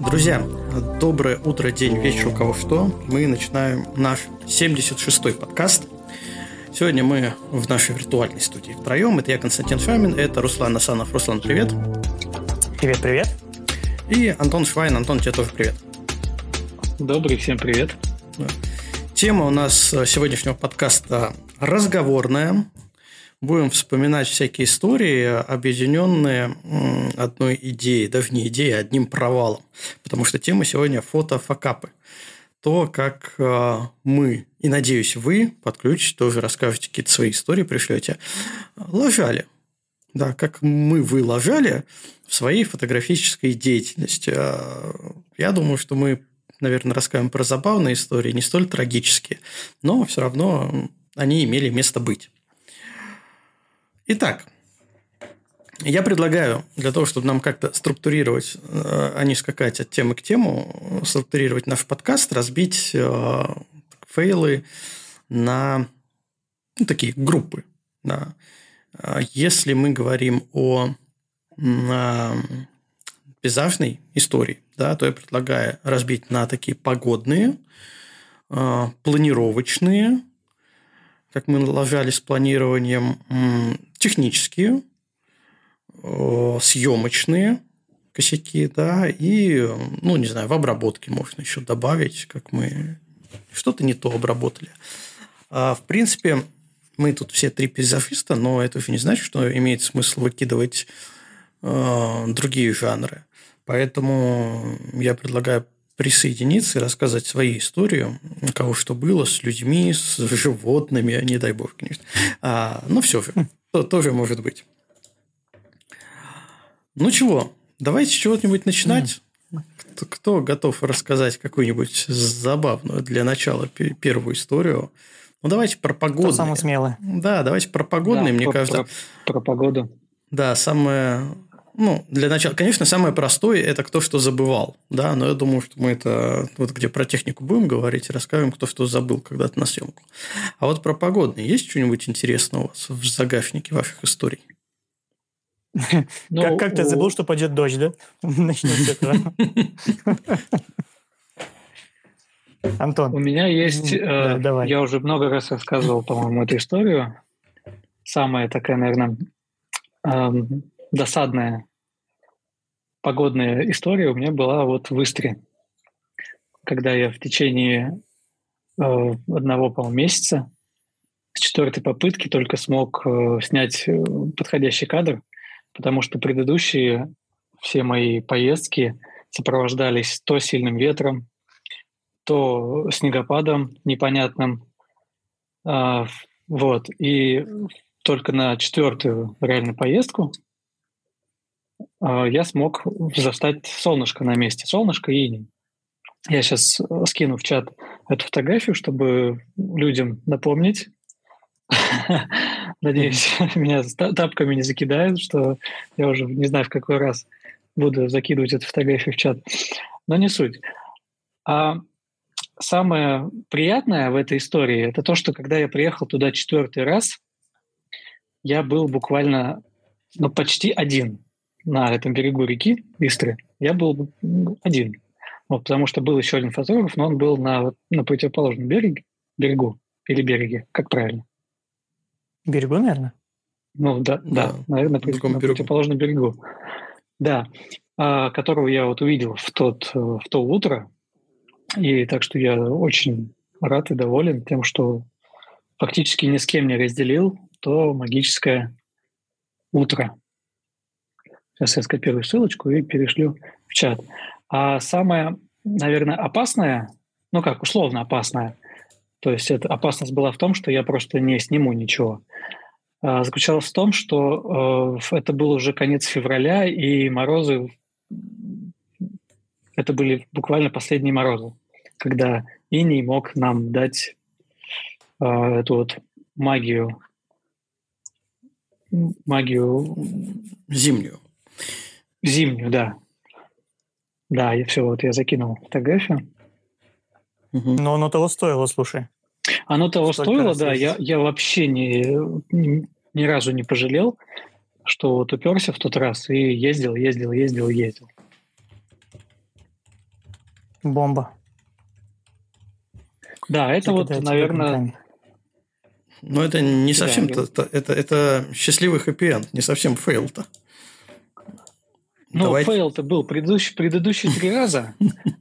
Друзья, доброе утро, день, вечер, у кого что. Мы начинаем наш 76-й подкаст. Сегодня мы в нашей виртуальной студии втроем. Это я, Константин Шамин, это Руслан Асанов. Руслан, привет. Привет. И Антон Швайн. Антон, тебе тоже привет. Добрый, всем привет. Тема у нас сегодняшнего подкаста разговорная. Будем вспоминать всякие истории, объединенные одной идеей, даже не идеей, а одним провалом. Потому что тема сегодня фото-факапы. То, как мы, и надеюсь, вы подключите, тоже расскажете какие-то свои истории, пришлете, лажали. Да, как вы лажали в своей фотографической деятельности. Я думаю, что мы, наверное, расскажем про забавные истории, не столь трагические, но все равно они имели место быть. Итак, я предлагаю для того, чтобы нам как-то структурировать, а не скакать от темы к тему, структурировать наш подкаст, разбить фейлы на такие группы. Да. Если мы говорим о пейзажной истории, да, то я предлагаю разбить на такие погодные, планировочные, как мы ложали с планированием, технические, съемочные косяки, да, и, не знаю, в обработке можно еще добавить, как мы что-то не то обработали. В принципе, мы тут все три пейзажиста, но это уже не значит, что имеет смысл выкидывать другие жанры. Поэтому я предлагаю присоединиться и рассказать свои истории, у кого что было, с людьми, с животными, не дай бог, конечно. Но все же, тоже может быть. Ну чего, давайте с чего-нибудь начинать. Кто готов рассказать какую-нибудь забавную для начала первую историю? Ну, давайте про погодные. Кто самый смелый? Да, давайте про погодные, мне кажется. Про погоду. Да, самое... для начала, конечно, самое простое – это кто что забывал. Да, но я думаю, что мы это, вот где про технику будем говорить, расскажем, кто что забыл когда-то на съемку. А вот про погодные есть что-нибудь интересное у вас в загашнике ваших историй? Как ты забыл, что пойдет дождь, да? Начнем с этого. Антон. У меня есть... Я уже много раз рассказывал, по-моему, эту историю. Самая такая, наверное, досадная погодная история у меня была вот в Истре. Когда я в течение одного, по-моему, месяца с 4-й попытки только смог снять подходящий кадр, потому что предыдущие все мои поездки сопровождались то сильным ветром, то снегопадом непонятным. Вот. И только на 4-ю реальную поездку я смог застать солнышко на месте. Солнышко и иней. Я сейчас скину в чат эту фотографию, чтобы людям напомнить. Надеюсь, меня тапками не закидают, что я уже не знаю, в какой раз буду закидывать эту фотографию в чат. Но не суть. А самое приятное в этой истории – это то, что когда я приехал туда 4-й раз, я был буквально почти один на этом берегу реки Истры. Я был один. Вот, потому что был еще один фотограф, но он был на противоположном берегу или береге, как правильно? Берегу, наверное? Да, наверное, на противоположном берегу. Да, которого я вот увидел в то утро. И так что я очень рад и доволен тем, что фактически ни с кем не разделил то магическое утро. Сейчас я скопирую ссылочку и перешлю в чат. А самое, наверное, опасное, условно опасное, то есть эта опасность была в том, что я просто не сниму ничего, заключалась в том, что это был уже конец февраля, и морозы, это были буквально последние морозы, когда иней мог нам дать эту вот магию зимнюю, да. Да, и все, вот я закинул фотографию. Но оно того стоило, слушай. Оно того стоило, да. Я вообще ни разу не пожалел, что вот уперся в тот раз и ездил. Бомба. Да, это вот, наверное... Но это не совсем... Это счастливый хэппи-энд, не совсем фейл-то. Ну, фейл-то был предыдущие 3 раза.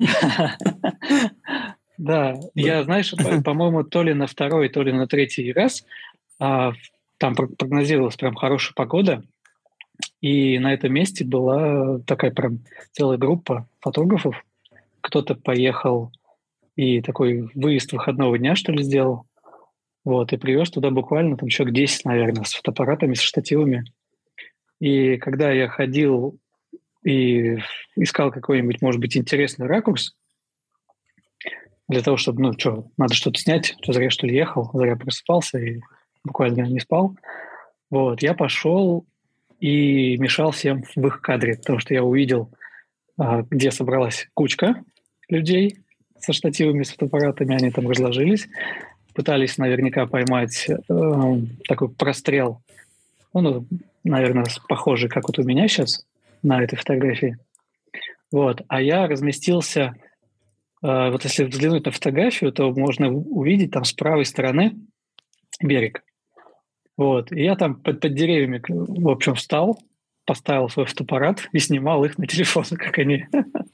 Да, я, знаешь, по-моему, то ли на 2-й, то ли на 3-й раз там прогнозировалась прям хорошая погода, и на этом месте была такая прям целая группа фотографов. Кто-то поехал и такой выезд выходного дня, что ли, сделал. Вот, и привез туда буквально там человек 10, наверное, с фотоаппаратами, с штативами. И когда я ходил и искал какой-нибудь, может быть, интересный ракурс, для того, чтобы, надо что-то снять, зря, что ли, ехал, зря просыпался и буквально не спал. Вот, я пошел и мешал всем в их кадре, потому что я увидел, где собралась кучка людей со штативами, с фотоаппаратами, они там разложились, пытались наверняка поймать такой прострел, наверное, похожий, как вот у меня сейчас на этой фотографии. Вот, а я разместился, вот если взглянуть на фотографию, то можно увидеть там с правой стороны берег. Вот, и я там под деревьями, в общем, встал, поставил свой фотоаппарат и снимал их на телефон, как они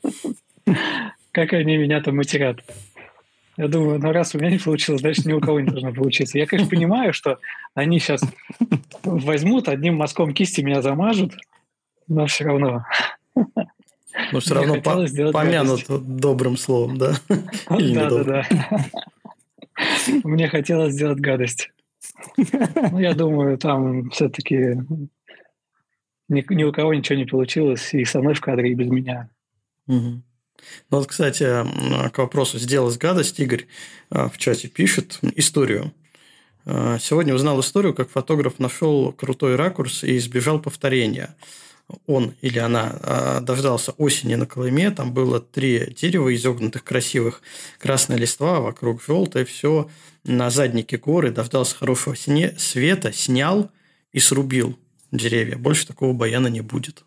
меня там матерят. Я думаю, раз у меня не получилось, значит, ни у кого не должно получиться. Я, конечно, понимаю, что они сейчас возьмут, одним мазком кисти меня замажут, но все равно. Но все равно помянут добрым словом, да? Да. Мне хотелось сделать гадость. Я думаю, там все-таки ни у кого ничего не получилось, и со мной в кадре, и без меня. Ну вот, кстати, к вопросу «сделать гадость» Игорь в чате пишет историю. Сегодня узнал историю, как фотограф нашел крутой ракурс и избежал повторения. Он или она дождался осени на Колыме, там было 3 дерева изогнутых, красивых, красная листва, вокруг желтое, все на заднике горы, дождался хорошего света, снял и срубил деревья. Больше такого баяна не будет.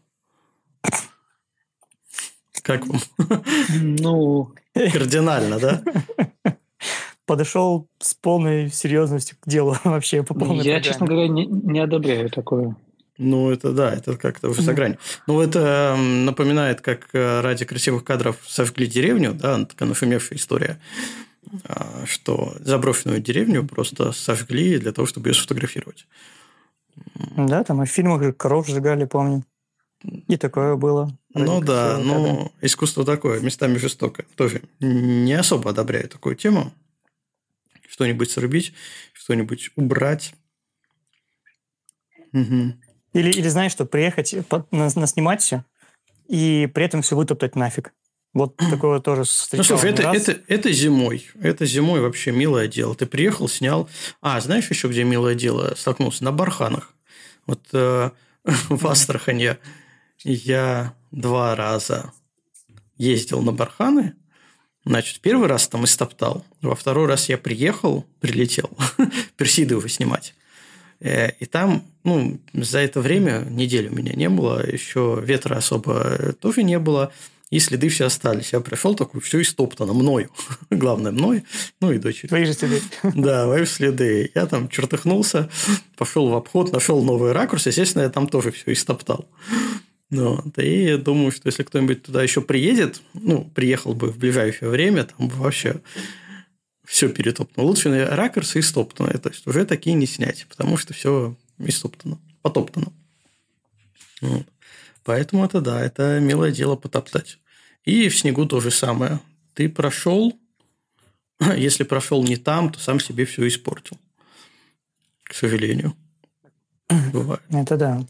Как вам? Кардинально, да? Подошел с полной серьезностью к делу вообще по полной программе. Я, честно говоря, не одобряю такое. Это да, это как-то уже за гранью. Это напоминает, как ради красивых кадров сожгли деревню, да, такая нашумевшая история, что заброшенную деревню просто сожгли для того, чтобы ее сфотографировать. Да, там и в фильмах же коров сжигали, помню. И такое было. Искусство такое, местами жестокое. Тоже не особо одобряю такую тему. Что-нибудь срубить, что-нибудь убрать. Угу. Или знаешь, что приехать, наснимать все, и при этом все вытоптать нафиг. Вот такое тоже встречал. Слушай, это зимой. Это зимой вообще милое дело. Ты приехал, снял. Знаешь еще, где милое дело? Столкнулся на барханах. Вот в Астрахани я 2 раза ездил на барханы. Значит, 1 раз там истоптал. Во 2-й раз я прилетел Персидового снимать. И там, за это время, неделю меня не было, еще ветра особо тоже не было, и следы все остались. Я пришел такой, все истоптано мною. Главное, мною, и дочерью. Твои же следы. Да, мои следы. Я там чертыхнулся, пошел в обход, нашел новый ракурс, естественно, я там тоже все истоптал. И думаю, что если кто-нибудь туда еще приедет, приехал бы в ближайшее время, там бы вообще все перетоптано. Лучше ракурсы истоптаны. То есть уже такие не снять, потому что все истоптано, потоптано. Поэтому это милое дело потоптать. И в снегу то же самое. Ты прошел, если прошел не там, то сам себе все испортил. К сожалению. Бывает. Это да.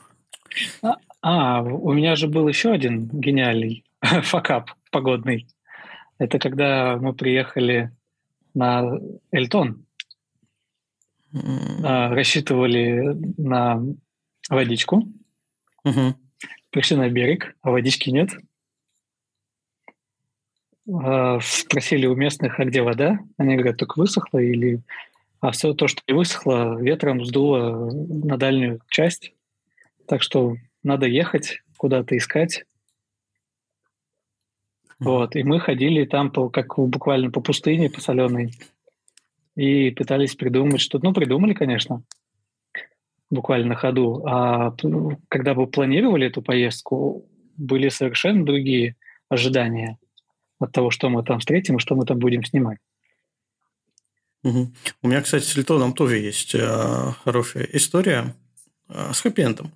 У меня же был еще один гениальный факап погодный. Это когда мы приехали на Эльтон, рассчитывали на водичку, пришли на берег, а водички нет. Спросили у местных, а где вода? Они говорят, только высохла или... А все то, что не высохло, ветром сдуло на дальнюю часть. Так что надо ехать, куда-то искать. Вот, и мы ходили там буквально по пустыне, по соленой, и пытались придумать что-то. Ну, придумали, конечно, буквально на ходу. А когда мы планировали эту поездку, были совершенно другие ожидания от того, что мы там встретим и что мы там будем снимать. Угу. У меня, кстати, с Литоном тоже есть хорошая история с хэппи-эндом.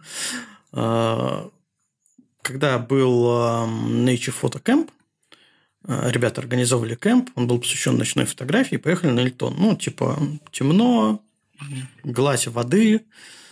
Когда был Nature Photo Camp, ребята организовывали кемп, он был посвящен ночной фотографии, поехали на Литон. Ну, типа, темно, гладь воды,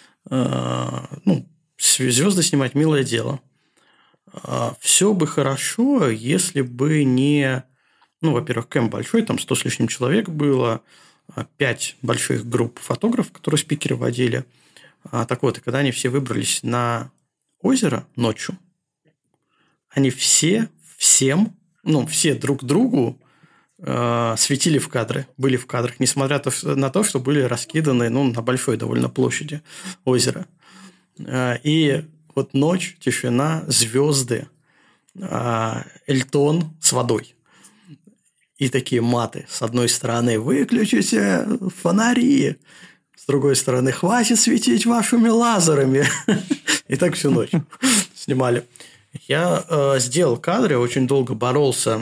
звезды снимать – милое дело. Все бы хорошо, если бы не... Ну, во-первых, кемп большой, там 100 с лишним человек было, 5 больших групп фотографов, которые спикеры водили. Так вот, и когда они все выбрались на озеро ночью, они все друг другу светили в кадры, были в кадрах, несмотря на то, что были раскиданы на большой довольно площади озера. И вот ночь, тишина, звезды, Эльтон с водой. И такие маты. С одной стороны, выключите фонари. С другой стороны, хватит светить вашими лазерами. И так всю ночь снимали. Я сделал кадры, очень долго боролся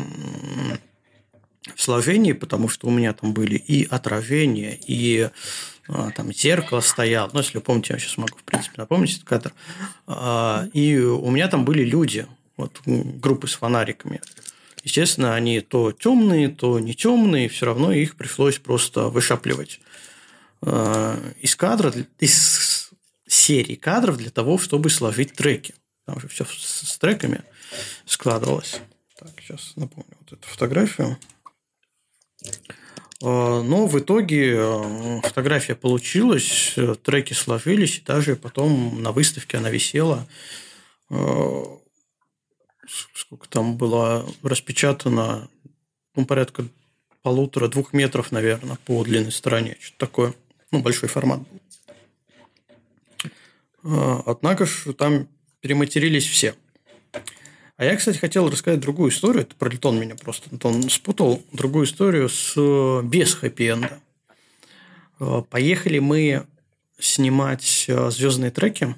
в сложении, потому что у меня там были и отражения, и там зеркало стояло. Ну, если вы помните, я сейчас могу, в принципе, напомнить этот кадр. И у меня там были люди, вот, группы с фонариками. Естественно, они то темные, то не темные, все равно их пришлось просто вышапливать из кадра, из серии кадров для того, чтобы сложить треки. Там же все с треками складывалось. Так, сейчас напомню вот эту фотографию. Но в итоге фотография получилась, треки сложились, и даже потом на выставке она висела. Сколько там было распечатано? Порядка 1,5-2 метров, наверное, по длинной стороне. Что-то такое. Большой формат был. Однако же там перематерились все. А я, кстати, хотел рассказать другую историю. Это про Литон меня просто Антон спутал. Другую историю без хэппи-энда. Поехали мы снимать звездные треки.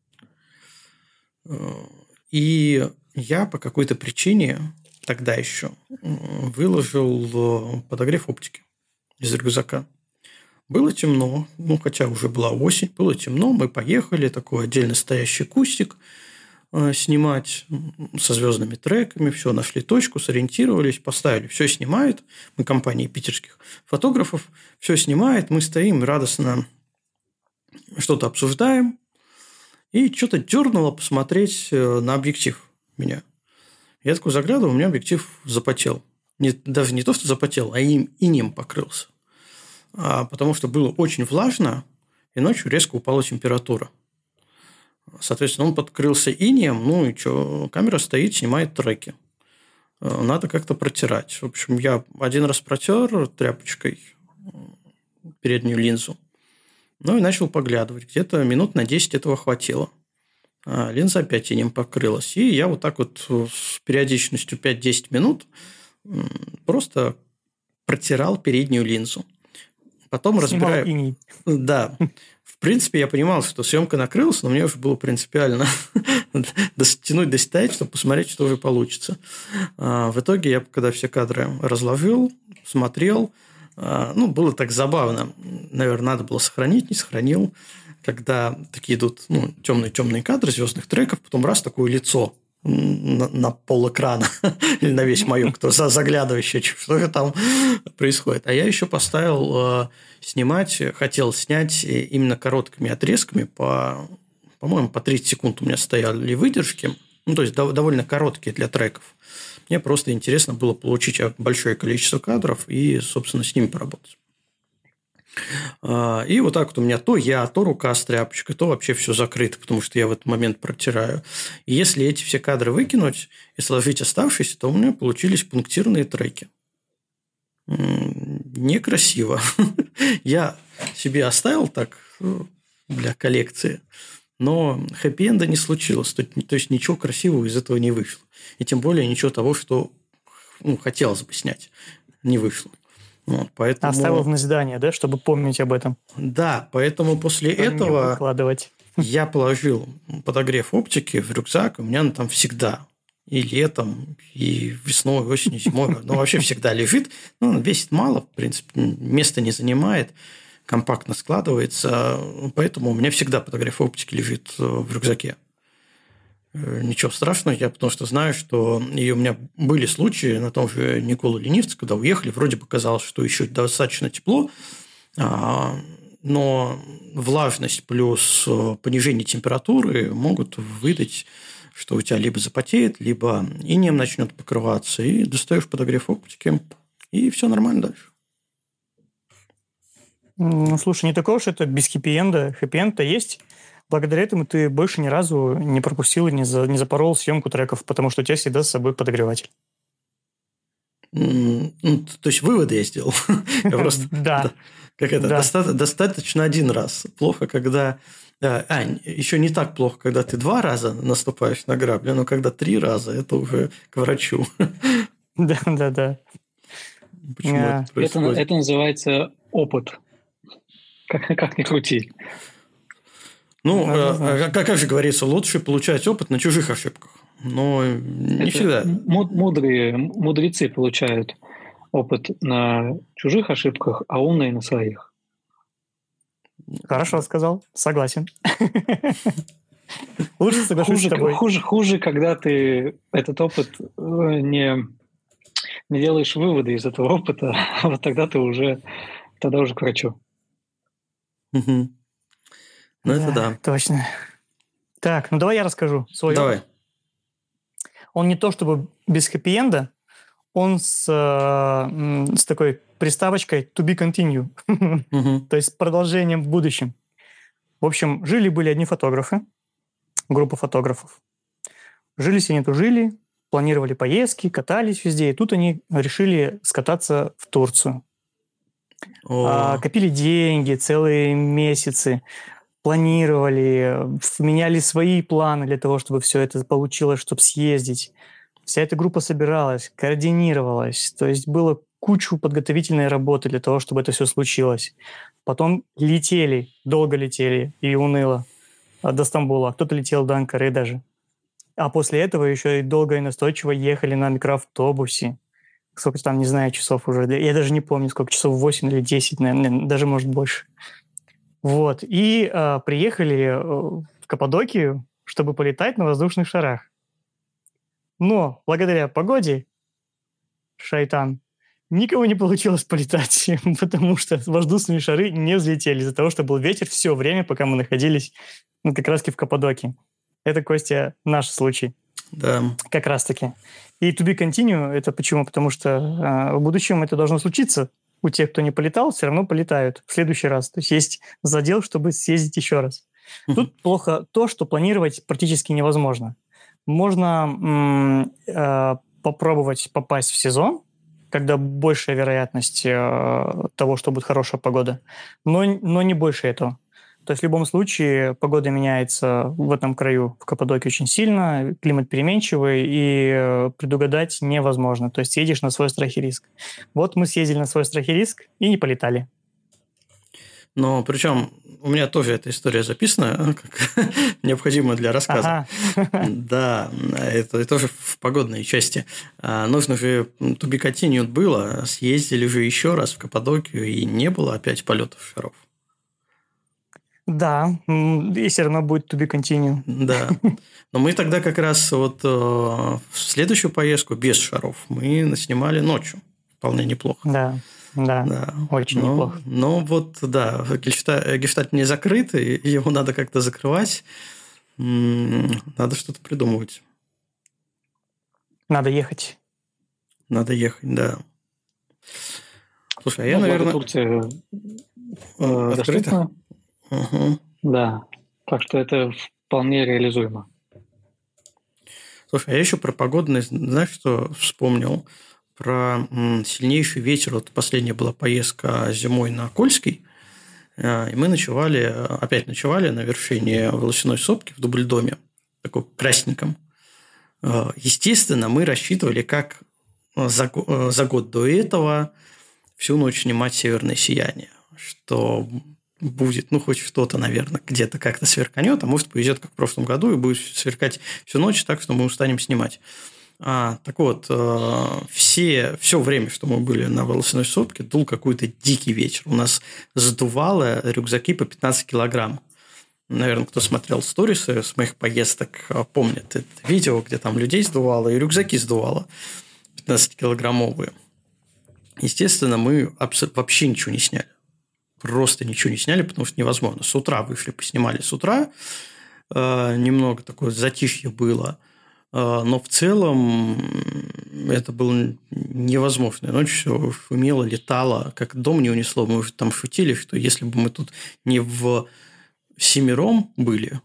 И я по какой-то причине тогда еще выложил подогрев оптики из рюкзака. Было темно, хотя уже была осень, было темно, мы поехали, такой отдельно стоящий кустик снимать со звездными треками, все, нашли точку, сориентировались, поставили, все снимает, мы компания питерских фотографов, все снимает, мы стоим радостно что-то обсуждаем, и что-то дернуло посмотреть на объектив меня. Я такой заглядываю, у меня объектив запотел. Даже не то, что запотел, а инеем покрылся. Потому что было очень влажно, и ночью резко упала температура. Соответственно, он покрылся инеем, и что, камера стоит, снимает треки. Надо как-то протирать. В общем, я один раз протер тряпочкой переднюю линзу, и начал поглядывать. Где-то минут на 10 этого хватило. Линза опять инеем покрылась. И я вот так вот с периодичностью 5-10 минут просто протирал переднюю линзу. Потом разбираю. Да. В принципе, я понимал, что съемка накрылась, но мне уже было принципиально дотянуть до стоять, чтобы посмотреть, что уже получится. В итоге я, когда все кадры разложил, смотрел, было так забавно. Наверное, надо было сохранить, не сохранил. Когда такие идут темные кадры звездных треков, потом раз такое лицо на полэкрана или на весь маяк, кто заглядывающий, что же там происходит. А я еще поставил хотел снять именно короткими отрезками, по-моему, по 30 секунд у меня стояли выдержки, то есть довольно короткие для треков. Мне просто интересно было получить большое количество кадров и, собственно, с ними поработать. И вот так вот у меня то рука с тряпочкой, то вообще все закрыто, потому что я в этот момент протираю. И если эти все кадры выкинуть и сложить оставшиеся, то у меня получились пунктирные треки. Некрасиво. Я себе оставил так для коллекции, но хэппи-энда не случилось. То есть ничего красивого из этого не вышло. И тем более ничего того, что хотелось бы снять. Не вышло. Вот, поэтому... Оставил в назидание, да, чтобы помнить об этом. Да, поэтому после этого выкладывать. Я положил подогрев оптики в рюкзак, у меня он там всегда. И летом, и весной, и осенью, и зимой. Вообще всегда лежит. Он весит мало, в принципе, места не занимает, компактно складывается. Поэтому у меня всегда подогрев оптики лежит в рюкзаке. Ничего страшного, я потому что знаю, что и у меня были случаи на том же Никола-Ленивце, когда уехали, вроде бы казалось, что еще достаточно тепло, но влажность плюс понижение температуры могут выдать, что у тебя либо запотеет, либо инеем начнет покрываться, и достаешь подогрев оптики, и все нормально дальше. Слушай, не такого, что это без хэппи-энда. Хэппи-энд-то есть. Благодаря этому ты больше ни разу не пропустил и не запорол съемку треков, потому что у тебя всегда с собой подогреватель. То есть выводы я сделал. Да. Достаточно один раз. Плохо, когда... еще не так плохо, когда ты 2 раза наступаешь на грабли, но когда 3 раза, это уже к врачу. Да. Почему это происходит? Это называется опыт. Как ни крути. Как же говорится, лучше получать опыт на чужих ошибках. Но не всегда. Мудрецы получают опыт на чужих ошибках, а умные на своих. Хорошо сказал, согласен. Лучше соглашусь с тобой. Хуже, когда ты этот опыт не делаешь выводы из этого опыта, а вот тогда уже к врачу. Это да. Точно. Так, давай я расскажу свой опыт. Он не то чтобы без хэппи-энда, он с такой приставочкой to be continue, то есть с продолжением в будущем. В общем, жили-были одни фотографы, группа фотографов. Жили-се не тужили, планировали поездки, катались везде, и тут они решили скататься в Турцию. Копили деньги целые месяцы, планировали, меняли свои планы для того, чтобы все это получилось, чтобы съездить. Вся эта группа собиралась, координировалась, то есть было кучу подготовительной работы для того, чтобы это все случилось. Потом летели, долго летели и уныло до Стамбула. Кто-то летел до Анкары даже. А после этого еще и долго и настойчиво ехали на микроавтобусе. Сколько там, не знаю, часов уже. Я даже не помню, сколько часов, 8 или 10, наверное, даже, может, больше. Вот. И приехали в Каппадокию, чтобы полетать на воздушных шарах. Но благодаря погоде, шайтан, никого не получилось полетать, потому что воздушные шары не взлетели из-за того, что был ветер все время, пока мы находились как раз-таки в Каппадокии. Это, Костя, наш случай. Да. Как раз-таки. И to be continue, это почему? Потому что в будущем это должно случиться. У тех, кто не полетал, все равно полетают в следующий раз. То есть есть задел, чтобы съездить еще раз. Тут плохо то, что планировать практически невозможно. Можно попробовать попасть в сезон, когда большая вероятность того, что будет хорошая погода, но не больше этого. То есть в любом случае погода меняется в этом краю, в Каппадокии, очень сильно, климат переменчивый, и предугадать невозможно. То есть едешь на свой страх и риск. Вот мы съездили на свой страх и риск и не полетали. Но причем у меня тоже эта история записана, как необходимая для рассказа. Да, это тоже в погодной части. Нужно же to be continued было, съездили же еще раз в Каппадокию, и не было опять полетов шаров. Да, и все равно будет to be continue. Да. Но мы тогда как раз вот в следующую поездку без шаров мы снимали ночью. Вполне неплохо. Да, очень неплохо. Но вот, да, гештальт не закрыт, и его надо как-то закрывать. Надо что-то придумывать. Надо ехать. Надо ехать, да. Слушай, а я, наверное... Турция доступна. Да, так что это вполне реализуемо. Слушай, а я еще про погодные, знаешь, что вспомнил? Про сильнейший ветер. Вот последняя была поездка зимой на Кольский, и мы опять ночевали на вершине волосяной сопки в Дубльдоме, такой красненьком. Естественно, мы рассчитывали, как за год до этого всю ночь снимать «Северное сияние», что будет, хоть что-то, наверное, где-то как-то сверканет, а может, повезет, как в прошлом году, и будет сверкать всю ночь так, что мы устанем снимать. Так вот, все время, что мы были на волосяной сопке, дул какой-то дикий ветер. У нас задувало рюкзаки по 15 килограмм. Наверное, кто смотрел сторисы с моих поездок, помнит это видео, где там людей сдувало и рюкзаки сдувало 15-килограммовые. Естественно, мы вообще ничего не сняли. Просто ничего не сняли, потому что невозможно. С утра вышли, поснимали с утра. Немного такое затишье было. Но в целом это было невозможно. Ночью все шумело, летало, как дом не унесло. Мы уже там шутили, что если бы мы тут не в семером были,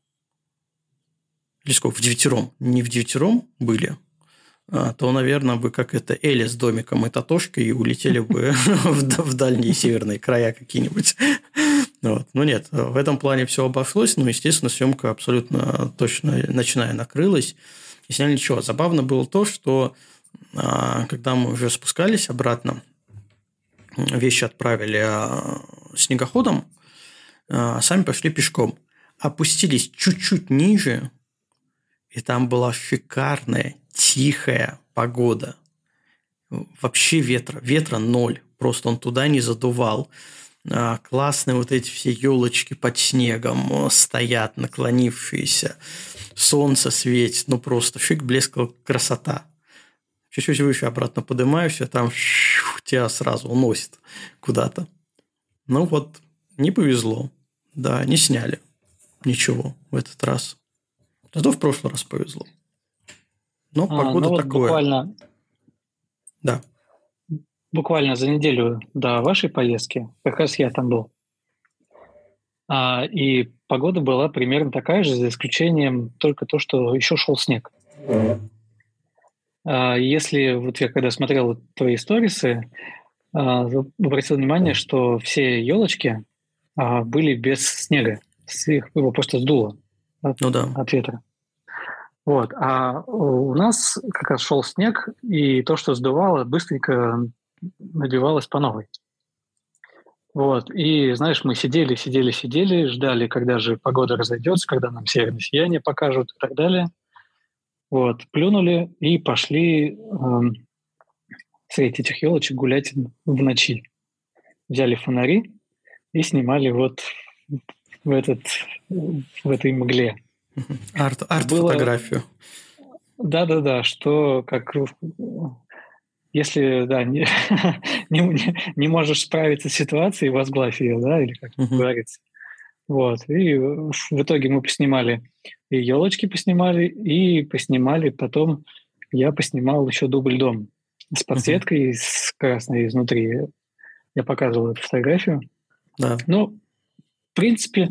или сколько, не в девятером были, то, наверное, бы как это Эля с домиком и Татошкой улетели бы в дальние северные края какие-нибудь. Вот. Но нет, в этом плане все обошлось, но, естественно, съемка абсолютно точно ночная накрылась. И сняли ничего. Забавно было то, что когда мы уже спускались обратно, вещи отправили снегоходом, сами пошли пешком. Опустились чуть-чуть ниже, и там была шикарная, тихая погода. Вообще ветра ноль. Просто он туда не задувал. Классные вот эти все елочки под снегом стоят, наклонившиеся. Солнце светит. Просто шик, блеск, красота. Чуть-чуть выше обратно поднимаешься, там тебя сразу уносит куда-то. Не повезло. Да, не сняли ничего в этот раз. Зато в прошлый раз повезло. Но погода такое. Буквально... Да. Буквально за неделю до вашей поездки, как раз я там был. И погода была примерно такая же, за исключением только то, что еще шел снег. Если я когда смотрел твои сторисы, обратил внимание, что все елочки были без снега. Его просто сдуло от ветра. А у нас как раз шел снег, и то, что сдувало, быстренько набивалось по новой. И, знаешь, мы сидели, ждали, когда же погода разойдется, когда нам северное сияние покажут и так далее. Плюнули и пошли среди этих елочек гулять в ночи. Взяли фонари и снимали в этой мгле. Арт-фотографию. Да, что как... Если, не можешь справиться с ситуацией, возглавь ее, или как говорится. И в итоге мы поснимали и елочки поснимали потом я поснимал еще дубль дом с подсветкой, с красной изнутри. Я показывал эту фотографию. Да. В принципе,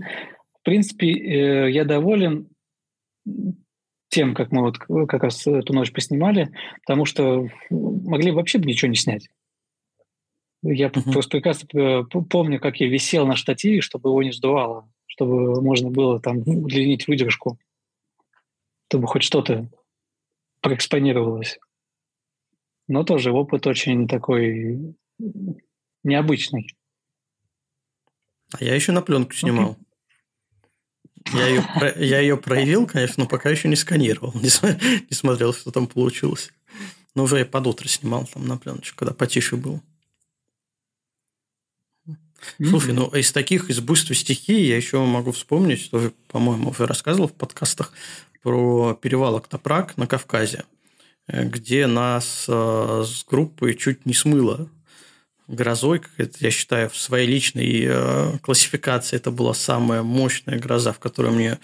я доволен тем, как мы как раз эту ночь поснимали, потому что могли вообще ничего не снять. Я просто прекрасно помню, как я висел на штативе, чтобы его не сдувало, чтобы можно было там удлинить выдержку, чтобы хоть что-то проэкспонировалось. Но тоже опыт очень такой необычный. А я еще на пленку снимал. Я ее проявил, конечно, но пока еще не сканировал, не смотрел, что там получилось. Но уже я под утро снимал там на пленочку, когда потише был. Слушай, из буйства стихии я еще могу вспомнить, что, по-моему, уже рассказывал в подкастах про перевал Октопраг на Кавказе, где нас с группой чуть не смыло грозой. Я считаю, в своей личной классификации это была самая мощная гроза, в которой мне,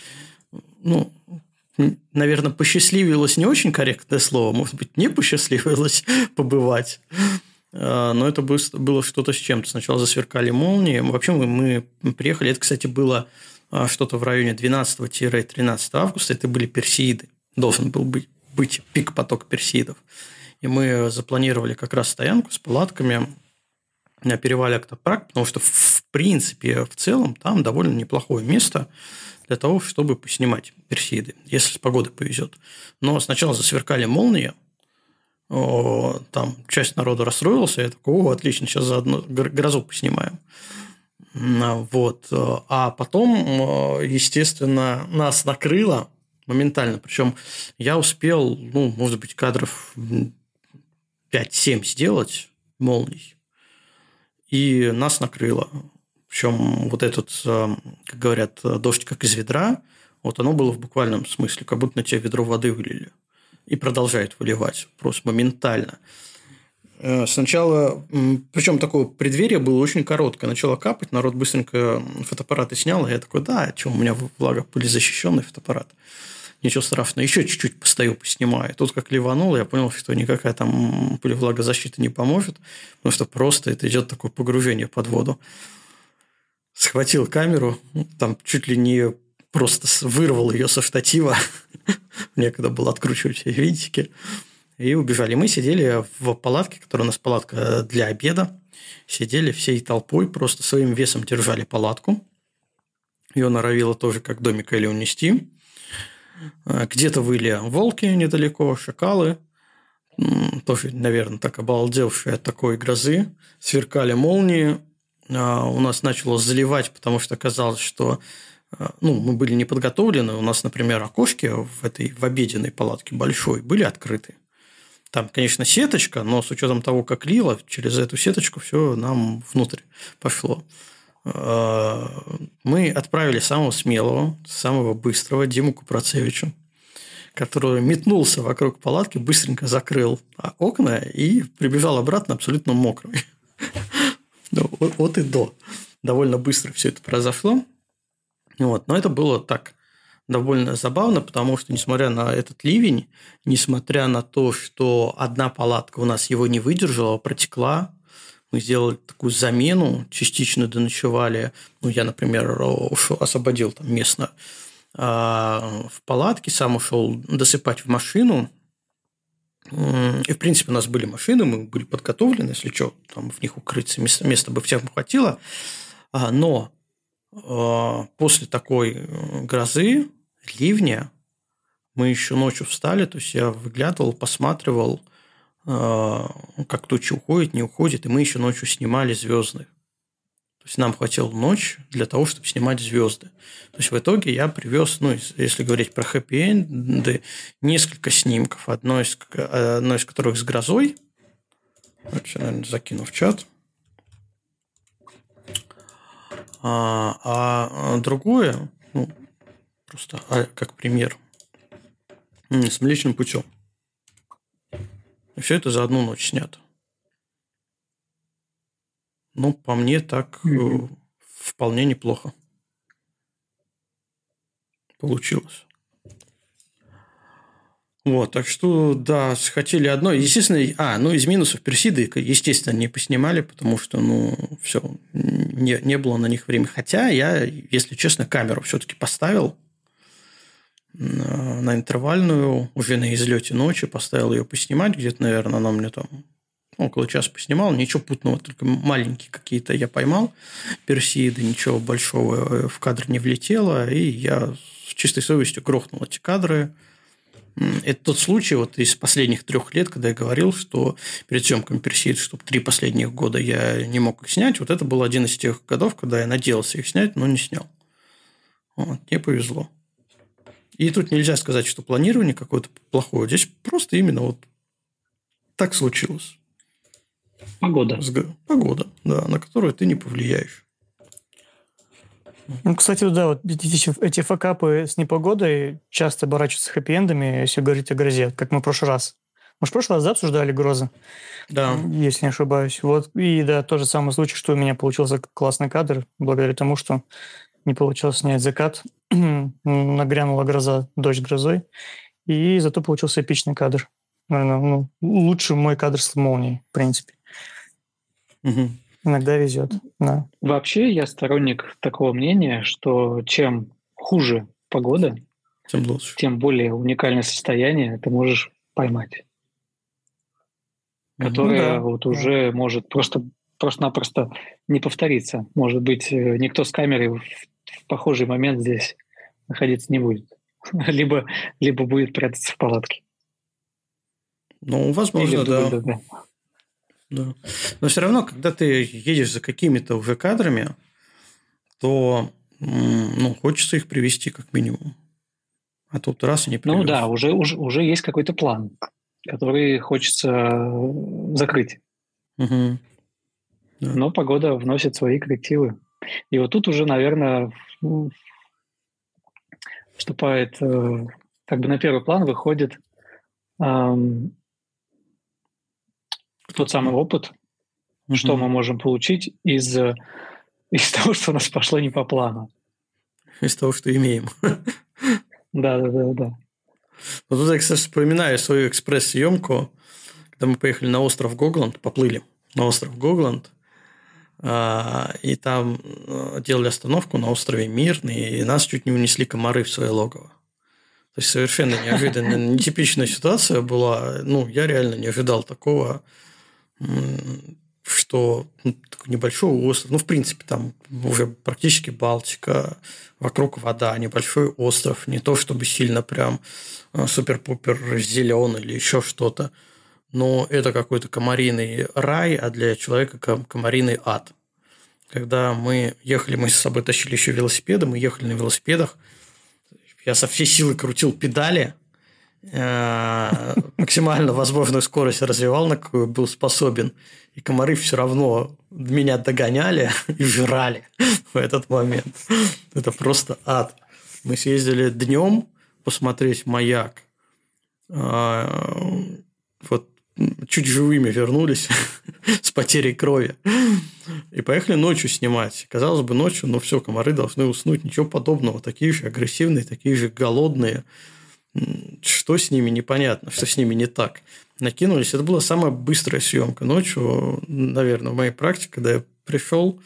наверное, посчастливилось не очень корректное слово, может быть, не посчастливилось побывать. Но это было что-то с чем-то. Сначала засверкали молнии. Вообще мы приехали. Это, кстати, было что-то в районе 12-13 августа. Это были персеиды. Должен был быть пик потока персеидов. И мы запланировали как раз стоянку с палатками на перевале Октопраг, потому что, в принципе, в целом, там довольно неплохое место для того, чтобы поснимать персеиды, если с погодой повезет. Но сначала засверкали молнии. Там часть народа расстроился, я такой: отлично, сейчас заодно грозу поснимаем. Вот. А потом, естественно, нас накрыло моментально. Причем я успел, может быть, кадров 5-7 сделать молний, и нас накрыло. Причем вот этот, как говорят, дождь как из ведра, вот оно было в буквальном смысле, как будто на тебя ведро воды вылили. И продолжает выливать просто моментально. Сначала, причем такое преддверие было очень короткое, начало капать, народ быстренько фотоаппараты снял, и я такой: да, что, у меня влага, пылезащищенный фотоаппарат. Ничего страшного, еще чуть-чуть постою, поснимаю. Тут как ливануло, я понял, что никакая там пылевлагозащита не поможет, потому что просто это идет такое погружение под воду. Схватил камеру, там чуть ли не просто вырвал ее со штатива. Некогда было откручивать все винтики. И убежали. Мы сидели в палатке, которая у нас палатка для обеда. Сидели всей толпой, просто своим весом держали палатку. Ее норовило тоже как домик или унести. Где-то выли волки недалеко, шакалы. Тоже, наверное, так обалдевшие от такой грозы. Сверкали молнии. У нас начало заливать, потому что казалось, что мы были не подготовлены. У нас, например, окошки в обеденной палатке большой были открыты. Там, конечно, сеточка, но с учетом того, как лило, через эту сеточку все нам внутрь пошло. Мы отправили самого смелого, самого быстрого Диму Купрацевича, который метнулся вокруг палатки, быстренько закрыл окна и прибежал обратно абсолютно мокрый. От и до. Довольно быстро все это произошло. Вот. Но это было так довольно забавно, потому что, несмотря на этот ливень, несмотря на то, что одна палатка у нас его не выдержала, протекла, мы сделали такую замену, частично доночевали. Я, например, освободил там место в палатке, сам ушел досыпать в машину. И, в принципе, у нас были машины, мы были подготовлены, если что, там в них укрыться, места бы всем хватило. Но после такой грозы, ливня, мы еще ночью встали, то есть я выглядывал, посматривал, как тучи уходит, не уходит, и мы еще ночью снимали звезды. То есть нам хватило ночь для того, чтобы снимать звезды. То есть в итоге я привез, если говорить про хэппи-энды, несколько снимков, одно из которых с грозой. Сейчас, наверное, закину в чат. А другое, просто как пример, с Млечным путем. И все это за одну ночь снято. По мне, так вполне неплохо получилось. Вот, так что, да, хотели одно. Естественно, из минусов Персиды, естественно, не поснимали, потому что, все, не было на них времени. Хотя я, если честно, камеру все-таки поставил на интервальную, уже на излете ночи, поставил ее поснимать. Где-то, наверное, она у меня там около часа поснимал. Ничего путного, только маленькие какие-то я поймал Персиды, ничего большого в кадр не влетело, и я с чистой совестью грохнул эти кадры. Это тот случай из последних 3 лет, когда я говорил, что перед съемками Персид, чтобы 3 последних года я не мог их снять. Это был один из тех годов, когда я надеялся их снять, но не снял. Не повезло. И тут нельзя сказать, что планирование какое-то плохое. Здесь просто именно так случилось. Погода. Погода, да, на которую ты не повлияешь. Кстати, да, эти факапы с непогодой часто оборачиваются хэппи-эндами, если говорить о грозе, как мы в прошлый раз. Мы в прошлый раз обсуждали грозы? Да. Если не ошибаюсь. И да, тот же самый случай, что у меня получился классный кадр, благодаря тому, что не получилось снять закат, нагрянула гроза, дождь грозой, и зато получился эпичный кадр. Наверное, лучший мой кадр с молнией, в принципе. Угу. Иногда везет, да. Вообще, я сторонник такого мнения, что чем хуже погода, тем лучше. Тем более уникальное состояние ты можешь поймать. Которое уже может просто-напросто не повториться. Может быть, никто с камерой в похожий момент здесь находиться не будет. Либо будет прятаться в палатке. Ну, возможно, да. Да. Но все равно, когда ты едешь за какими-то уже кадрами, то хочется их привести как минимум. А тут раз и не привез. Ну да, уже есть какой-то план, который хочется закрыть. Угу. Да. Но погода вносит свои коррективы. И вот тут уже, наверное, вступает, как бы на первый план выходит тот самый опыт, что мы можем получить из того, что у нас пошло не по плану. Из того, что имеем. Да. Вот тут я, кстати, вспоминаю свою экспресс-съемку, когда мы поехали на остров Гогланд, поплыли на остров Гогланд, и там делали остановку на острове Мирный, и нас чуть не унесли комары в свое логово. То есть совершенно неожиданная, нетипичная ситуация была. Я реально не ожидал такого, что такой небольшой остров, в принципе, там уже практически Балтика, вокруг вода, небольшой остров, не то чтобы сильно прям супер-пупер зеленый или еще что-то, но это какой-то комариный рай, а для человека комариный ад. Когда мы ехали, мы с собой тащили еще велосипеды, мы ехали на велосипедах, я со всей силы крутил педали, максимально возможную скорость развивал, на какую был способен, и комары все равно меня догоняли и жрали в этот момент. Это просто ад. Мы съездили днем посмотреть маяк, вот чуть живыми вернулись с потерей крови и поехали ночью снимать. Казалось бы, ночью, но все, комары должны уснуть, ничего подобного, такие же агрессивные, такие же голодные. Что с ними непонятно, что с ними не так. Накинулись. Это была самая быстрая съемка ночью, наверное, в моей практике, когда я приехал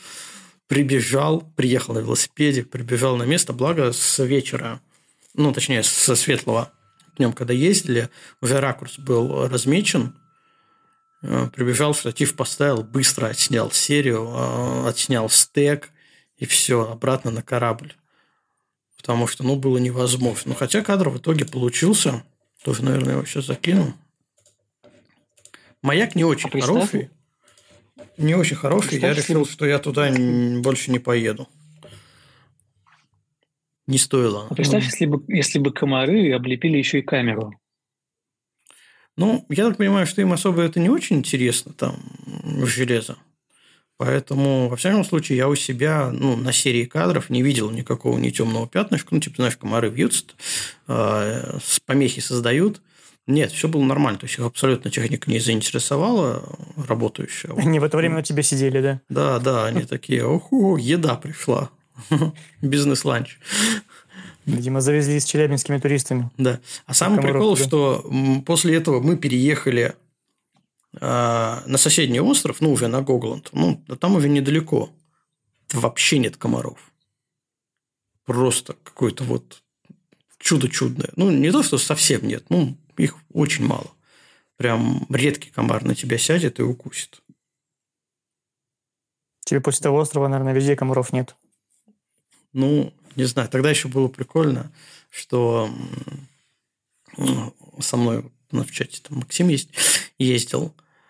на велосипеде, прибежал на место, благо с вечера, точнее, со светлого днем, когда ездили, уже ракурс был размечен, прибежал, штатив поставил, быстро отснял серию, отснял стек, и все, обратно на корабль. Потому что, было невозможно. Хотя кадр в итоге получился. Тоже, наверное, его сейчас закину. Маяк не очень хороший. Не очень хороший. Я решил, что я туда больше не поеду. Не стоило. А представь, если бы комары облепили еще и камеру. Я так понимаю, что им особо это не очень интересно, там, в железо. Поэтому, во всяком случае, я у себя на серии кадров не видел никакого ни темного пятнышка. Знаешь, комары вьются, помехи создают. Нет, все было нормально. То есть, их абсолютно техника не заинтересовала работающая. Они в это время у тебя сидели, да? Да, они такие, еда пришла. Бизнес-ланч. Видимо, завезли с челябинскими туристами. Да. А самый прикол, что после этого мы переехали на соседний остров, уже на Гогланд, там уже недалеко. Вообще нет комаров. Просто какое-то чудо чудное. Не то, что совсем нет, их очень мало. Прям редкий комар на тебя сядет и укусит. Тебе после того острова, наверное, везде комаров нет. Не знаю. Тогда еще было прикольно, что со мной в чате там Максим ездил,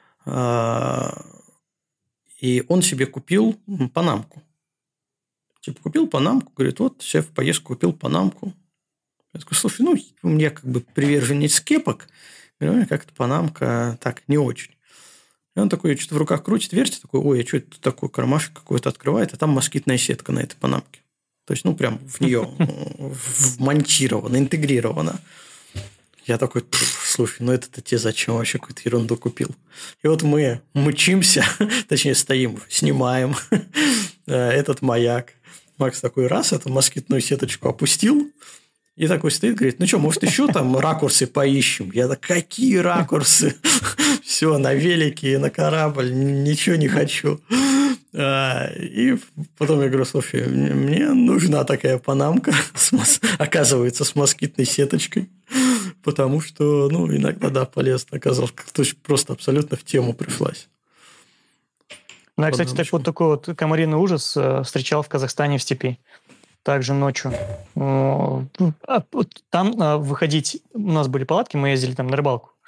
и он себе купил панамку. Купил панамку, говорит, себе в поездку купил панамку. Я такой, слушай, у меня приверженец кепок, говорю, как-то панамка так не очень. И он такой что-то в руках крутит, вертит, такой, а что это такой, кармашек какой-то открывает, а там москитная сетка на этой панамке. То есть, прям в нее вмонтировано, интегрировано. Я такой, слушай, это тебе зачем вообще какую-то ерунду купил? И мы мчимся, точнее, стоим, снимаем этот маяк. Макс такой раз эту москитную сеточку опустил, и такой стоит, говорит, может, еще там ракурсы поищем? Я так, какие ракурсы? Все, на велике, на корабль, ничего не хочу. И потом я говорю, слушай, мне нужна такая панамка, оказывается, с москитной сеточкой, потому что, иногда, полезно оказалось, то есть просто абсолютно в тему пришлась. Я, кстати, такой комариный ужас встречал в Казахстане в степи. Также ночью. Там выходить... У нас были палатки, мы ездили там на рыбалку.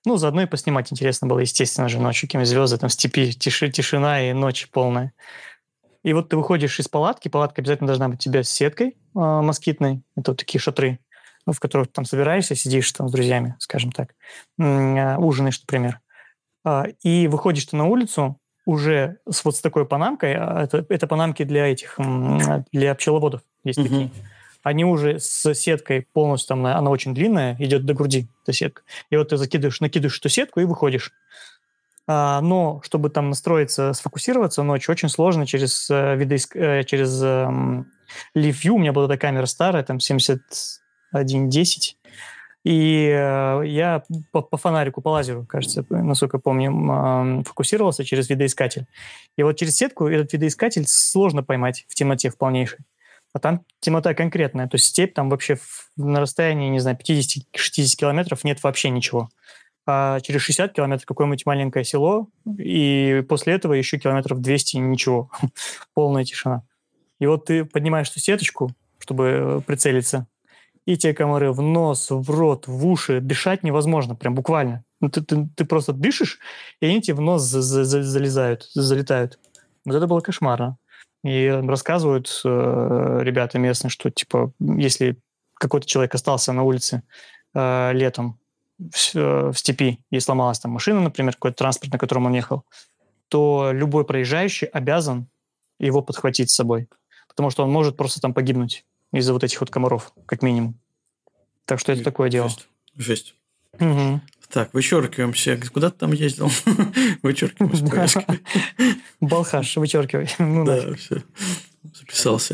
Ну, заодно и поснимать интересно было, естественно же, ночью, какие звезды, там, степи, тишина и ночь полная. И вот ты выходишь из палатки, палатка обязательно должна быть у тебя с сеткой москитной, это вот такие шатры, в которых там собираешься, сидишь там с друзьями, скажем так, ужинаешь, например. И выходишь ты на улицу уже с такой панамкой, это панамки для пчеловодов есть такие. Они уже с сеткой полностью, там, она очень длинная, идет до груди, эта сетка. И вот ты накидываешь эту сетку и выходишь. Но чтобы там настроиться, сфокусироваться ночью, очень сложно через Live View. У меня была такая камера старая, там 7110. И я по фонарику, по лазеру, кажется, насколько помню, фокусировался через видоискатель. И вот через сетку этот видоискатель сложно поймать в темноте в полнейшей. А там темнота конкретная. То есть степь, там вообще на расстоянии, не знаю, 50-60 километров нет вообще ничего. А через 60 километров какое-нибудь маленькое село, и после этого еще километров 200 ничего. Полная тишина. И вот ты поднимаешь эту сеточку, чтобы прицелиться, и те комары в нос, в рот, в уши. Дышать невозможно, прям буквально. Ты просто дышишь, и они тебе в нос залетают. Вот это было кошмарно. И рассказывают ребята местные, что типа если какой-то человек остался на улице летом в степи и сломалась там машина, например, какой-то транспорт, на котором он ехал, то любой проезжающий обязан его подхватить с собой, потому что он может просто там погибнуть из-за вот этих вот комаров, как минимум. Так что это такое дело. Жесть. Угу. Так, вычеркиваемся. Куда ты там ездил? Вычеркиваем с поездки. Балхаш, вычеркивай. Да, все. Записался.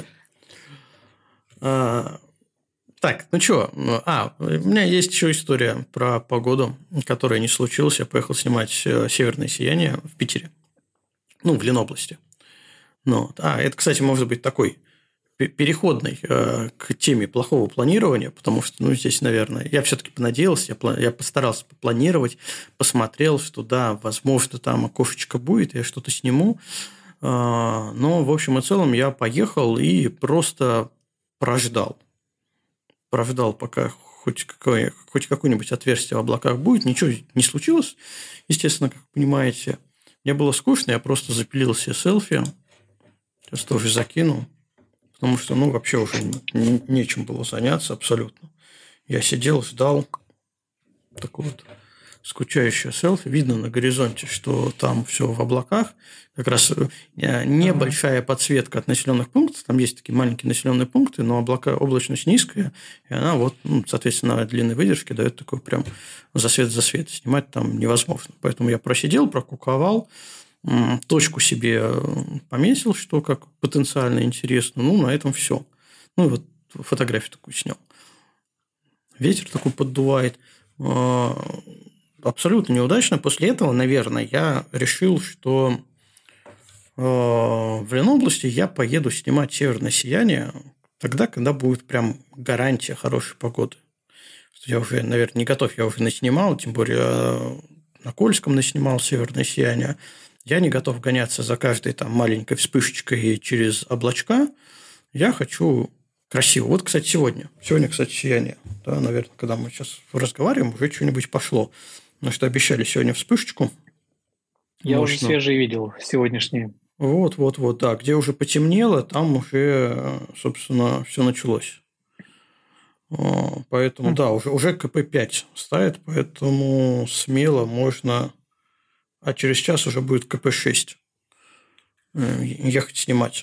Так, ну что? У меня есть еще история про погоду, которая не случилась. Я поехал снимать «Северное сияние» в Питере. В Ленобласти. Это, кстати, может быть такой переходный к теме плохого планирования, потому что, здесь, наверное, я все-таки понадеялся, я постарался попланировать, посмотрел, что да, возможно, там окошечко будет, я что-то сниму, но, в общем и целом, я поехал и просто прождал, пока хоть какое-нибудь отверстие в облаках будет, ничего не случилось, естественно, как вы понимаете. Мне было скучно, я просто запилил себе селфи, сейчас тоже закину. Потому что, вообще уже нечем было заняться абсолютно. Я сидел, ждал. Такое вот скучающее селфи. Видно на горизонте, что там все в облаках. Как раз небольшая подсветка от населенных пунктов. Там есть такие маленькие населенные пункты, но облачность низкая. И она соответственно, на длинной выдержке дает такой прям засвет. Снимать там невозможно. Поэтому я просидел, прокуковал. Точку себе пометил, что как потенциально интересно. На этом все. И вот фотографию такую снял. Ветер такой поддувает. Абсолютно неудачно. После этого, наверное, я решил, что в Ленобласти я поеду снимать «Северное сияние» тогда, когда будет прям гарантия хорошей погоды. Я уже, наверное, не готов. Я уже наснимал, тем более на Кольском наснимал «Северное сияние». Я не готов гоняться за каждой там маленькой вспышечкой через облачка. Я хочу красиво. Вот, кстати, сегодня, кстати, сияние. Да, наверное, когда мы сейчас разговариваем, уже что-нибудь пошло. Потому что обещали сегодня вспышечку. Я уже свежие видел сегодняшние. Вот, да. Где уже потемнело, там уже, собственно, все началось. Поэтому, да, уже КП-5 ставят, поэтому смело можно... А через час уже будет КП-6 ехать снимать.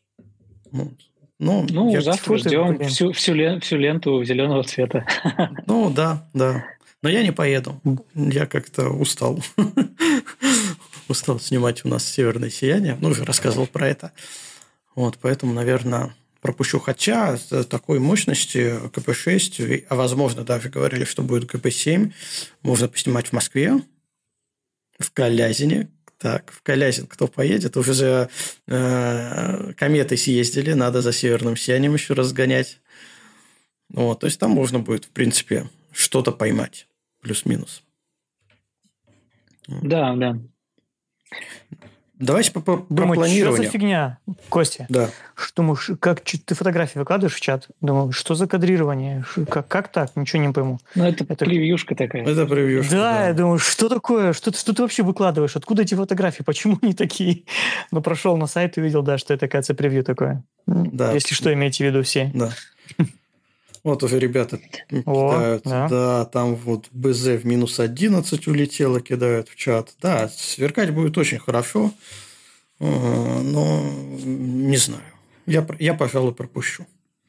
Завтра ждем всю ленту зеленого цвета. Да. Но я не поеду. Я как-то устал. Устал снимать у нас «Северное сияние». Уже рассказывал про это. Поэтому, наверное, пропущу. Хотя такой мощности КП-6, а возможно, даже говорили, что будет КП-7, можно поснимать в Москве, в Калязине. Так, в Калязин кто поедет? Уже за кометой съездили, надо за «Северным сиянием» еще разгонять. То есть, там можно будет, в принципе, что-то поймать. Плюс-минус. Да. Давайте про планирование. Что за фигня, Костя? Да. Думаешь, как ты фотографии выкладываешь в чат? Думаю, что за кадрирование? Как так? Ничего не пойму. Это превьюшка такая. Это превьюшка, да. Я думаю, что такое? Что ты вообще выкладываешь? Откуда эти фотографии? Почему они такие? Но прошел на сайт и увидел, да, что это, кажется, превью такое. Да. Если что, имейте в виду все. Да. Вот уже ребята кидают. Да, там вот БЗ в -11 улетело, кидают в чат. Да, сверкать будет очень хорошо, но не знаю. Я пожалуй, пропущу.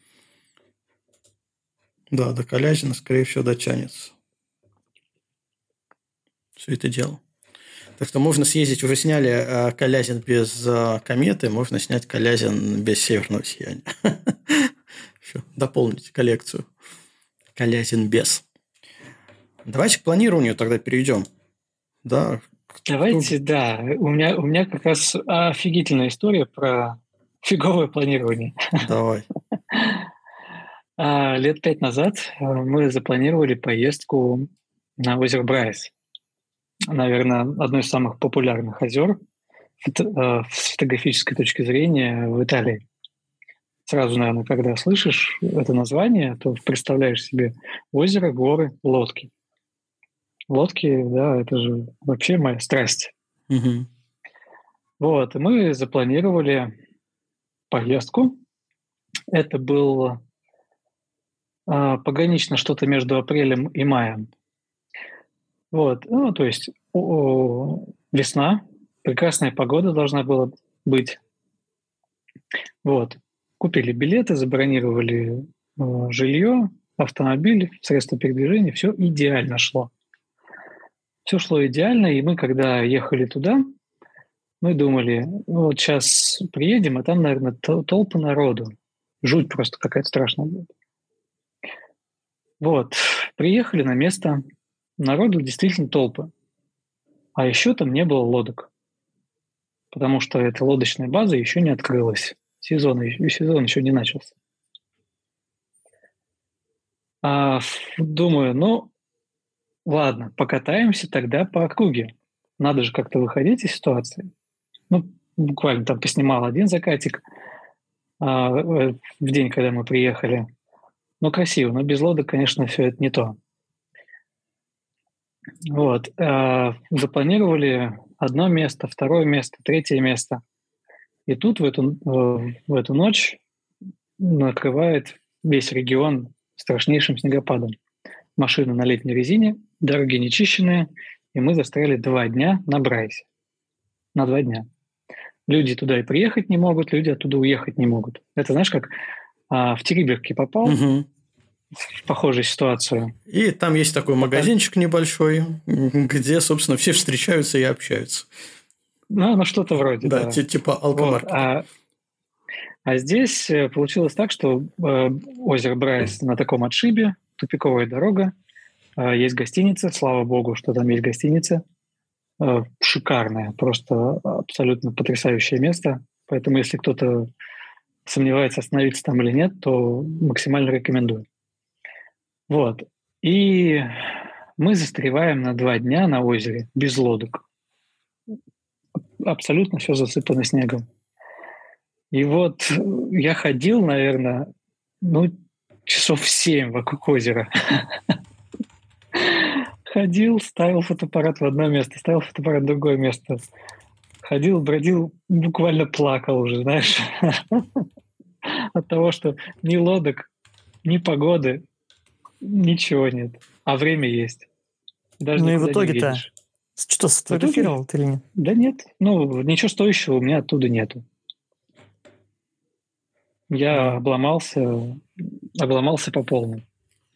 Да, до Калязина, скорее всего, дотянется. Все это дело. Так что можно съездить, уже сняли Калязин без кометы, можно снять Калязин без северного сияния. Все, дополните коллекцию. Калязин без. Давайте к планированию тогда перейдем. Да. Давайте, да. У меня как раз офигительная история про фиговое планирование. Давай. Лет 5 назад мы запланировали поездку на озеро Брайс. Наверное, одно из самых популярных озер с фотографической точки зрения в Италии. Сразу, наверное, когда слышишь это название, то представляешь себе озеро, горы, лодки. Лодки, да, это же вообще моя страсть. Угу. Вот, и мы запланировали поездку. Это было погранично что-то между апрелем и маем. Вот, то есть весна, прекрасная погода должна была быть. Вот. Купили билеты, забронировали жилье, автомобиль, средства передвижения, все идеально шло. Все шло идеально, и мы, когда ехали туда, мы думали, вот сейчас приедем, а там, наверное, толпы народу. Жуть просто какая-то страшная будет. Вот, приехали на место, народу действительно толпы. А еще там не было лодок, потому что эта лодочная база еще не открылась. Сезон еще не начался. Думаю, ладно, покатаемся тогда по округе. Надо же как-то выходить из ситуации. Буквально там поснимал один закатик в день, когда мы приехали. Красиво, но без лодок, конечно, все это не то. Вот. Запланировали одно место, второе место, третье место. И тут в эту ночь накрывает весь регион страшнейшим снегопадом. Машины на летней резине, дороги нечищенные, и мы застряли 2 дня на Брайсе. На 2 дня. Люди туда и приехать не могут, люди оттуда уехать не могут. Это, знаешь, как в Териберке попал в похожую ситуацию. И там есть такой магазинчик небольшой, где, собственно, все встречаются и общаются. Что-то вроде, да. Типа алкомаркет. Вот. А здесь получилось так, что озеро Брайс на таком отшибе, тупиковая дорога, есть гостиница, слава богу, что там есть гостиница. Шикарное, просто абсолютно потрясающее место. Поэтому, если кто-то сомневается, остановиться там или нет, то максимально рекомендую. Вот. И мы застреваем на 2 дня на озере без лодок. Абсолютно все засыпано снегом. И вот я ходил, наверное, часов 7 вокруг озера. Ходил, ставил фотоаппарат в одно место, ставил фотоаппарат в другое место. Ходил, бродил, буквально плакал уже, знаешь, от того, что ни лодок, ни погоды, ничего нет. А время есть. Даже и в итоге-то что, сфотографировал ты или нет? Да нет. Ничего стоящего у меня оттуда нету. Я обломался по полной.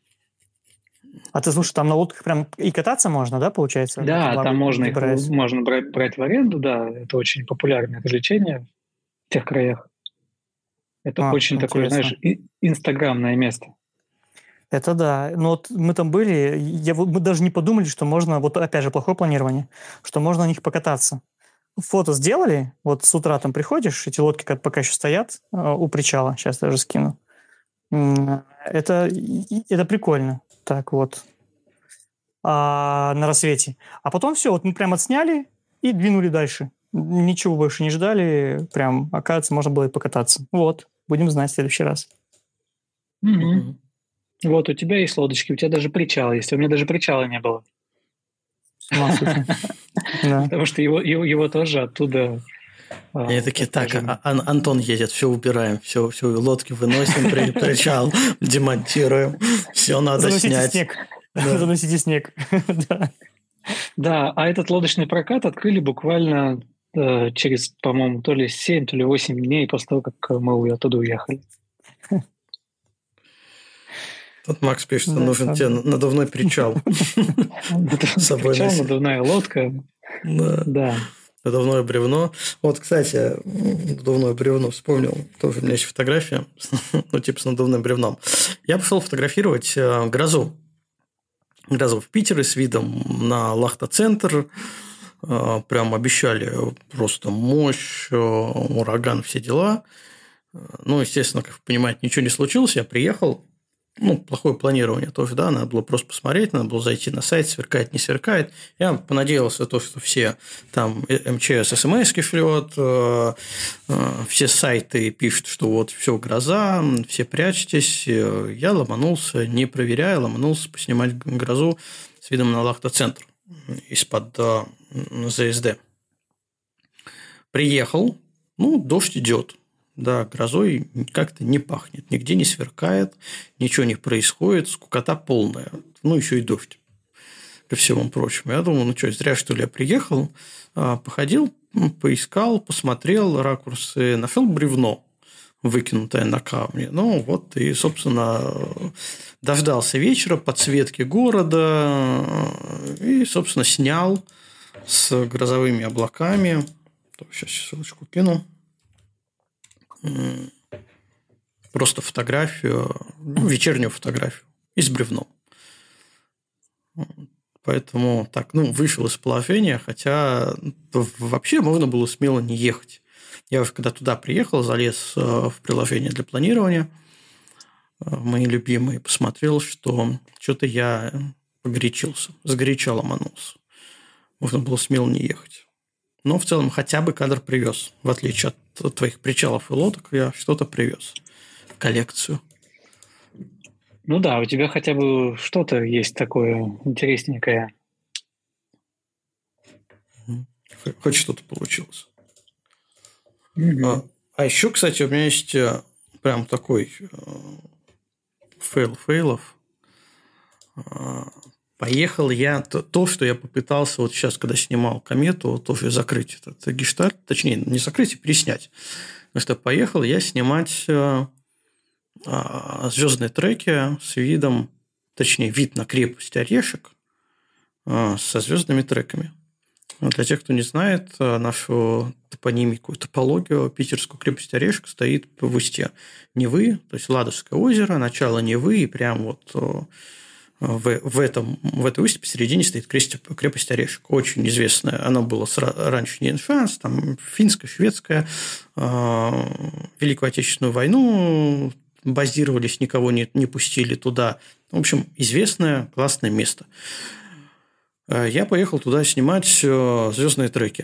А ты, слушай, там на лодках прям и кататься можно, да, получается? Да, там можно брать в аренду, да. Это очень популярное развлечение в тех краях. Это очень интересно. Такое, знаешь, инстаграмное место. Это да. Но вот мы там были, мы даже не подумали, что можно, вот опять же, плохое планирование, что можно на них покататься. Фото сделали, вот с утра там приходишь, эти лодки пока еще стоят у причала, сейчас даже скину. Это прикольно. Так вот. На рассвете. А потом все, вот мы прям отсняли и двинули дальше. ничего больше не ждали. Прям, оказывается, можно было и покататься. Вот, будем знать в следующий раз. Угу. Вот, у тебя есть лодочки, у тебя даже причал есть. У меня даже причала не было. Потому что его тоже оттуда... Они такие, так, Антон едет, все убираем, все лодки выносим, причал, демонтируем, все надо снять. Заносите снег. Да, а этот лодочный прокат открыли буквально через, по-моему, то ли 7, то ли 8 дней после того, как мы оттуда уехали. Тут Макс пишет, что нужен тебе надувной причал. Причал, надувная лодка. Да. Надувное бревно. Вот, кстати, надувное бревно вспомнил. Тоже у меня есть фотография. Ну, типа с надувным бревном. Я пошел фотографировать грозу. Грозу в Питере с видом на Лахта-центр. Прям обещали просто мощь, ураган, все дела. Ну, естественно, как вы понимаете, ничего не случилось. Я приехал. Ну, плохое планирование тоже, да, надо было просто посмотреть, надо было зайти на сайт, сверкает, не сверкает. Я понадеялся, что все там МЧС СМС-ки шлет, все сайты пишут, что вот все гроза, все прячьтесь. Я ломанулся, не проверяя, ломанулся поснимать грозу с видом на Лахта-центр из-под ЗСД. Приехал, дождь идет. Да, грозой как-то не пахнет, нигде не сверкает, ничего не происходит, скукота полная. Еще и дождь, ко всему прочему. Я думаю, зря, что ли, я приехал, походил, поискал, посмотрел ракурсы, нашел бревно, выкинутое на камне. И, собственно, дождался вечера, подсветки города и, собственно, снял с грозовыми облаками. Сейчас ссылочку кину. Просто фотографию, вечернюю фотографию и с бревном. Поэтому так, вышел из положения, хотя вообще можно было смело не ехать. Я уже когда туда приехал, залез в приложение для планирования, мои любимые, посмотрел, что что-то я погорячился, сгоряча ломанулся. Можно было смело не ехать. Но в целом хотя бы кадр привез. В отличие от твоих причалов и лодок, я что-то привез в коллекцию. Ну да, у тебя хотя бы что-то есть такое интересненькое. Хоть что-то получилось. А еще, кстати, у меня есть прям такой фейл фейлов. Поехал я, то, что я попытался вот сейчас, когда снимал «Комету», тоже закрыть этот гештальт, точнее, не закрыть, а переснять. Потому что поехал я снимать звездные треки с видом, точнее, вид на крепость Орешек со звездными треками. Для тех, кто не знает, нашу топонимику, топологию, питерскую крепость Орешек стоит в устье Невы, то есть Ладожское озеро, начало Невы, и прям вот в этой устье посередине стоит крепость Орешек. Очень известная. Она была раньше не Эншанс, там финская, шведская. Великую Отечественную войну базировались, никого не пустили туда. В общем, известное, классное место. Я поехал туда снимать звездные треки.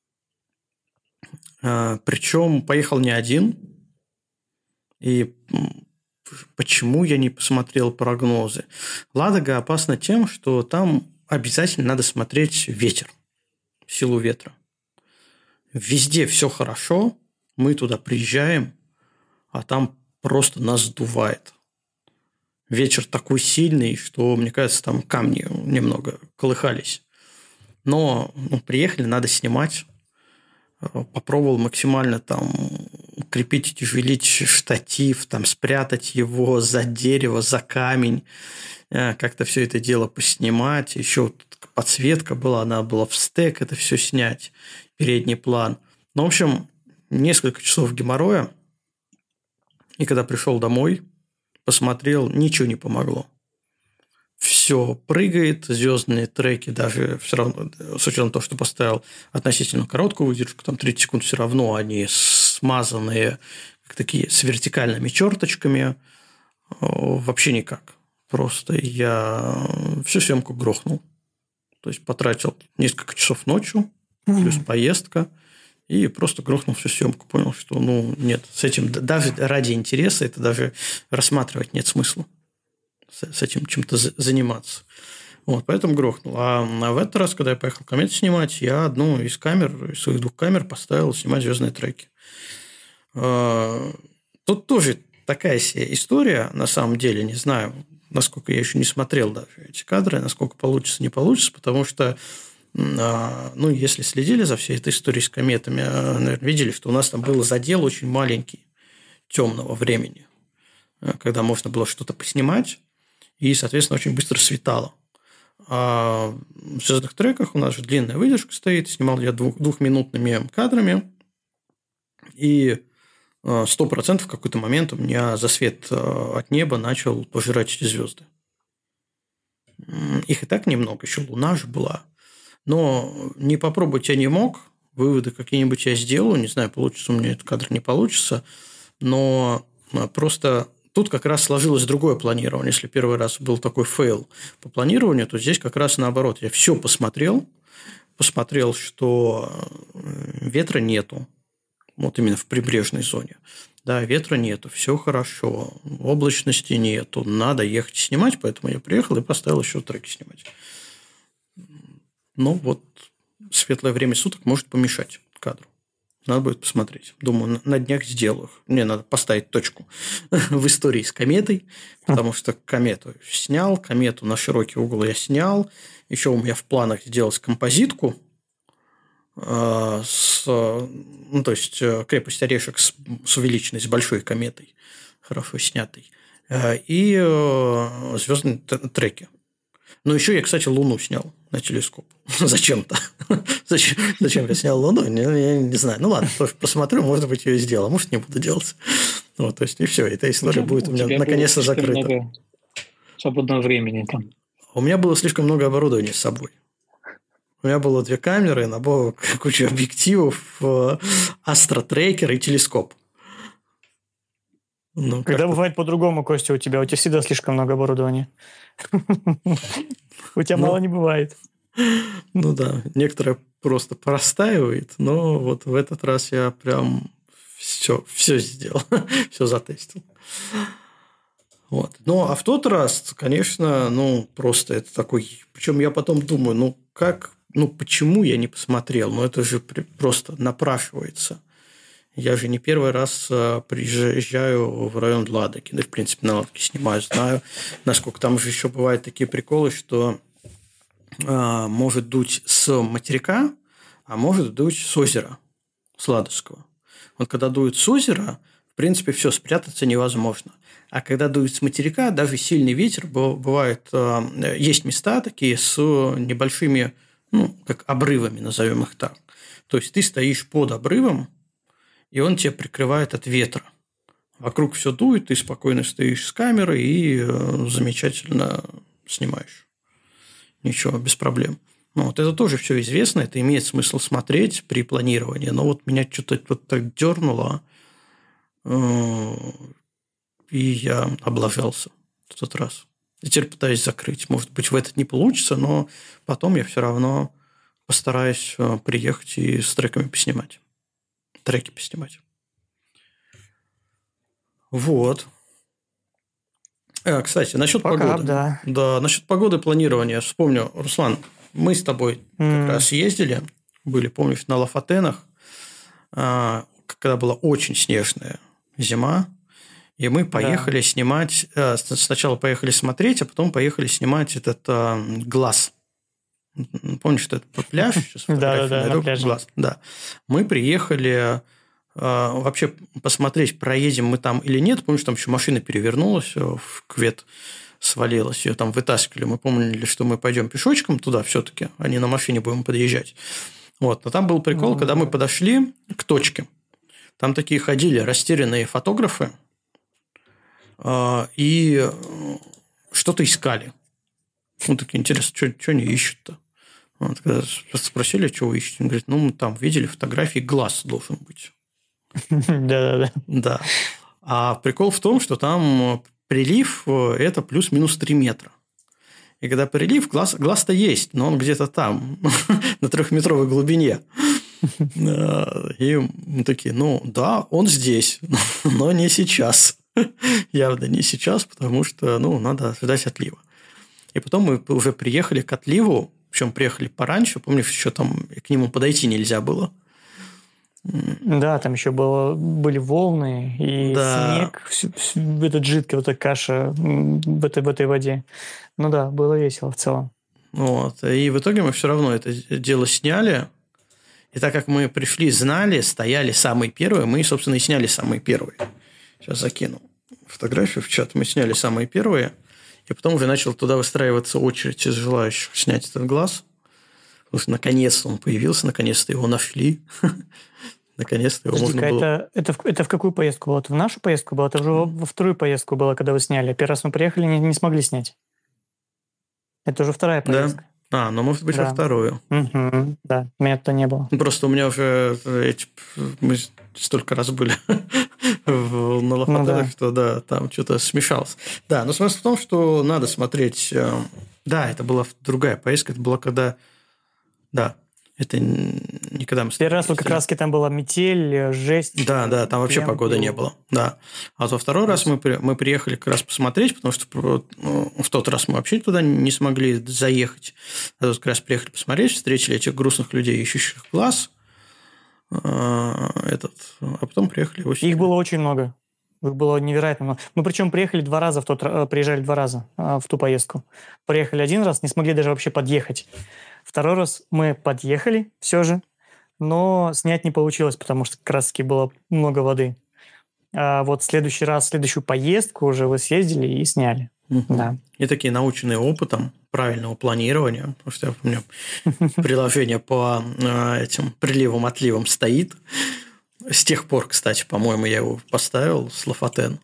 Причем поехал не один. И почему я не посмотрел прогнозы? Ладога опасна тем, что там обязательно надо смотреть ветер, силу ветра. Везде все хорошо, мы туда приезжаем, а там просто нас сдувает. Ветер такой сильный, что, мне кажется, там камни немного колыхались. Но приехали, надо снимать. Попробовал максимально там крепить и тяжелить штатив, там спрятать его за дерево, за камень, как-то все это дело поснимать. Еще подсветка была, надо было в стек это все снять, передний план. В общем, несколько часов геморроя. И когда пришел домой, посмотрел, ничего не помогло. Все прыгает, звездные треки даже все равно, с учетом того, что поставил относительно короткую выдержку, там 30 секунд, все равно они смазанные, как такие, с вертикальными черточками. Вообще никак. Просто я всю съемку грохнул. То есть потратил несколько часов ночью, плюс поездка. и просто грохнул всю съемку. Понял, что, нет, с этим даже ради интереса это даже рассматривать нет смысла. С этим чем-то заниматься. Вот, поэтому грохнул. А в этот раз, когда я поехал комету снимать, я одну из своих 2 камер поставил снимать звездные треки. Тут тоже такая себе история, на самом деле, не знаю, насколько я еще не смотрел даже эти кадры, насколько получится, не получится, потому что, если следили за всей этой историей с кометами, наверное, видели, что у нас там был задел очень маленький темного времени, когда можно было что-то поснимать, и, соответственно, очень быстро светало. А в звездных треках у нас же длинная выдержка стоит, снимал я 2-минутными кадрами, и 100% в какой-то момент у меня засвет от неба начал пожирать эти звезды. Их и так немного, еще луна же была. Но не попробовать я не мог. Выводы какие-нибудь я сделаю. Не знаю, получится у меня этот кадр, не получится. Но просто тут как раз сложилось другое планирование. Если первый раз был такой фейл по планированию, то здесь как раз наоборот. Я все посмотрел, что ветра нету. Вот именно в прибрежной зоне. Да, ветра нету, все хорошо, облачности нету, надо ехать снимать, поэтому я приехал и поставил еще треки снимать. Светлое время суток может помешать кадру. Надо будет посмотреть. Думаю, на днях сделаю. Мне надо поставить точку в истории с кометой, потому что комету снял, комету на широкий угол я снял. Еще у меня в планах сделать композитку, крепость Орешек с увеличенной, с большой кометой, хорошо снятой, и звездные треки. Но еще я, кстати, Луну снял на телескоп. Зачем-то. Зачем я снял Луну? Я не знаю. Ладно, тоже посмотрю, может быть, ее и сделал, а может, не буду делать. И все, эта история будет у меня наконец-то закрыта. Много свободного времени там. У меня было слишком много оборудования с собой. У меня было 2 камеры, набор, куча объективов, астротрекер и телескоп. Когда бывает по-другому, Костя, у тебя всегда слишком много оборудования. У тебя мало не бывает. Да, некоторое просто простаивает, но вот в этот раз я прям все сделал, все затестил. А в тот раз, конечно, просто это такой... Причем я потом думаю, почему я не посмотрел? Это же просто напрашивается. Я же не первый раз приезжаю в район Ладоги. Да, в принципе, на Ладоге снимаю, знаю, насколько там же еще бывают такие приколы, что может дуть с материка, а может дуть с озера, с Ладожского. Вот когда дует с озера, в принципе, все, спрятаться невозможно. А когда дует с материка, даже сильный ветер, бывает, есть места такие с небольшими, как обрывами, назовем их так. То есть, ты стоишь под обрывом, и он тебя прикрывает от ветра. Вокруг все дует, ты спокойно стоишь с камерой и замечательно снимаешь. Ничего, без проблем. Это тоже все известно, это имеет смысл смотреть при планировании. Но меня что-то так дернуло, и я облажался в тот раз. И теперь пытаюсь закрыть. Может быть, в этот не получится, но потом я все равно постараюсь приехать и с треками поснимать. Треки поснимать. Вот. Кстати, насчет погоды. Да, насчет погоды планирования. Вспомню, Руслан, мы с тобой как раз ездили, были, помнишь, на Лафатенах, когда была очень снежная зима, и мы поехали снимать... Сначала поехали смотреть, а потом поехали снимать этот глаз. Помнишь, что это пляж? Да, на пляже. Глаз. Да. Мы приехали вообще посмотреть, проедем мы там или нет. Помнишь, там еще машина перевернулась, в кювет свалилась, ее там вытаскивали. Мы помнили, что мы пойдем пешочком туда все-таки, а не на машине будем подъезжать. Но там был прикол, когда мы подошли к точке. Там такие ходили растерянные фотографы и что-то искали. Такие, интересно, что они ищут-то? Когда спросили, что вы ищете, он говорит, мы там видели фотографии, глаз должен быть. Да. А прикол в том, что там прилив – это плюс-минус 3 метра. И когда прилив, глаз-то есть, но он где-то там, на 3-метровой глубине. И мы такие, да, он здесь, но не сейчас. Явно не сейчас, потому что, надо ждать отлива. И потом мы уже приехали к отливу, причем приехали пораньше, помнишь, еще там к нему подойти нельзя было. Да, там еще были волны и снег, этот жидкий, вот эта каша в этой воде. Ну да, было весело в целом. И в итоге мы все равно это дело сняли. И так как мы пришли, знали, стояли самые первые, мы, собственно, и сняли самые первые. Сейчас закину фотографию в чат. Мы сняли самые первые. И потом уже начал туда выстраиваться очередь из желающих снять этот глаз. Потому что наконец-то он появился, наконец-то его нашли. Наконец-то его можно было... Это в какую поездку было? Это в нашу поездку было? Это уже во вторую поездку было, когда вы сняли. Первый раз мы приехали, не смогли снять. Это уже вторая поездка. Да? Может быть, во вторую. Угу. Да, меня туда не было. Просто у меня уже... Мы столько раз были на Лафатенах, что да, там что-то смешалось. Да, но смысл в том, что надо смотреть... Да, это была другая поездка. Это была когда... Да, это не когда мы... Первый раз как раз там была метель, жесть. Да, там вообще погоды не было. Да. А во второй раз мы приехали как раз посмотреть, потому что в тот раз мы вообще туда не смогли заехать. А тут как раз приехали посмотреть, встретили этих грустных людей, ищущих глаз. А потом приехали его сняли. Их было очень много. Их было невероятно много. Мы причем приехали приезжали два раза в ту поездку. Приехали один раз, не смогли даже вообще подъехать. Второй раз мы подъехали все же, но снять не получилось, потому что как раз-таки было много воды. А вот следующую поездку уже вы съездили и сняли. Да. И такие наученные опытом правильного планирования, потому что я помню, приложение по этим приливам-отливам стоит. С тех пор, кстати, по-моему, я его поставил с Лафатен.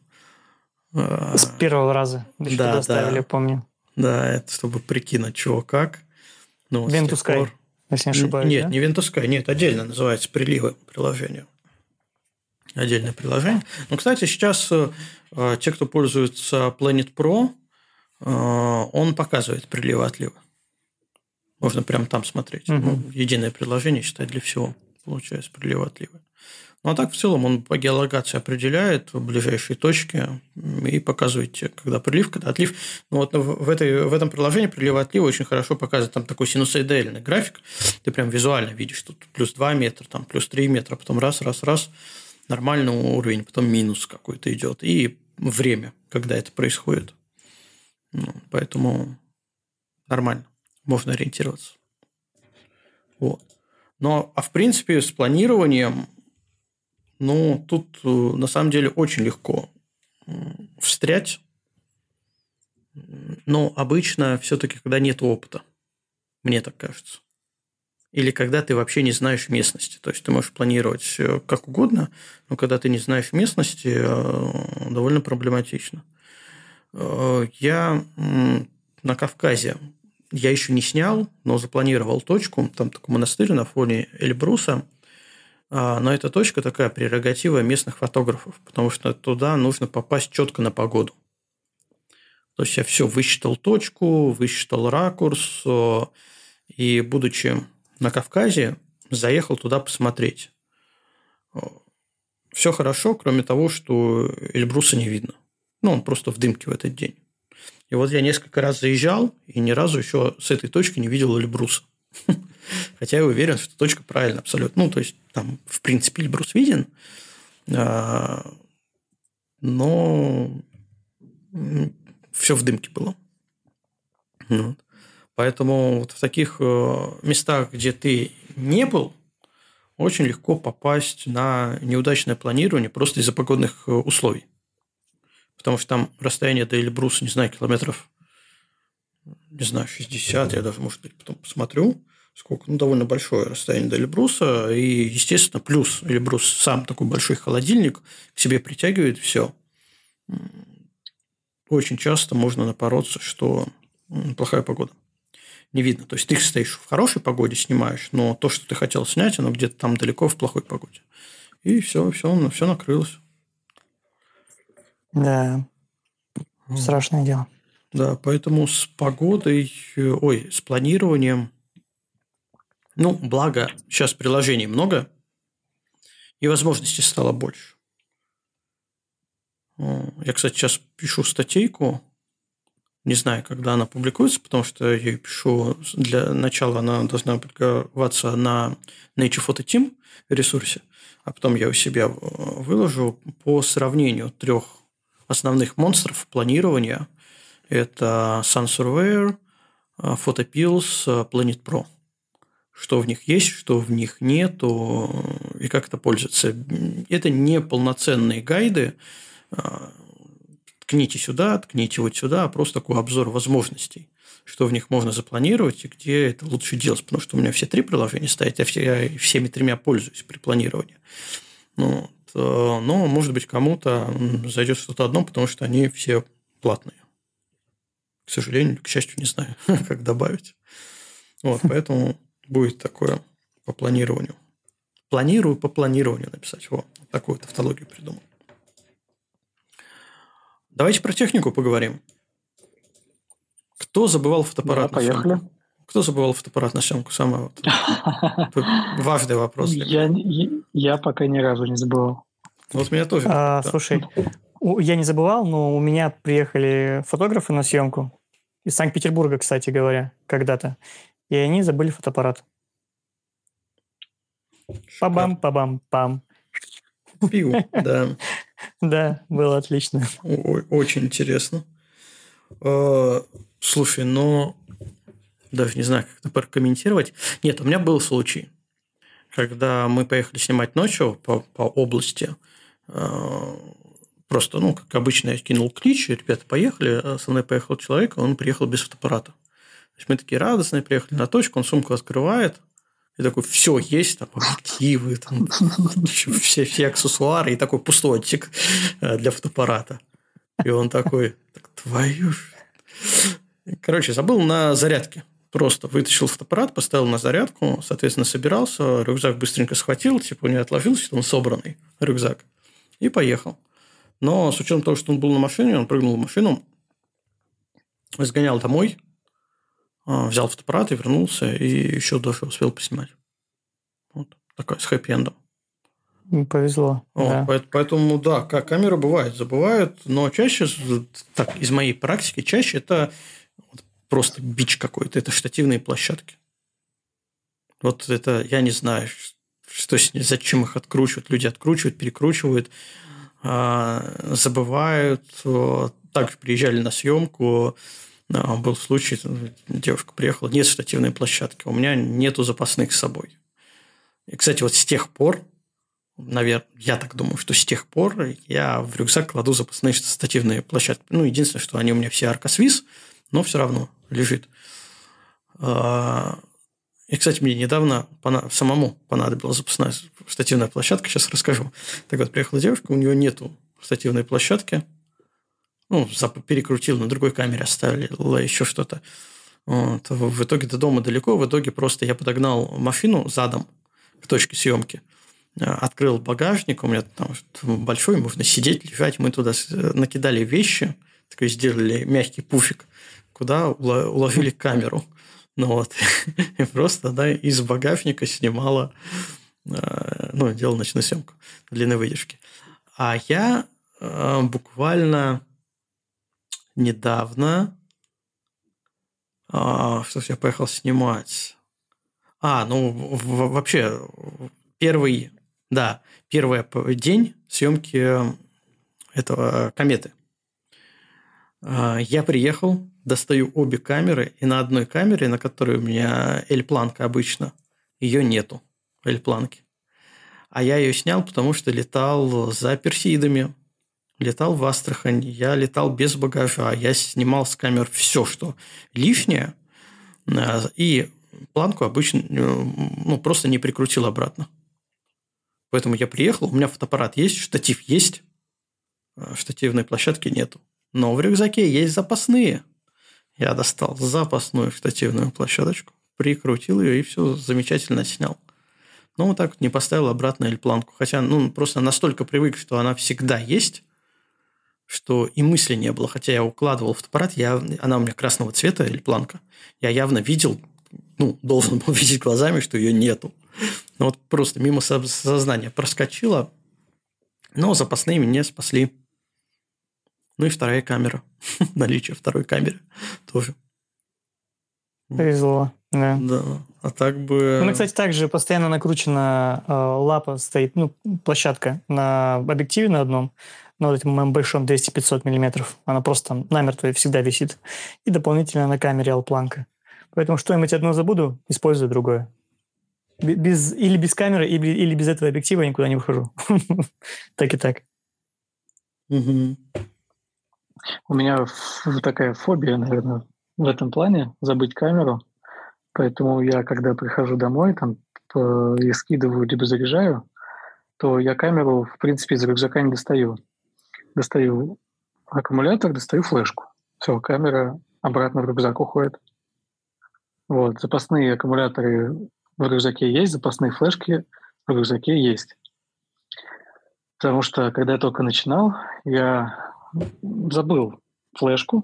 С первого раза. Да, ставили, помню. Да, это чтобы прикинуть, чего как. Ventusky, если не ошибаюсь. Нет, не Ventusky, нет, отдельно называется приливы приложение. Отдельное приложение. Кстати, сейчас те, кто пользуется Planet Pro, он показывает приливы-отливы. Можно прямо там смотреть. Единое приложение, считай, для всего получается приливы-отливы. А так, в целом, он по геолокации определяет ближайшие точки и показывает тебе, когда прилив, когда отлив. В этом приложении прилива-отлива очень хорошо показывает. Там такой синусоидальный график. Ты прям визуально видишь, тут плюс 2 метра, там плюс 3 метра, потом раз, нормальный уровень, потом минус какой-то идет. И время, когда это происходит. Поэтому нормально. Можно ориентироваться. А в принципе, с планированием тут на самом деле очень легко встрять. Но обычно все-таки, когда нет опыта, мне так кажется. Или когда ты вообще не знаешь местности. То есть ты можешь планировать как угодно, но когда ты не знаешь местности, довольно проблематично. Я на Кавказе я еще не снял, но запланировал точку. Там такой монастырь на фоне Эльбруса. Но эта точка такая прерогатива местных фотографов, потому что туда нужно попасть четко на погоду. То есть я все высчитал точку, высчитал ракурс, и, будучи на Кавказе, заехал туда посмотреть. Все хорошо, кроме того, что Эльбруса не видно. Он просто в дымке в этот день. И вот я несколько раз заезжал, и ни разу еще с этой точки не видел Эльбруса. Хотя я уверен, что точка правильная абсолютно. То есть, там, в принципе, Эльбрус виден, но все в дымке было. Поэтому в таких местах, где ты не был, очень легко попасть на неудачное планирование просто из-за погодных условий. Потому что там расстояние до Эльбруса, не знаю, километров, 60, я даже, может быть, потом посмотрю, сколько, довольно большое расстояние до Эльбруса, и, естественно, плюс Эльбрус сам такой большой холодильник к себе притягивает все. Очень часто можно напороться, что плохая погода. Не видно. То есть ты стоишь в хорошей погоде, снимаешь, но то, что ты хотел снять, оно где-то там далеко в плохой погоде. И все накрылось. Да, страшное дело. Да, поэтому с погодой, с планированием Ну, благо, сейчас приложений много, и возможностей стало больше. Я, кстати, сейчас пишу статейку. Не знаю, когда она публикуется, потому что я ее пишу. Для начала она должна публиковаться на Nature Photo Team ресурсе, а потом я у себя выложу по сравнению 3 основных монстров планирования. Это Sun Surveyor, PhotoPills, Planet Pro. Что в них есть, что в них нет, и как это пользуется. Это не полноценные гайды. Ткните сюда, ткните вот сюда, а просто такой обзор возможностей, что в них можно запланировать и где это лучше делать. Потому что у меня все 3 приложения стоят, я всеми 3 пользуюсь при планировании. Но, может быть, кому-то зайдет что-то одно, потому что они все платные. К сожалению, к счастью, не знаю, как добавить. Вот, поэтому будет такое по планированию. Планирую по планированию написать. Вот такую тавтологию придумал. Давайте про технику поговорим. Кто забывал фотоаппарат на съемку? Поехали. Кто забывал фотоаппарат на съемку? Самый важный вопрос для меня. Я пока ни разу не забывал. Вот меня тоже. Слушай, я не забывал, но у меня приехали фотографы на съемку из Санкт-Петербурга, кстати говоря, когда-то. И они забыли фотоаппарат. Пабам-пабам-пам. Пиу, да. Да, было отлично. Очень интересно. Слушай, даже не знаю, как это прокомментировать. Нет, у меня был случай, когда мы поехали снимать ночью по области. Просто, как обычно, я кинул клич, ребята поехали, со мной поехал человек, он приехал без фотоаппарата. То есть мы такие радостные, приехали на точку, он сумку открывает, и такой, все, есть, там, объективы, там, все аксессуары, и такой пустой отсек для фотоаппарата. И он такой, твою ж... Короче, забыл на зарядке. Просто вытащил фотоаппарат, поставил на зарядку, соответственно, собирался, рюкзак быстренько схватил, у него отложился, он собранный рюкзак, и поехал. Но с учетом того, что он был на машине, он прыгнул в машину, сгонял домой, взял фотоаппарат и вернулся, и еще даже успел поснимать. Вот такая с хэппи-эндом. Повезло. Да. Поэтому, да, камеры бывают, забывают, но чаще, так, из моей практики, чаще это просто бич какой-то, это штативные площадки. Вот это, я не знаю, зачем их откручивают. Люди откручивают, перекручивают, забывают. Также приезжали на съемку, был случай, девушка приехала, нет штативной площадки, у меня нету запасных с собой. И, кстати, вот с тех пор, наверное, я так думаю, что с тех пор я в рюкзак кладу запасные штативные площадки. Единственное, что они у меня все Arcoswiss, но все равно лежит. И, кстати, мне недавно самому понадобилась запасная штативная площадка. Сейчас расскажу. Так вот, приехала девушка, у нее нету штативной площадки. Перекрутил, на другой камере оставила, еще что-то. Вот. В итоге до дома далеко. В итоге просто я подогнал машину задом к точке съемки. Открыл багажник. У меня там большой, можно сидеть, лежать. Мы туда накидали вещи. Такой сделали мягкий пуфик, куда уложили камеру. И просто из багажника снимала, делала ночную съемку длинной выдержки. А я буквально недавно что я поехал снимать. Вообще первый день съемки этого кометы. Я приехал, достаю обе камеры, и на одной камере, на которой у меня L-планка обычно, ее нету, L-планки. А я ее снял, потому что летал за Персеидами, летал в Астрахань, я летал без багажа, я снимал с камер все, что лишнее, и планку обычно просто не прикрутил обратно. Поэтому я приехал, у меня фотоаппарат есть, штатив есть, штативной площадки нету. Но в рюкзаке есть запасные. Я достал запасную штативную площадочку, прикрутил ее и все замечательно снял. Вот так вот не поставил обратно L-планку. Хотя, просто настолько привык, что она всегда есть, что и мысли не было. Хотя я укладывал фотоаппарат, она у меня красного цвета, L-планка. Я явно видел, должен был видеть глазами, что ее нету. Но вот просто мимо сознания проскочила, но запасные меня спасли. Ну и вторая камера. Наличие второй камеры тоже. Повезло, да. Да, а так бы... У меня, кстати, также постоянно накручена лапа стоит, площадка на объективе на одном, на вот этом моем большом 200-500 миллиметров. Она просто намертво всегда висит. И дополнительно на камере Алпланка. Поэтому что-нибудь одно забуду, использую другое. Или без камеры, или без этого объектива я никуда не выхожу. Так и так. У меня такая фобия, наверное, в этом плане, забыть камеру. Поэтому я, когда прихожу домой и скидываю, либо заряжаю, то я камеру, в принципе, из рюкзака не достаю. Достаю аккумулятор, достаю флешку. Все, камера обратно в рюкзак уходит. Вот, запасные аккумуляторы в рюкзаке есть, запасные флешки в рюкзаке есть. Потому что, когда я только начинал, я забыл флешку.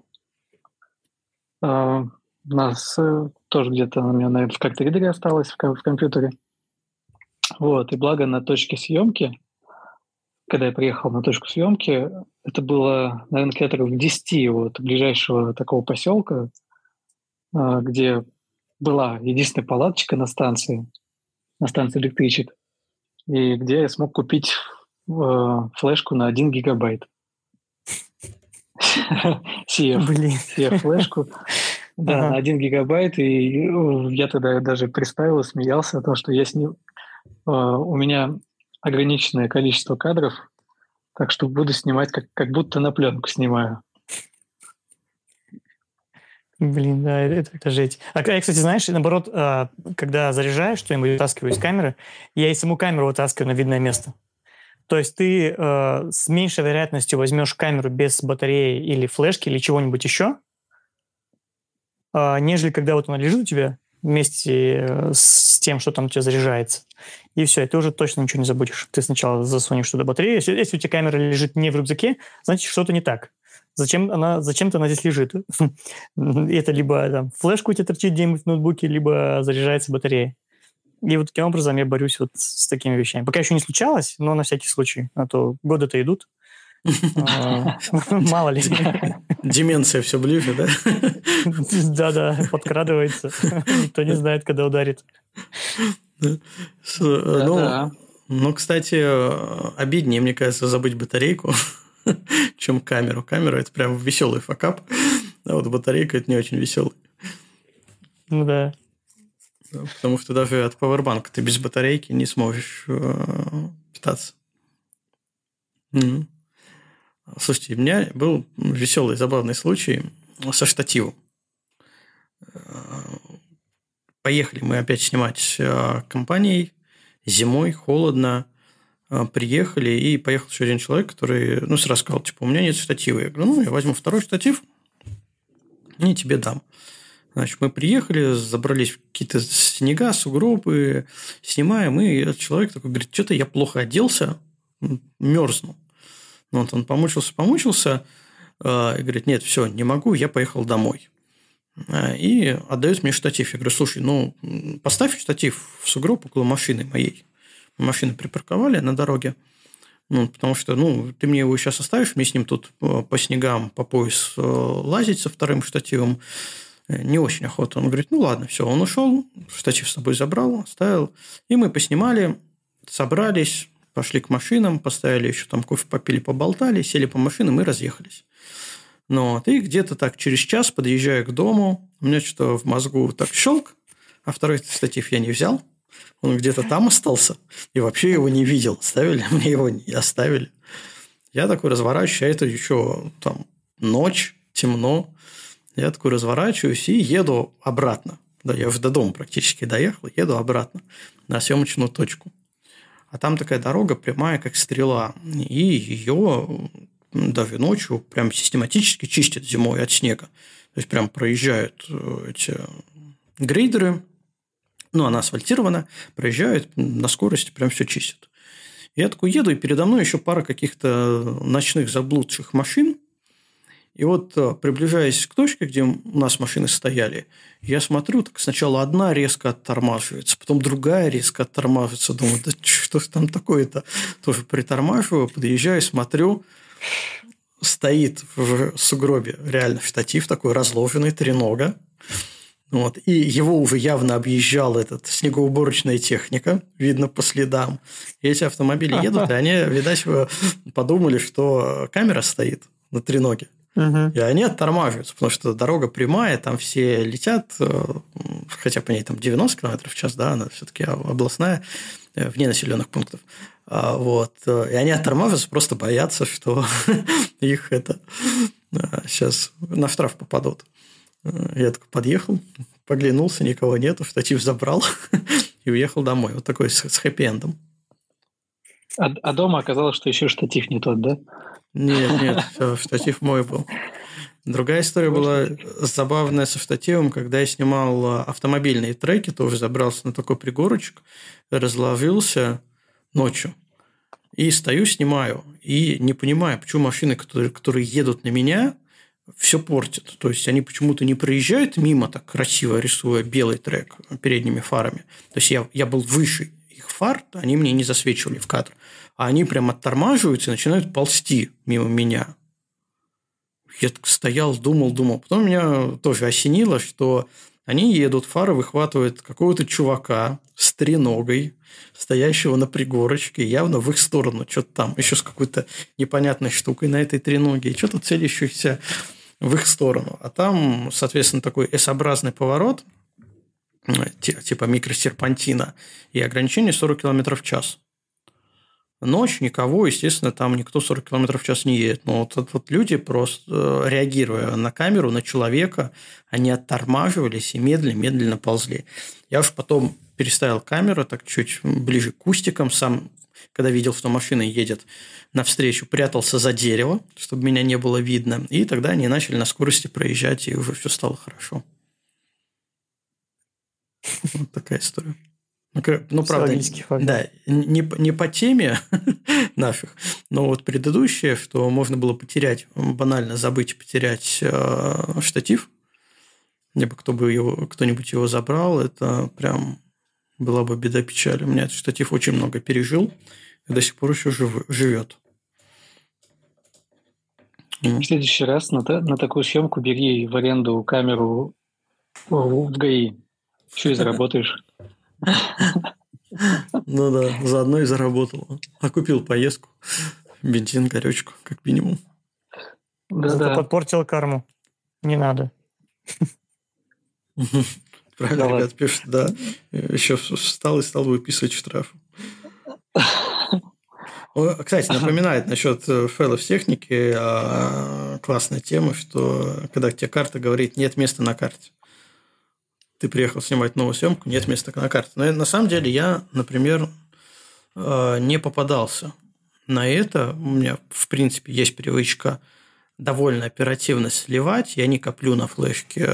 У нас тоже где-то она у меня, наверное, в картридере осталась в компьютере. Вот, и благо на точке съемки, когда я приехал на точку съемки, это было, наверное, километров в 10 от ближайшего такого поселка, где была единственная палаточка на станции электричек, и где я смог купить флешку на 1 гигабайт. CF-флешку. Да, на 1 гигабайт, и я тогда даже представил и смеялся о том, что у меня ограниченное количество кадров, так что буду снимать, как будто на пленку снимаю. Блин, да, это жесть. А я, кстати, знаешь, наоборот, когда заряжаешь что-нибудь, вытаскиваю из камеры, я и саму камеру вытаскиваю на видное место. То есть ты с меньшей вероятностью возьмешь камеру без батареи или флешки или чего-нибудь еще, нежели когда вот она лежит у тебя вместе с тем, что там у тебя заряжается. И все, и ты уже точно ничего не забудешь. Ты сначала засунешь туда батарею. Если у тебя камера лежит не в рюкзаке, значит, что-то не так. Зачем-то она здесь лежит. Это либо флешка у тебя торчит где-нибудь в ноутбуке, либо заряжается батарея. И вот таким образом я борюсь вот с такими вещами. Пока еще не случалось, но на всякий случай. А то годы-то идут. Мало ли. Деменция все ближе, да? Да-да, подкрадывается. Никто не знает, когда ударит. Ну, кстати, обиднее, мне кажется, забыть батарейку, чем камеру. Камера – это прям веселый факап, а вот батарейка – это не очень веселый. Ну да. Потому что даже от пауэрбанка ты без батарейки не сможешь питаться. Слушайте, у меня был веселый, забавный случай со штативом. Поехали мы опять снимать компанией. Зимой, холодно. Приехали, и поехал еще один человек, который сразу сказал, у меня нет штатива. Я говорю, я возьму второй штатив и тебе дам. Значит, мы приехали, забрались в какие-то снега, сугробы, снимаем, и этот человек такой говорит, что-то я плохо оделся, мерзну. Вот он помучился, и говорит, нет, все, не могу, я поехал домой. И отдает мне штатив. Я говорю, слушай, поставь штатив в сугроб около машины моей. Машину припарковали на дороге, потому что, ты мне его сейчас оставишь, мне с ним тут по снегам по пояс лазить со вторым штативом. Не очень охота. Он говорит, ладно, все, он ушел, штатив с собой забрал, оставил. И мы поснимали, собрались, пошли к машинам, поставили еще там кофе, попили, поболтали, сели по машинам и разъехались. И где-то так через час подъезжаю к дому, у меня что-то в мозгу так щелк, а второй штатив я не взял, он где-то там остался, и вообще его не видел. Оставили, мне его не оставили. Я такой разворачиваюсь, а это еще там ночь, темно. Я такой разворачиваюсь и еду обратно. Да, я уже до дома практически доехал, еду обратно на съемочную точку. А там такая дорога прямая, как стрела. И ее даже ночью прям систематически чистят зимой от снега. То есть, прям проезжают эти грейдеры, она асфальтирована, проезжают на скорости, прям все чистят. Я такой еду, и передо мной еще пара каких-то ночных заблудших машин. И вот, приближаясь к точке, где у нас машины стояли, я смотрю, так сначала одна резко оттормаживается, потом другая резко оттормаживается. Думаю, да что ж там такое-то? Тоже притормаживаю, подъезжаю, смотрю, стоит в сугробе реально штатив такой разложенный, тренога. Вот. И его уже явно объезжал этот снегоуборочная техника, видно по следам. И эти автомобили едут, и они, видать, подумали, что камера стоит на треноге. И они оттормаживаются, потому что дорога прямая, там все летят, хотя по ней там 90 км в час, да, она все-таки областная, вне населенных пунктов. Вот. И они оттормаживаются, просто боятся, что их сейчас на штраф попадут. Я такой подъехал, поглянулся, никого нету, штатив забрал и уехал домой. Вот такой с хэппи-эндом. А дома оказалось, что еще штатив не тот, да? Нет, все, штатив мой был. Другая история была забавная со штативом, когда я снимал автомобильные треки, тоже забрался на такой пригорочек, разложился ночью и стою, снимаю. И не понимаю, почему машины, которые едут на меня, все портят. То есть, они почему-то не проезжают мимо так красиво, рисуя белый трек передними фарами. То есть, я был выше их фар, они мне не засвечивали в кадр. А они прям оттормаживаются и начинают ползти мимо меня. Я так стоял, думал. Потом меня тоже осенило, что они едут, фары выхватывают какого-то чувака с треногой, стоящего на пригорочке, явно в их сторону. Что-то там еще с какой-то непонятной штукой на этой треноге. И что-то целящихся в их сторону. А там, соответственно, такой S-образный поворот, типа микросерпантина, и ограничение 40 км в час. Ночь, никого, естественно, там никто 40 км в час не едет. Но вот люди, просто реагируя на камеру, на человека, они оттормаживались и медленно ползли. Я уж потом переставил камеру так чуть ближе к кустикам, сам, когда видел, что машина едет навстречу, прятался за дерево, чтобы меня не было видно. И тогда они начали на скорости проезжать, и уже все стало хорошо. Вот такая история. Ну, правда, да, не по теме нафиг, но вот предыдущее, что можно было потерять, банально забыть потерять штатив, либо кто-нибудь его забрал, это прям была бы беда-печаль. У меня этот штатив очень много пережил и до сих пор еще живет. В следующий раз на такую съемку бери в аренду камеру в ГАИ. Еще и заработаешь. Ну да, заодно и заработал. Окупил поездку, бензин, горючку, как минимум. Зато подпортил карму. Не надо. Правильно, ребят пишут, да. Еще встал и стал выписывать штраф. Кстати, напоминает насчет фейлов техники классная тема, что когда тебе карта говорит «нет места на карте», ты приехал снимать новую съемку, нет места на карте. Но на самом деле я, например, не попадался на это. У меня, в принципе, есть привычка довольно оперативно сливать. Я не коплю на флешке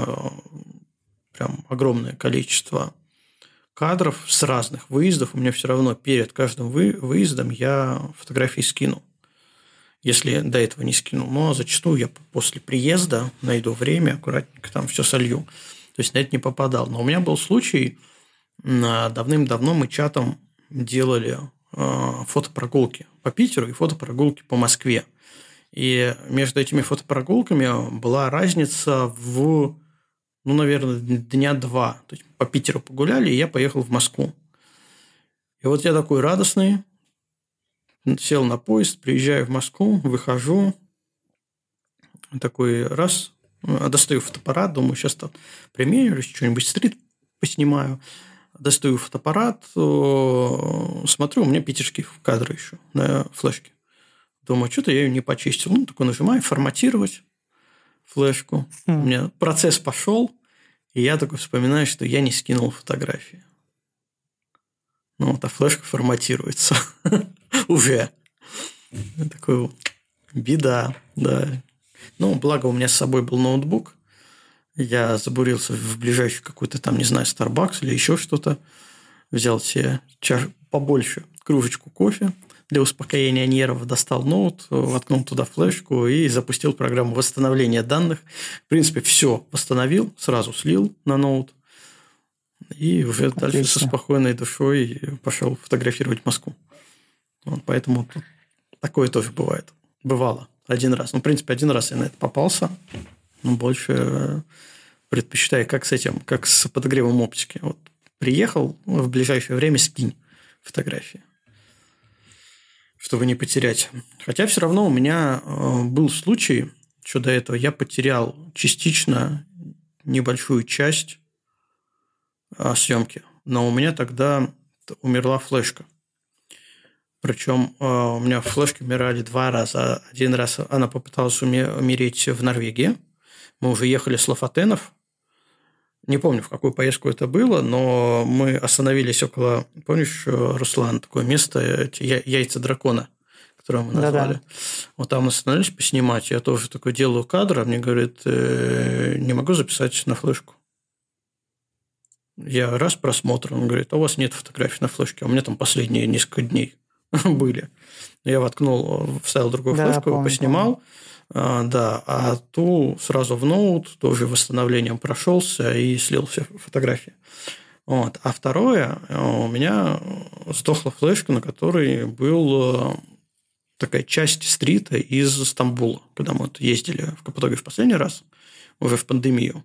прям огромное количество кадров с разных выездов. У меня все равно перед каждым выездом я фотографии скину. Если до этого не скинул. Но зачастую я после приезда найду время, аккуратненько там все солью. То есть на это не попадал. Но у меня был случай, давным-давно мы чатом делали фотопрогулки по Питеру и фотопрогулки по Москве. И между этими фотопрогулками была разница в, наверное, дня 2. То есть по Питеру погуляли, и я поехал в Москву. И вот я такой радостный, сел на поезд, приезжаю в Москву, выхожу, такой раз, достаю фотоаппарат, думаю, сейчас там примерю, что-нибудь стрит поснимаю. Достаю фотоаппарат, смотрю, у меня пятишки в кадре еще на флешке. Думаю, что-то я ее не почистил. Ну, такой нажимаю, форматировать флешку. У меня процесс пошел, и я такой вспоминаю, что я не скинул фотографии. Ну, вот, а флешка форматируется. Уже. Такой беда, да. Ну, благо у меня с собой был ноутбук. Я забурился в ближайший какой-то там, не знаю, Starbucks или еще что-то. Взял себе побольше кружечку кофе, для успокоения нервов, достал ноут, воткнул туда флешку и запустил программу восстановления данных. В принципе, все восстановил, сразу слил на ноут. И уже дальше со спокойной душой пошел фотографировать Москву. Вот, поэтому такое тоже бывает. Бывало один раз. В принципе, один раз я на это попался. Но больше предпочитаю как с этим, как с подогревом оптики. Вот приехал, в ближайшее время скинь фотографии, чтобы не потерять. Хотя все равно у меня был случай, что до этого я потерял частично небольшую часть съемки. Но у меня тогда умерла флешка. Причем у меня флешки умирали 2 раза. Один раз она попыталась умереть в Норвегии. Мы уже ехали с Лафатенов. Не помню, в какую поездку это было, но мы остановились около, помнишь, Руслан, такое место, яйца дракона, которое мы назвали. Да-да. Вот там остановились поснимать. Я тоже такой делаю кадр, а мне говорит, не могу записать на флешку. Я раз просмотр, он говорит, у вас нет фотографий на флешке, а у меня там последние несколько дней были. Я воткнул, вставил другую флешку, помню, поснимал. Да, а ту сразу в ноут, тоже восстановлением прошелся и слил все фотографии. Вот. А второе, у меня сдохла флешка, на которой был такая часть стрита из Стамбула, когда мы ездили в Каппадокию в последний раз, уже в пандемию.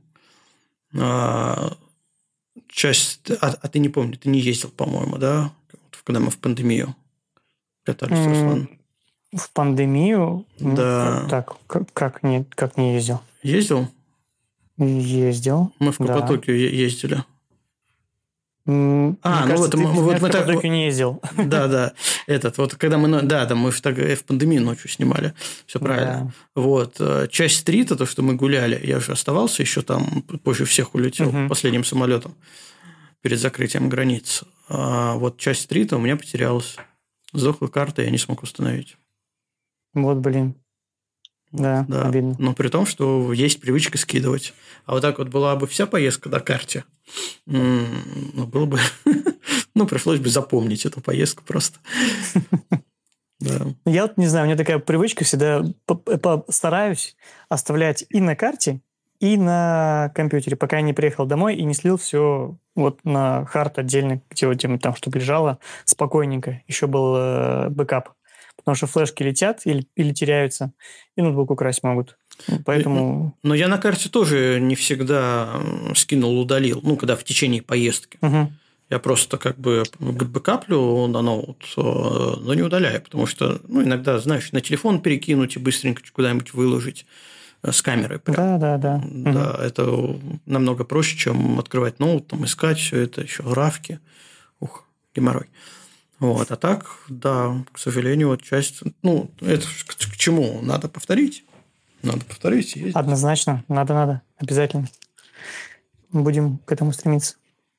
Часть... А ты не помнишь, ты не ездил, по-моему, да? Когда мы в пандемию катались, Руслан. В пандемию? Да. Так, как не ездил? Ездил? Ездил. Мы в Каппадокию ездили. Мне кажется, мы в Каппадокию не ездил. Да. Когда мы в пандемию ночью снимали. Все правильно. Да. Вот. Часть стрита, то, что мы гуляли, я же оставался еще там, позже всех улетел последним самолетом перед закрытием границ. А вот часть стрита у меня потерялась. Сдохла карта, я не смог установить. Вот, блин. Да, обидно. Но при том, что есть привычка скидывать. А вот так вот была бы вся поездка на карте, было бы... пришлось бы запомнить эту поездку просто. Да. Я вот не знаю, у меня такая привычка всегда стараюсь оставлять и на карте, и на компьютере, пока я не приехал домой и не слил все вот на хард отдельно, где там, чтобы лежало спокойненько. Еще был бэкап. Потому что флешки летят или теряются, и ноутбук украсть могут. Поэтому... Но я на карте тоже не всегда скинул, удалил, когда в течение поездки. Я просто как бы бэкаплю на ноут, но не удаляю, потому что иногда, знаешь, на телефон перекинуть и быстренько куда-нибудь выложить с камерой. Прям. Да. Да, это намного проще, чем открывать ноут, там, искать все это, еще графики. Геморрой. Вот. А так, да, к сожалению, вот часть... это к чему? Надо повторить. Ездить. Однозначно. Надо. Обязательно. Будем к этому стремиться.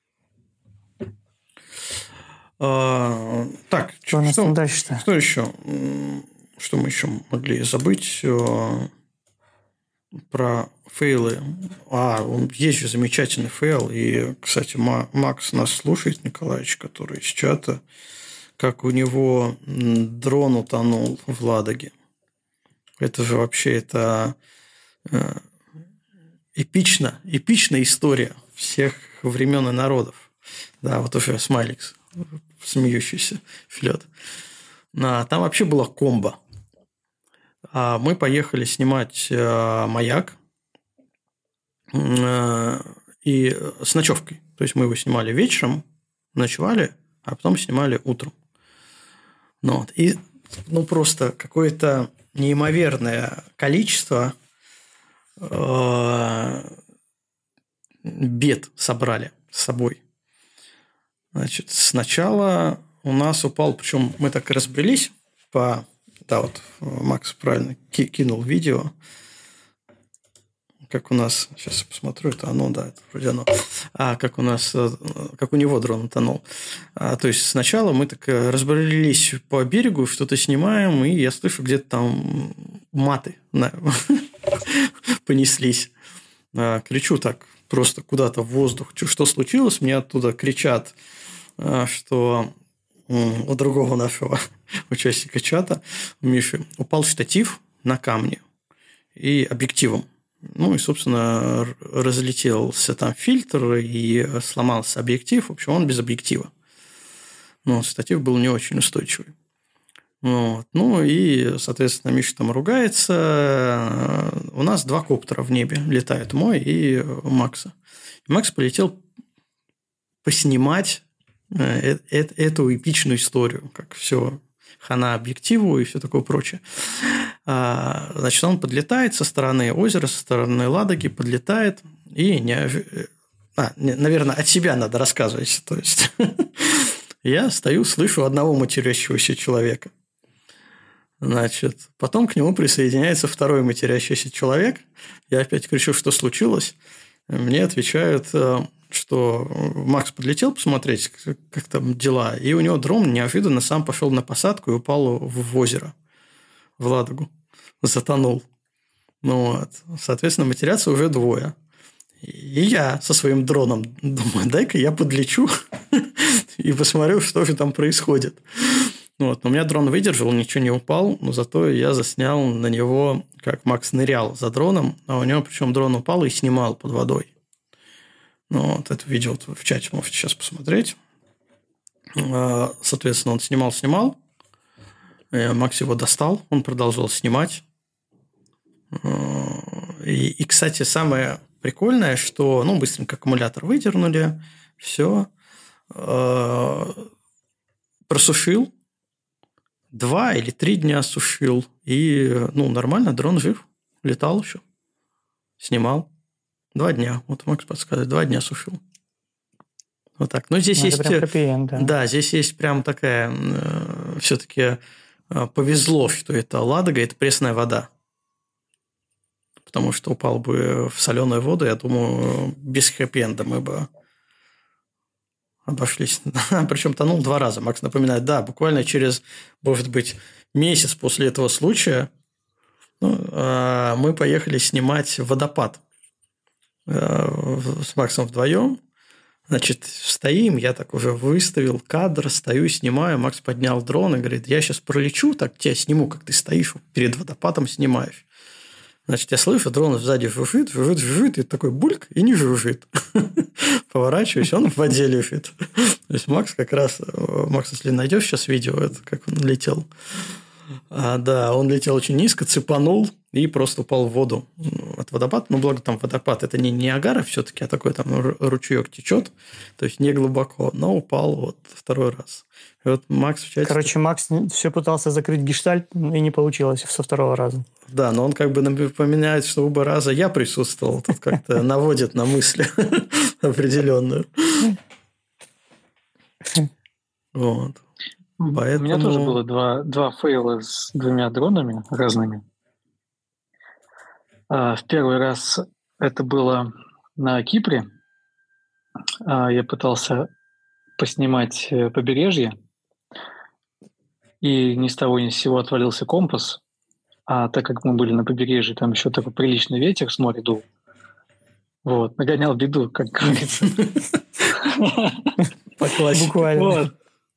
Так, что у нас там дальше-то? Что еще? Что мы еще могли забыть про фейлы? Есть же замечательный фейл. И, кстати, Макс нас слушает, Николаевич, который из чата, как у него дрон утонул в Ладоге. Это же вообще эпичная история всех времен и народов. Да, вот уже смайлик смеющийся флёт. Там вообще была комбо. Мы поехали снимать «Маяк» и с ночевкой. То есть мы его снимали вечером, ночевали, а потом снимали утром. И просто какое-то неимоверное количество бед собрали с собой. Значит, сначала у нас упал, причем мы так и разбрелись Макс правильно кинул видео, как у нас, сейчас я посмотрю, это вроде оно, как у него дрон утонул. То есть сначала мы так разбрелись по берегу, что-то снимаем, и я слышу, где-то там маты понеслись. Кричу так просто куда-то в воздух. Что случилось? Мне оттуда кричат, что у другого нашего участника чата, у Миши, упал штатив на камне и объективом. Ну, и, собственно, разлетелся там фильтр и сломался объектив. В общем, он без объектива. Но штатив был не очень устойчивый. Вот. Ну, и, соответственно, Миша там ругается. У нас 2 коптера в небе летают, мой и Макса. И Макс полетел поснимать эту эпичную историю, как все хана объективу и все такое прочее. Значит, он подлетает со стороны озера, со стороны Ладоги, подлетает и наверное, от себя надо рассказывать. То есть я стою, слышу одного матерящегося человека. Значит, потом к нему присоединяется второй матерящийся человек. Я опять кричу, что случилось. Мне отвечают, что Макс подлетел посмотреть, как там дела, и у него дрон неожиданно сам пошел на посадку и упал в озеро, в Ладогу. Затонул. Ну, вот. Соответственно, матерятся уже 2. И я со своим дроном думаю, дай-ка я подлечу и посмотрю, что же там происходит. Вот. Но у меня дрон выдержал, ничего не упал, но зато я заснял на него, как Макс нырял за дроном, а у него причем дрон упал и снимал под водой. Ну, вот это видео в чате можете сейчас посмотреть. Соответственно, он снимал. Макс его достал, он продолжал снимать. И, кстати, самое прикольное, что быстренько аккумулятор выдернули, все, просушил, 2 или 3 дня сушил, и нормально, дрон жив, летал еще, снимал. 2 дня, вот Макс подсказывает, 2 дня сушил. Вот так. Но здесь есть... Прям KPN, да. Да, здесь есть прям такая... Все-таки повезло, что это Ладога, это пресная вода. Потому что упал бы в соленую воду, я думаю, без хэппи-энда мы бы обошлись. Причем тонул 2 раза. Макс напоминает, да, буквально через, может быть, месяц после этого случая мы поехали снимать водопад с Максом вдвоем. Значит, стоим, я так уже выставил кадр, стою, снимаю. Макс поднял дрон и говорит, я сейчас пролечу, так тебя сниму, как ты стоишь, перед водопадом снимаешь. Значит, я слышу, дрон сзади жужжит, и такой бульк, и не жужжит. Поворачиваюсь, он в воде лежит. То есть, Макс, если найдешь сейчас видео, это как он летел. Да, он летел очень низко, цепанул и просто упал в воду от водопада. Ну, благо там водопад, это не Ниагара все-таки, а такой там ручеек течет, то есть не глубоко, но упал вот 2 раз. И вот Макс в чате... Короче, Макс все пытался закрыть гештальт, и не получилось со 2 раза. Да, но он как бы напоминает, что оба раза я присутствовал, тут как-то наводит на мысли определенную. Вот. Поэтому... У меня тоже было два фейла с 2 дронами разными. В первый раз это было на Кипре. Я пытался поснимать побережье, и ни с того ни с сего отвалился компас. А так как мы были на побережье, там еще такой приличный ветер с моря дул. Вот, нагонял беду, как говорится. По классике. Буквально.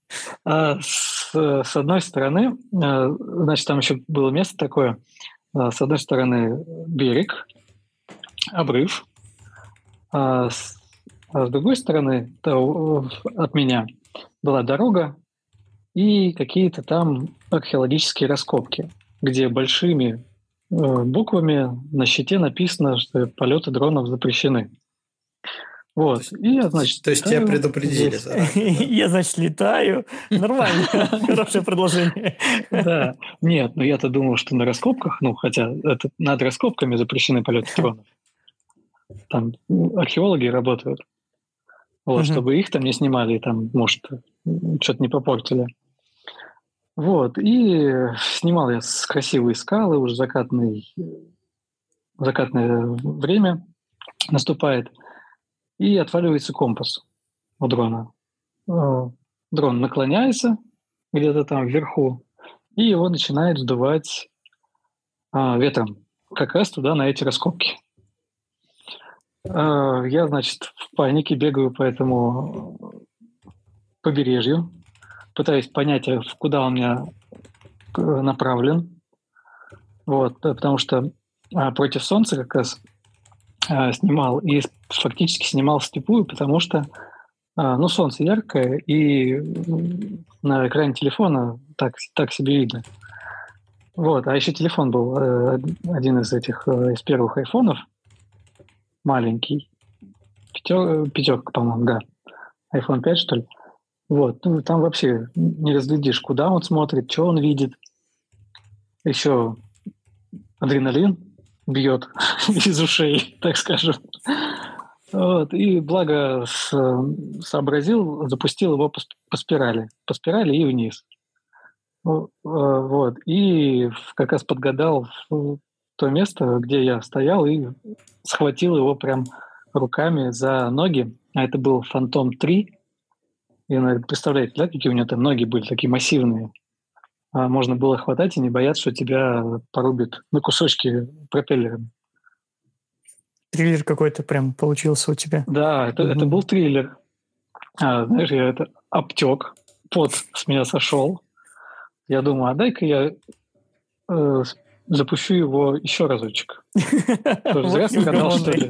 С одной стороны, значит, там еще было место такое. С одной стороны берег, обрыв, а с другой стороны от меня была дорога и какие-то там археологические раскопки, где большими буквами на щите написано, что полеты дронов запрещены. Вот. И я, значит, то есть тебя предупредили заранее? Я, значит, летаю. Нормально. Хорошее предложение. Да. Нет, но я-то думал, что на раскопках, хотя это над раскопками запрещены полеты дронов. Там археологи работают. Вот, чтобы их там не снимали, и там, может, что-то не попортили. Вот. И снимал я с красивой скалы, уже закатное время наступает. И отваливается компас у дрона. Дрон наклоняется где-то там вверху, и его начинает сдувать ветром как раз туда, на эти раскопки. Я, значит, в панике бегаю по этому побережью, пытаюсь понять, куда он меня направлен. Вот, потому что против Солнца как раз снимал, и фактически снимал вслепую, потому что Солнце яркое, и на экране телефона так себе видно. Вот, а еще телефон был один из первых айфонов, маленький, пятерка, по-моему, да, iPhone 5, что ли. Вот, там вообще не разглядишь, куда он смотрит, что он видит. Еще адреналин бьет из ушей, так скажем. Вот, и благо сообразил, запустил его по спирали и вниз. Вот, и как раз подгадал то место, где я стоял, и схватил его прям руками за ноги. А это был Phantom 3. И, наверное, представляете, да, какие у него там ноги были, такие массивные. Можно было хватать и не бояться, что тебя порубит на кусочки пропеллером. Триллер какой-то прям получился у тебя. Да, это был триллер. Знаешь, я это обтек, пот с меня сошел. Я думаю, дай-ка я запущу его еще разочек. Зря сказал, что ли.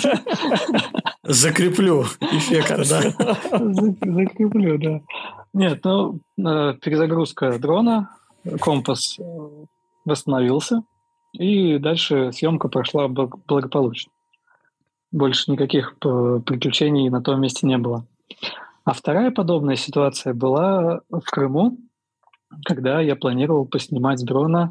Закреплю эффект, да. Закреплю, да. Нет, перезагрузка дрона, компас восстановился, и дальше съемка прошла благополучно. Больше никаких приключений на том месте не было. А вторая подобная ситуация была в Крыму, когда я планировал поснимать с дрона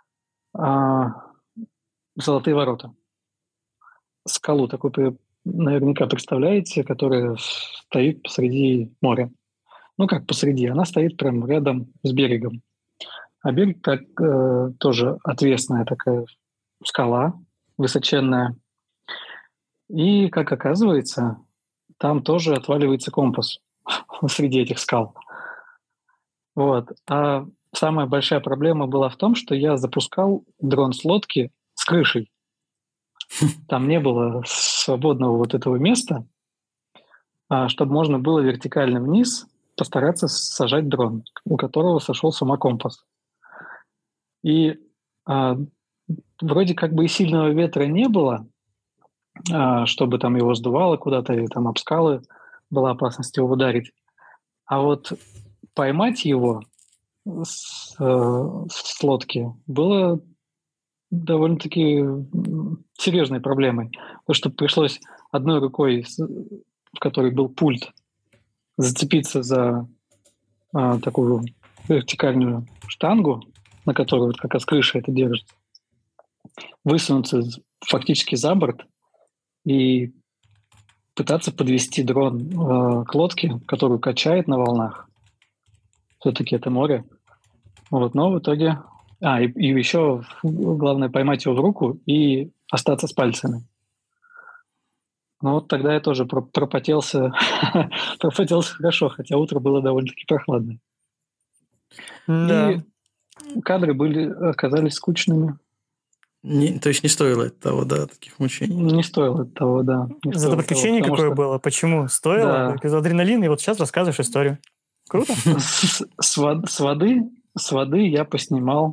Золотые ворота. Скалу такую, наверняка представляете, которая стоит посреди моря. Как посреди, она стоит прямо рядом с берегом. А берег тоже отвесная такая скала, высоченная. И, как оказывается, там тоже отваливается компас среди этих скал. Вот. А самая большая проблема была в том, что я запускал дрон с лодки с крышей. Там не было свободного вот этого места, чтобы можно было вертикально вниз постараться сажать дрон, у которого сошел самокомпас. И вроде как бы и сильного ветра не было, чтобы там его сдувало куда-то, или там об скалы была опасность его ударить. А вот поймать его с лодки было довольно-таки серьезной проблемой. Потому что пришлось одной рукой, в которой был пульт, зацепиться за такую вертикальную штангу, на которую вот как раз крыша это держится, высунуться фактически за борт и пытаться подвести дрон к лодке, которую качает на волнах. Все-таки это море. Вот, но в итоге... И еще главное поймать его в руку и остаться с пальцами. Вот тогда я тоже пропотелся хорошо, хотя утро было довольно-таки прохладное. Да. И кадры оказались скучными. То есть не стоило это того, да, таких мучений? Не стоило это того, да. Зато приключение какое было? Почему? Стоило? Да. Адреналин, и вот сейчас рассказываешь историю. Круто. С воды я поснимал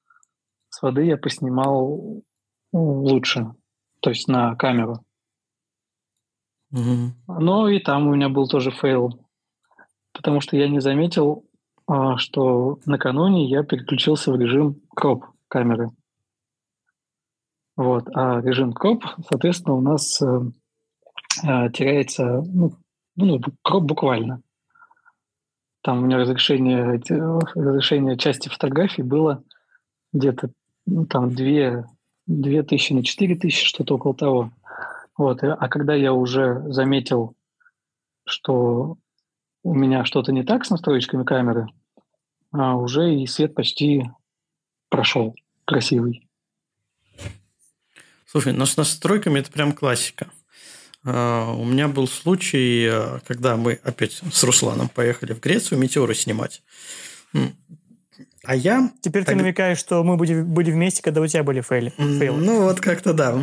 лучше, то есть на камеру. Но и там у меня был тоже фейл, потому что я не заметил, что накануне я переключился в режим кроп камеры. Вот, а режим кроп, соответственно, у нас теряется, кроп буквально. Там у меня разрешение части фотографий было где-то там 2000 на 4000, что-то около того. Вот. А когда я уже заметил, что у меня что-то не так с настройками камеры, уже и свет почти прошел красивый. Слушай, но с настройками это прям классика. У меня был случай, когда мы опять с Русланом поехали в Грецию метеоры снимать. А я... Теперь ты намекаешь, что мы были вместе, когда у тебя были фейлы. Ну, вот как-то да.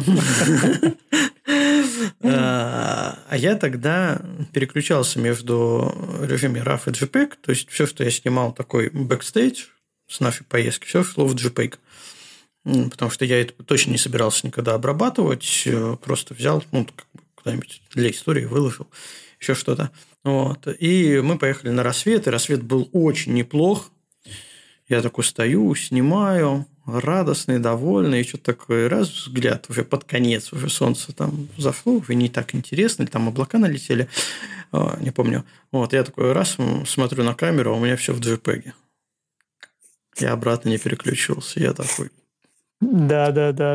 А я тогда переключался между режимами RAW и JPEG, то есть все, что я снимал, такой бэкстейдж, с нашей поездки. Все шло в JPEG. Потому что я это точно не собирался никогда обрабатывать. Просто взял, куда-нибудь для истории выложил. Еще что-то. Вот. И мы поехали на рассвет. И рассвет был очень неплох. Я такой стою, снимаю, радостный, довольный, и что-то такое, раз взгляд, уже под конец, уже солнце там зашло, уже не так интересно, или там облака налетели, не помню. Вот, я такой раз смотрю на камеру, а у меня все в JPEG. Я обратно не переключился. Я такой... Да.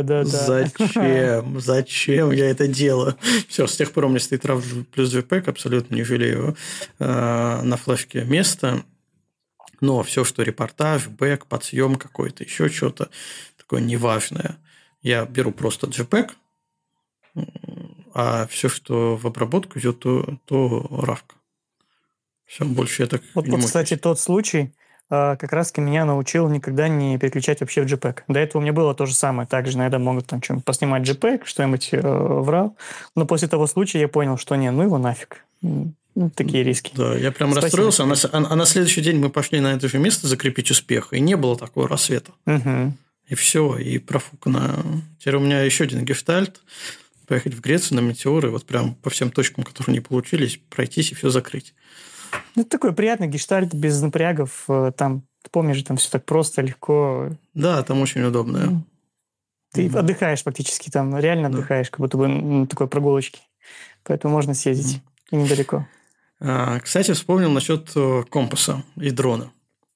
Зачем я это делаю? Все, с тех пор у меня стоит RAW плюс JPEG, абсолютно не жалею на флешке места. Но все, что репортаж, бэк, подсъем какой-то, еще что-то такое неважное, я беру просто JPEG, а все, что в обработку идет, то равка. Все, больше я так не могу. Кстати, тот случай как раз-таки меня научил никогда не переключать вообще в JPEG. До этого у меня было то же самое. Также иногда могут там что-нибудь поснимать JPEG, что-нибудь в RAW. Но после того случая я понял, что не, ну его нафиг. Такие риски. Да, я прям расстроился. А на следующий день мы пошли на это же место закрепить успех, и не было такого рассвета. Угу. И все, и профукано. Теперь у меня еще один гештальт. Поехать в Грецию на метеоры, вот прям по всем точкам, которые не получились, пройтись и все закрыть. Ну, такой приятный гештальт, без напрягов. Там, ты помнишь, там все так просто, легко. Да, там очень удобно. Ты отдыхаешь фактически там, реально отдыхаешь, как будто бы на такой прогулочке. Поэтому можно съездить и недалеко. Кстати, вспомнил насчет компаса и дрона.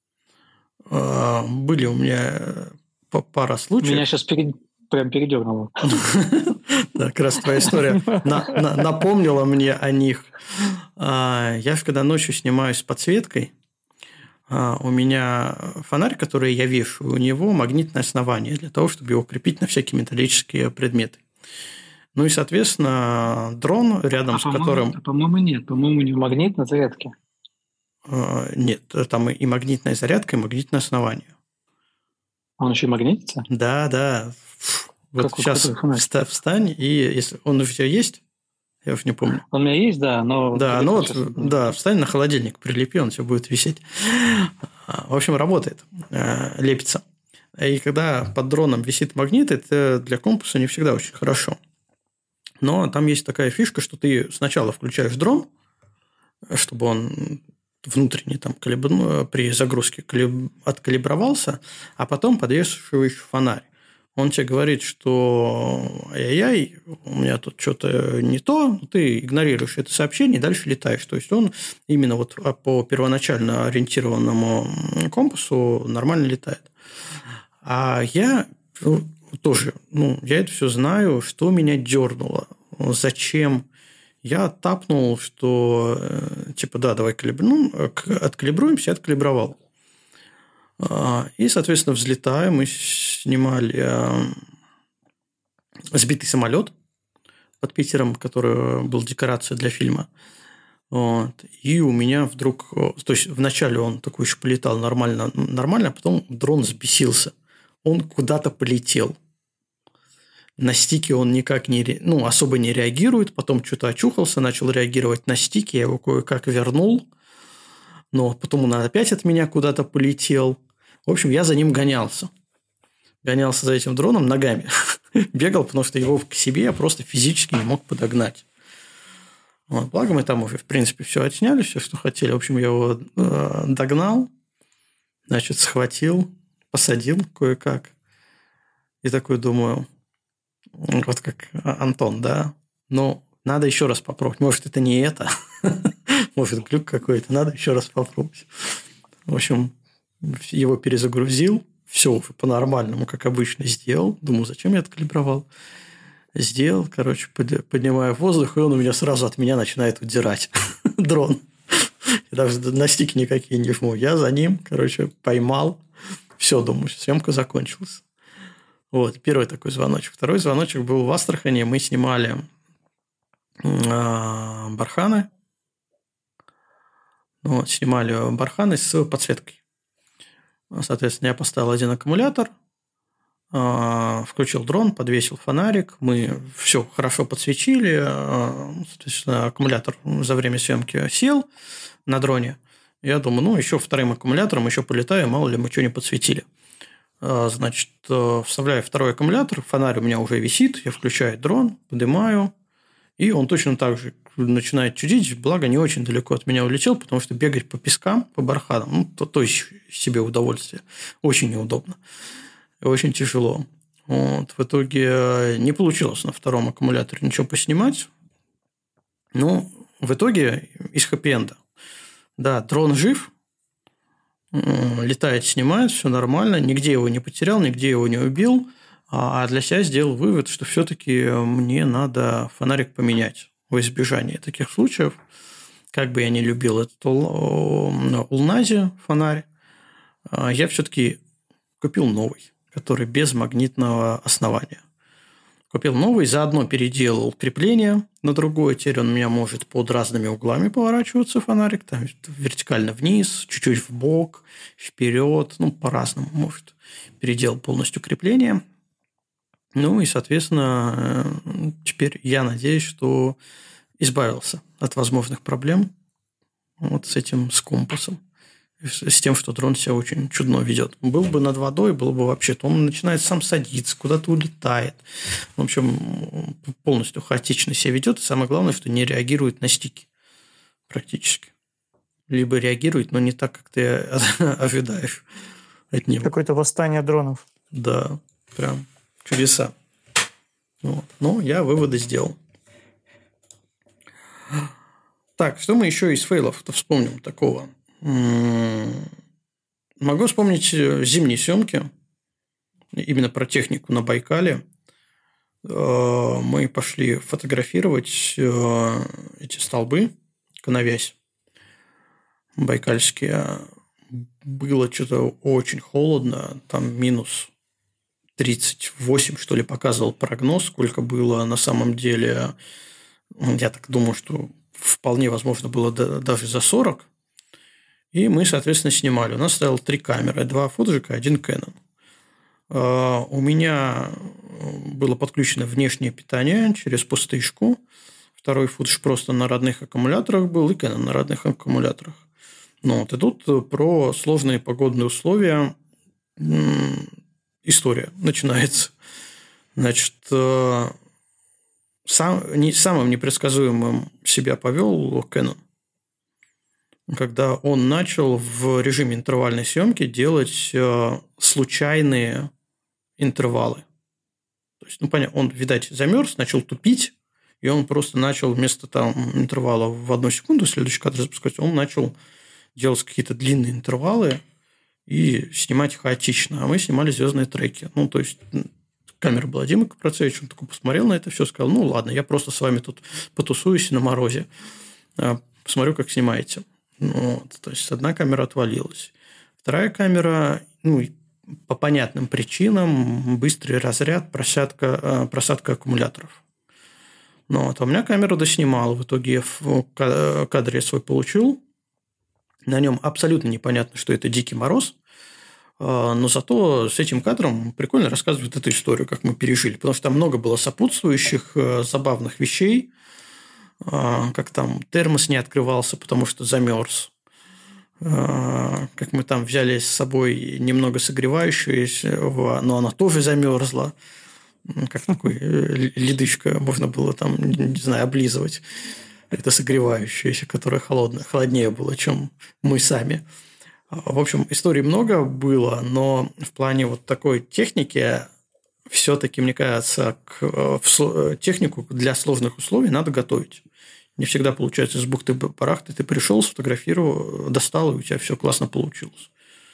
Были у меня пара случаев. Меня сейчас прям передернуло. Да, как раз твоя история напомнила мне о них. Я когда ночью снимаю с подсветкой, у меня фонарь, который я вешаю, у него магнитное основание для того, чтобы его крепить на всякие металлические предметы. Ну и, соответственно, дрон, рядом с которым... По-моему, нет. По-моему, не магнит на зарядке. Нет, там и магнитная зарядка, и магнитное основание. Он еще и магнитится? Да. Вот сейчас встань, и если он у тебя есть, я уж не помню. Он у меня есть, да, но... Да, встань на холодильник, прилепи, он все будет висеть. В общем, работает, лепится. И когда под дроном висит магнит, это для компаса не всегда очень хорошо. Но там есть такая фишка, что ты сначала включаешь дрон, чтобы он внутренне там при загрузке откалибровался, а потом подвешиваешь фонарь. Он тебе говорит, что ай-яй-яй, у меня тут что-то не то, ты игнорируешь это сообщение и дальше летаешь. То есть он именно вот по первоначально ориентированному компасу нормально летает. А я тоже, я это все знаю, что меня дернуло. Зачем? Я тапнул, что давай откалибруемся, откалибровал. И, соответственно, взлетаем. Мы снимали сбитый самолет под Питером, который был декорацией для фильма. Вот. И у меня вдруг... То есть, вначале он такой еще полетал нормально, а потом дрон взбесился. Он куда-то полетел. На стике он никак особо не реагирует. Потом что-то очухался, начал реагировать на стике. Я его кое-как вернул. Но потом он опять от меня куда-то полетел. В общем, я за ним гонялся. Гонялся за этим дроном ногами. Бегал, потому что его к себе я просто физически не мог подогнать. Вот. Благо, мы там уже, в принципе, все отсняли, все, что хотели. В общем, я его догнал, схватил, посадил кое-как. И такой думаю, вот как Антон, да? Но надо еще раз попробовать. Может, это не это. Может, глюк какой-то. Надо еще раз попробовать. В общем, его перезагрузил. Все уже по-нормальному, как обычно, сделал. Думаю, зачем я откалибровал? Сделал, поднимаю воздух, и он у меня сразу от меня начинает удирать. Дрон. Я даже на стики никакие не жму. Я за ним, поймал. Все, думаю, съемка закончилась. Вот, первый такой звоночек. Второй звоночек был в Астрахани. Мы снимали барханы. Снимали барханы с подсветкой. Соответственно, я поставил один аккумулятор, включил дрон, подвесил фонарик. Мы все хорошо подсветили. Соответственно, аккумулятор за время съемки сел на дроне. Я думаю, еще вторым аккумулятором еще полетаю, мало ли мы что не подсветили. Значит, вставляю второй аккумулятор, фонарь у меня уже висит, я включаю дрон, поднимаю, и он точно так же начинает чудить, благо не очень далеко от меня улетел, потому что бегать по пескам, по барханам, то есть себе удовольствие. Очень неудобно. И очень тяжело. Вот. В итоге не получилось на втором аккумуляторе ничего поснимать. Но в итоге из хэппи-энда. Да, дрон жив, летает, снимает, все нормально, нигде его не потерял, нигде его не убил, а для себя сделал вывод, что все-таки мне надо фонарик поменять во избежание таких случаев. Как бы я не любил этот Улнази фонарь, я все-таки купил новый, который без магнитного основания. Купил новый, заодно переделал крепление на другое. Теперь он у меня может под разными углами поворачиваться, фонарик. Там вертикально вниз, чуть-чуть в бок, вперед. По-разному может. Переделал полностью крепление. И, соответственно, теперь я надеюсь, что избавился от возможных проблем с этим, с компасом. С тем, что дрон себя очень чудно ведет. Был бы над водой, было бы вообще-то. Он начинает сам садиться, куда-то улетает. В общем, полностью хаотично себя ведет. И самое главное, что не реагирует на стики практически. Либо реагирует, но не так, как ты ожидаешь от него. Какое-то восстание дронов. Да, прям чудеса. Но я выводы сделал. Так, что мы еще из фейлов-то вспомним такого? Могу вспомнить зимние съемки, именно про технику на Байкале. Мы пошли фотографировать эти столбы, коновязь байкальские. Было что-то очень холодно, там минус 38, что ли, показывал прогноз, сколько было на самом деле. Я так думаю, что вполне возможно было даже за 40. И мы, соответственно, снимали. У нас стояло 3 камеры. 2 Фуджика, 1 Canon. У меня было подключено внешнее питание через пустышку. Второй Фудж просто на родных аккумуляторах был, и Canon на родных аккумуляторах. И тут про сложные погодные условия история начинается. Значит, самым непредсказуемым себя повел Canon, когда он начал в режиме интервальной съемки делать случайные интервалы. То есть, понятно, он, видать, замерз, начал тупить, и он просто начал вместо интервала в 1 секунду следующий кадр запускать, он начал делать какие-то длинные интервалы и снимать хаотично. А мы снимали звездные треки. То есть, камера была Димы Капрацевич, он такой посмотрел на это все, сказал, ладно, я просто с вами тут потусуюсь на морозе, посмотрю, как снимаете. То есть, одна камера отвалилась. Вторая камера, по понятным причинам, быстрый разряд, просадка аккумуляторов. А у меня камера доснимала. В итоге я в кадре свой получил. На нем абсолютно непонятно, что это дикий мороз. Но зато с этим кадром прикольно рассказывают эту историю, как мы пережили. Потому что там много было сопутствующих забавных вещей. Как там термос не открывался, потому что замерз. Как мы там взяли с собой немного согревающего, но она тоже замерзла. Как такой ледышка можно было там, не знаю, облизывать. Это согревающееся, которое холоднее было, чем мы сами. В общем, историй много было, но в плане вот такой техники все-таки, мне кажется, технику для сложных условий надо готовить. Не всегда получается с бухты-барахты. Ты пришел, сфотографировал, достал, и у тебя все классно получилось.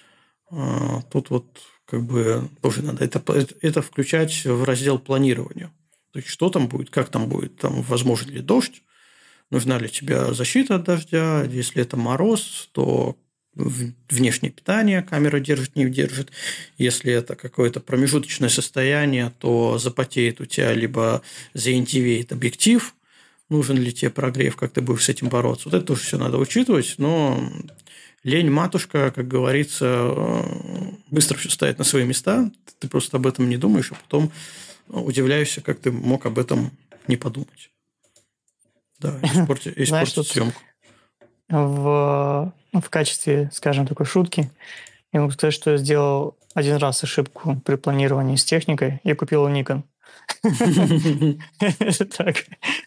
Тут тоже надо это включать в раздел планирования. То есть, что там будет, как там будет, возможен ли дождь, нужна ли тебе защита от дождя, если это мороз, то внешнее питание камера держит, не держит. Если это какое-то промежуточное состояние, то запотеет у тебя, либо заинтивеет объектив, нужен ли тебе прогрев, как ты будешь с этим бороться. Вот это тоже все надо учитывать, но лень матушка, как говорится, быстро все ставит на свои места, ты просто об этом не думаешь, а потом удивляешься, как ты мог об этом не подумать. Да, испортить съемку. в качестве, скажем, такой шутки, я могу сказать, что я сделал один раз ошибку при планировании с техникой. Я купил Nikon. Так.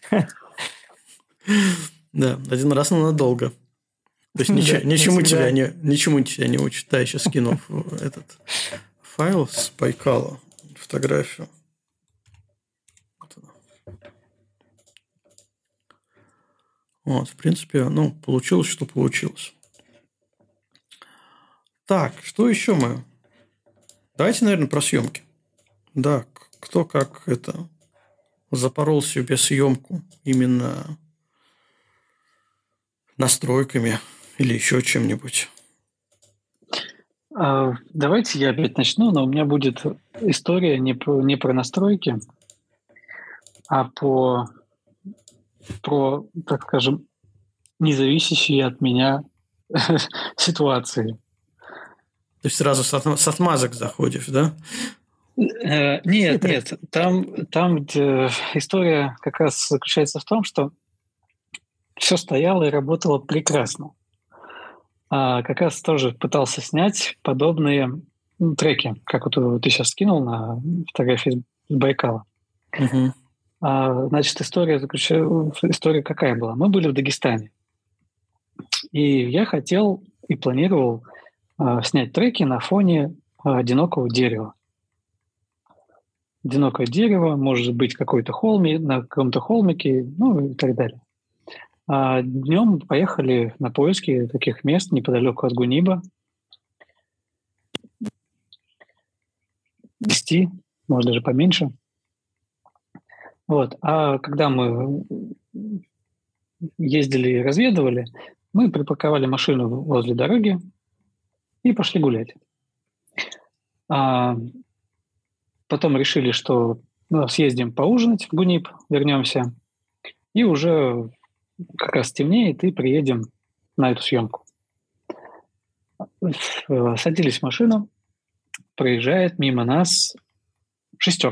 Да, один раз, но надолго. То есть ничему тебя не учат. Да, я сейчас скину этот файл с Байкала, фотографию. Вот, в принципе, получилось, что получилось. Так, что еще мы? Давайте, наверное, про съемки. Да, кто как запорол себе съемку именно настройками или еще чем-нибудь. Давайте я опять начну, но у меня будет история не про настройки, а про, так скажем, независящие от меня ситуации. То есть сразу с отмазок заходишь, да? Нет. Там история как раз заключается в том, что все стояло и работало прекрасно. Как раз тоже пытался снять подобные треки, как вот ты сейчас скинул на фотографии с Байкала. Угу. Значит, история какая была? Мы были в Дагестане. И я хотел и планировал снять треки на фоне одинокого дерева. Одинокое дерево, может быть, на каком-то холмике, и так далее. Днем поехали на поиски таких мест неподалеку от Гуниба. 10, может, даже поменьше. Вот. А когда мы ездили и разведывали, мы припарковали машину возле дороги и пошли гулять. Потом решили, что съездим поужинать в Гуниб, вернемся, и уже как раз темнеет, и приедем на эту съемку. Садились в машину, проезжает мимо нас 6,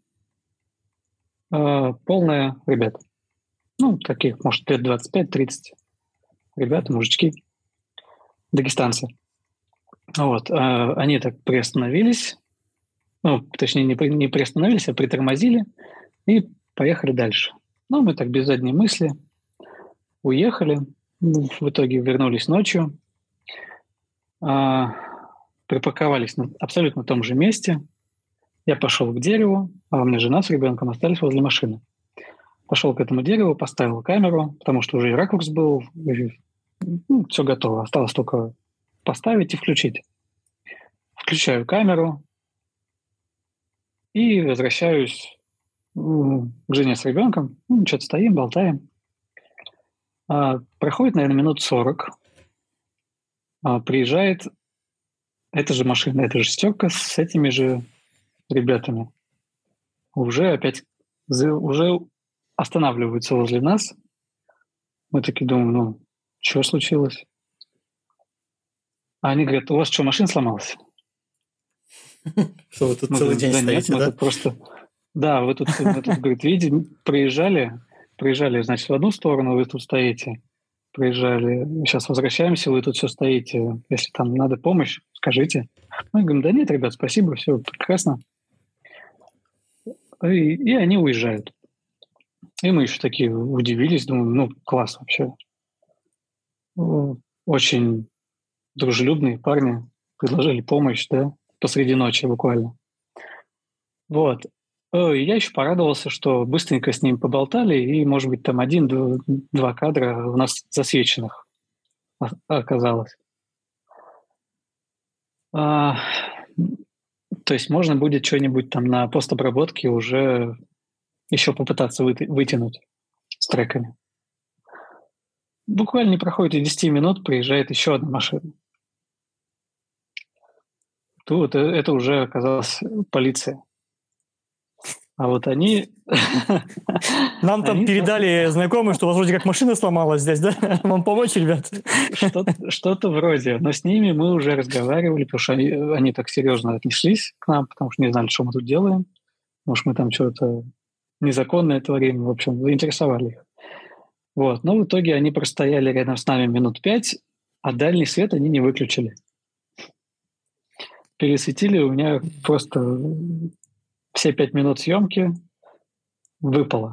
полная ребят. Таких, может, лет 25-30. Ребята, мужички, дагестанцы. Вот. Они так приостановились, точнее, не приостановились, а притормозили и поехали дальше. Мы так без задней мысли уехали, в итоге вернулись ночью, припарковались на абсолютно том же месте. Я пошел к дереву, а у меня жена с ребенком остались возле машины. Пошел к этому дереву, поставил камеру, потому что уже и ракурс был, все готово. Осталось только поставить и включить. Включаю камеру и возвращаюсь к жене с ребенком. Что-то стоим, болтаем. Проходит, наверное, минут 40. Приезжает эта же машина, эта же 6 с этими же ребятами. Уже останавливаются возле нас. Мы такие думаем, что случилось? А они говорят, у вас что, машина сломалась? Что вы тут целый день стоите, да? Да, вы тут, говорит, видите, проезжали, значит, в одну сторону, вы тут стоите. Проезжали, сейчас возвращаемся, вы тут все стоите. Если там надо помощь, скажите. Мы говорим, да нет, ребят, спасибо, все прекрасно. И они уезжают. И мы еще такие удивились, думаем, класс вообще. Очень дружелюбные парни, предложили помощь, да, посреди ночи буквально. Вот. Я еще порадовался, что быстренько с ним поболтали, и, может быть, там 1-2 кадра у нас засвеченных оказалось. То есть можно будет что-нибудь там на постобработке уже еще попытаться вытянуть с треками. Буквально не проходит и 10 минут, приезжает еще одна машина. Тут это уже оказалась полиция. А вот они... Нам там передали знакомые, что у вас вроде как машина сломалась здесь, да? Вам помочь, ребят? Что-то вроде. Но с ними мы уже разговаривали, потому что они так серьезно отнеслись к нам, потому что не знали, что мы тут делаем. Может, мы там что-то незаконное творим. В общем, заинтересовали их. Вот. Но в итоге они простояли рядом с нами минут 5 а дальний свет они не выключили. Пересветили, у меня просто все 5 минут съемки выпало.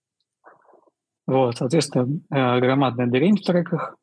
Вот, соответственно, громадная дырень в треках.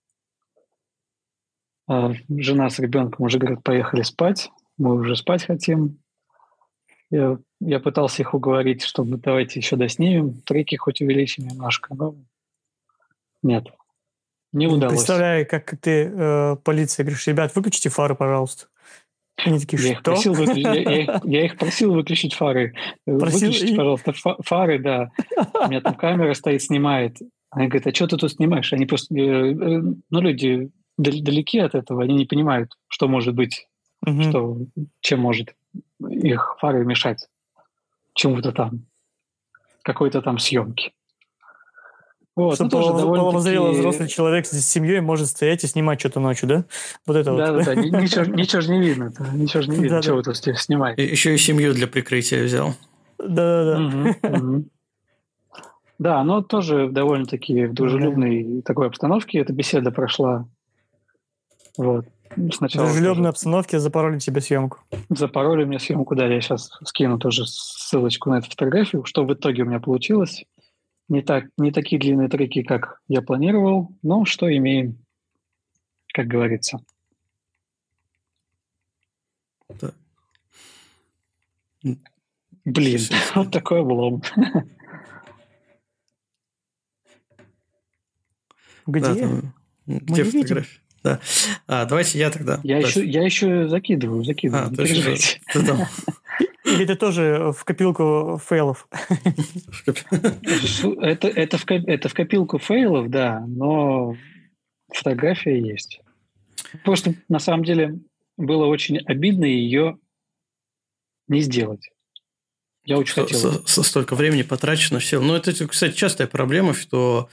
Жена с ребенком уже говорит, поехали спать. Мы уже спать хотим. Я пытался их уговорить, чтобы давайте еще доснимем. Треки хоть увеличим немножко, но нет, не удалось. Представляю, как ты полиции говоришь, ребят, выключите фары, пожалуйста. Они такие, что? Я их просил выключить фары. Выключите, пожалуйста, фары, да. У меня там камера стоит, снимает. Они говорят, а что ты тут снимаешь? Они просто, люди далеки от этого, они не понимают, что может быть, чем может их фары мешать чему-то там, какой-то там съемки. Вот, что половозрелый взрослый человек с семьей может стоять и снимать что-то ночью, да? Вот это вот. Да, ничего же не видно. Ничего же не видно, что вы тут снимаете. Еще и семью для прикрытия взял. Да. Да, но тоже довольно-таки в дружелюбной такой обстановке эта беседа прошла. Вот. Сначала в дружелюбной обстановке запороли тебе съемку. Запороли мне съемку, да. Я сейчас скину тоже ссылочку на эту фотографию, что в итоге у меня получилось. Не такие длинные треки, как я планировал, но что имеем, как говорится. Да. Блин, вот такой облом. Где? Где фотография? Да. Давайте я тогда. Я еще закидываю. Или это тоже в копилку фейлов? Это в копилку фейлов, да, но фотография есть. Просто на самом деле было очень обидно ее не сделать. Я очень хотел. Столько времени потрачено, все. Ну, это, кстати, частая проблема, что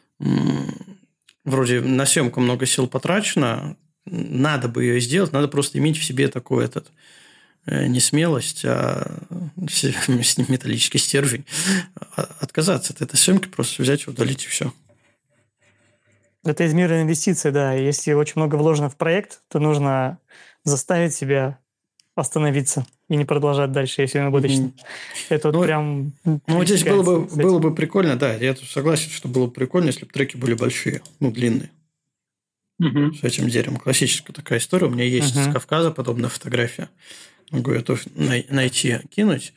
вроде на съемку много сил потрачено, надо бы ее сделать, надо просто иметь в себе такой не смелость, а металлический стержень. Отказаться от этой съемки, просто взять, удалить и все. Это из мира инвестиций, да. Если очень много вложено в проект, то нужно заставить себя остановиться и не продолжать дальше, если он убыточный. Это вот прям... вот здесь было бы прикольно, да, я тут согласен, что было бы прикольно, если бы треки были большие, длинные. С этим деревом. Классическая такая история. У меня есть с Кавказа подобная фотография. Могу ее найти, кинуть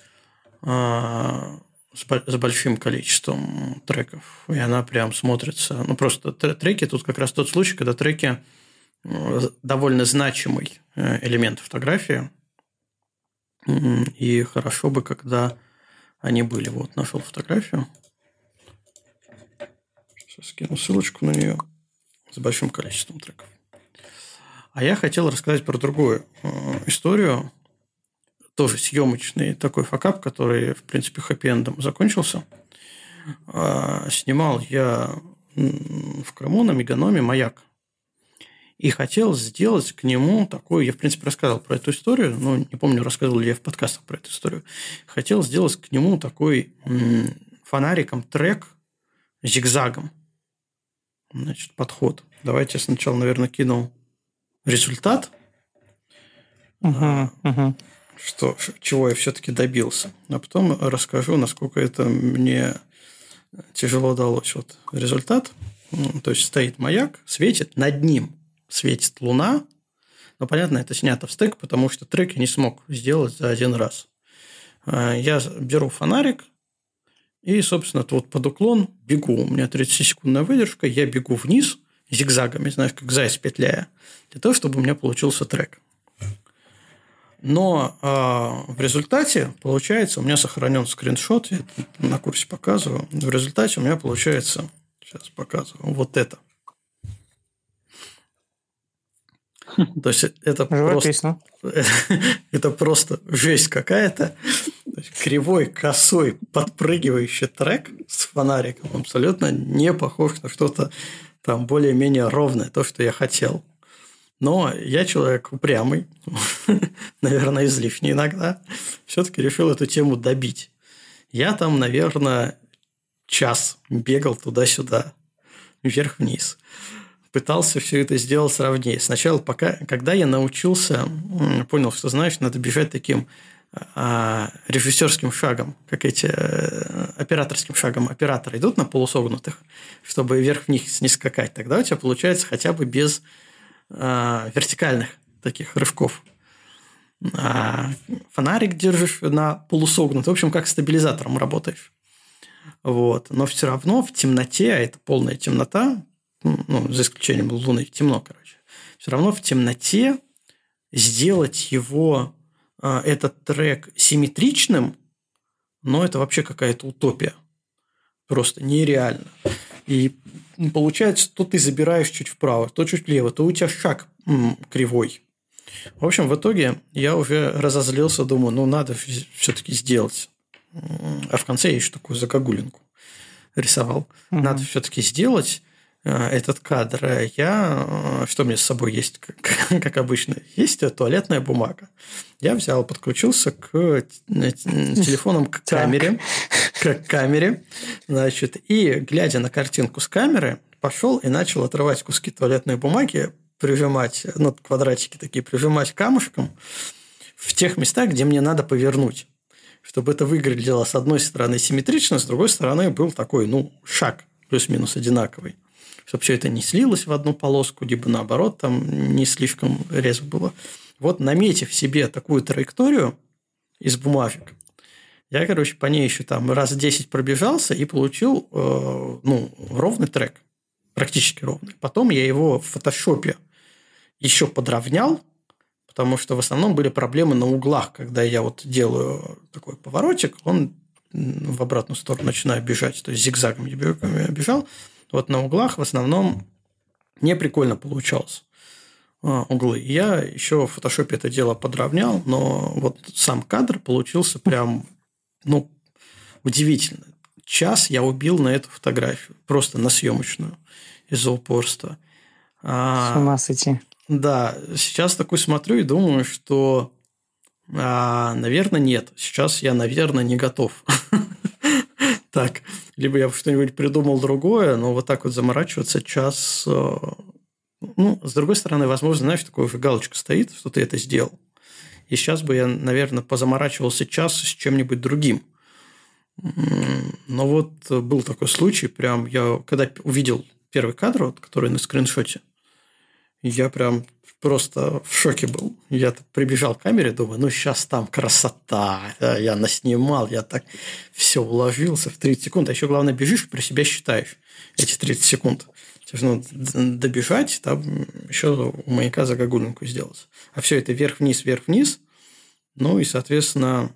с большим количеством треков. И она прям смотрится... просто треки, тут как раз тот случай, когда треки довольно значимый элемент фотографии. И хорошо бы, когда они были. Вот, нашел фотографию. Сейчас скину ссылочку на нее с большим количеством треков. А я хотел рассказать про другую историю. Тоже съемочный такой факап, который, в принципе, хэппи-эндом закончился. Снимал я в Крыму на Меганоме «Маяк». И хотел сделать к нему такой... Я, в принципе, рассказывал про эту историю, но не помню, рассказывал ли я в подкастах про эту историю. Хотел сделать к нему такой фонариком трек зигзагом. Значит, подход. Давайте я сначала, наверное, кину результат. Чего я все-таки добился. А потом расскажу, насколько это мне тяжело удалось. Вот результат. То есть, стоит маяк, светит, над ним светит луна. Но, понятно, это снято в стек, потому что трек я не смог сделать за один раз. Я беру фонарик и, собственно, вот под уклон бегу. У меня 30-секундная выдержка, я бегу вниз зигзагами, знаешь, как заяц петляя, для того, чтобы у меня получился трек. Но в результате, получается, у меня сохранен скриншот, я на курсе показываю. В результате у меня получается, сейчас показываю, вот это. То есть, это просто жесть какая-то. Кривой, косой, подпрыгивающий трек с фонариком абсолютно не похож на что-то там более-менее ровное, то, что я хотел. Но я человек упрямый, наверное, излишне иногда, все-таки решил эту тему добить. Я там, наверное, час бегал туда-сюда, вверх-вниз. пытался все это сделать сравнее. Сначала, когда я научился, понял, что, знаешь, надо бежать таким режиссерским шагом, как эти операторским шагом. Операторы идут на полусогнутых, чтобы вверх-вниз не скакать. Тогда у тебя получается хотя бы без вертикальных таких рывков. Фонарик держишь на полусогнутый. В общем, как стабилизатором работаешь. Вот. Но все равно в темноте, а это полная темнота, ну, за исключением луны, темно, короче. Все равно в темноте сделать его, этот трек, симметричным, но это вообще какая-то утопия. Просто нереально. И получается, то ты забираешь чуть вправо, то чуть влево, то у тебя шаг кривой. В общем, в итоге я уже разозлился, думаю, ну, надо все-таки сделать. А в конце я еще такую загогулинку рисовал. Надо все-таки сделать этот кадр. Что у меня с собой есть, как обычно? Есть туалетная бумага. Я взял, подключился к телефоном к камере, значит, и, глядя на картинку с камеры, пошел и начал отрывать куски туалетной бумаги, прижимать, квадратики такие, прижимать камушком в тех местах, где мне надо повернуть. Чтобы это выглядело с одной стороны симметрично, с другой стороны был такой, шаг плюс-минус одинаковый. Чтобы все это не слилось в одну полоску, либо наоборот, там не слишком резво было. Вот, наметив себе такую траекторию из бумажек, я, по ней еще там раз 10 пробежался и получил ровный трек. Практически ровный. Потом я его в фотошопе еще подровнял, потому что в основном были проблемы на углах, когда я вот делаю такой поворотик, он в обратную сторону начинает бежать, то есть зигзагом я бежал. Вот на углах в основном не прикольно получалось углы. Я еще в фотошопе это дело подровнял, но вот сам кадр получился прям, удивительно. Час я убил на эту фотографию, просто на съемочную из-за упорства. С ума сойти. Да, сейчас такой смотрю и думаю, что, наверное, нет. Сейчас я, наверное, не готов. Так, либо я что-нибудь придумал другое, но вот так вот заморачиваться час... с другой стороны, возможно, знаешь, такая уже галочка стоит, что ты это сделал. И сейчас бы я, наверное, позаморачивался час с чем-нибудь другим. Но вот был такой случай, прям я, когда увидел первый кадр, который на скриншоте, я прям просто в шоке был. Я прибежал к камере, думаю, сейчас там красота. Я наснимал, я так все уложился в 30 секунд. А еще главное, бежишь, про себя считаешь эти 30 секунд. Добежать, там еще у маяка загогулинку сделать. А все это вверх-вниз, вверх-вниз. И, соответственно,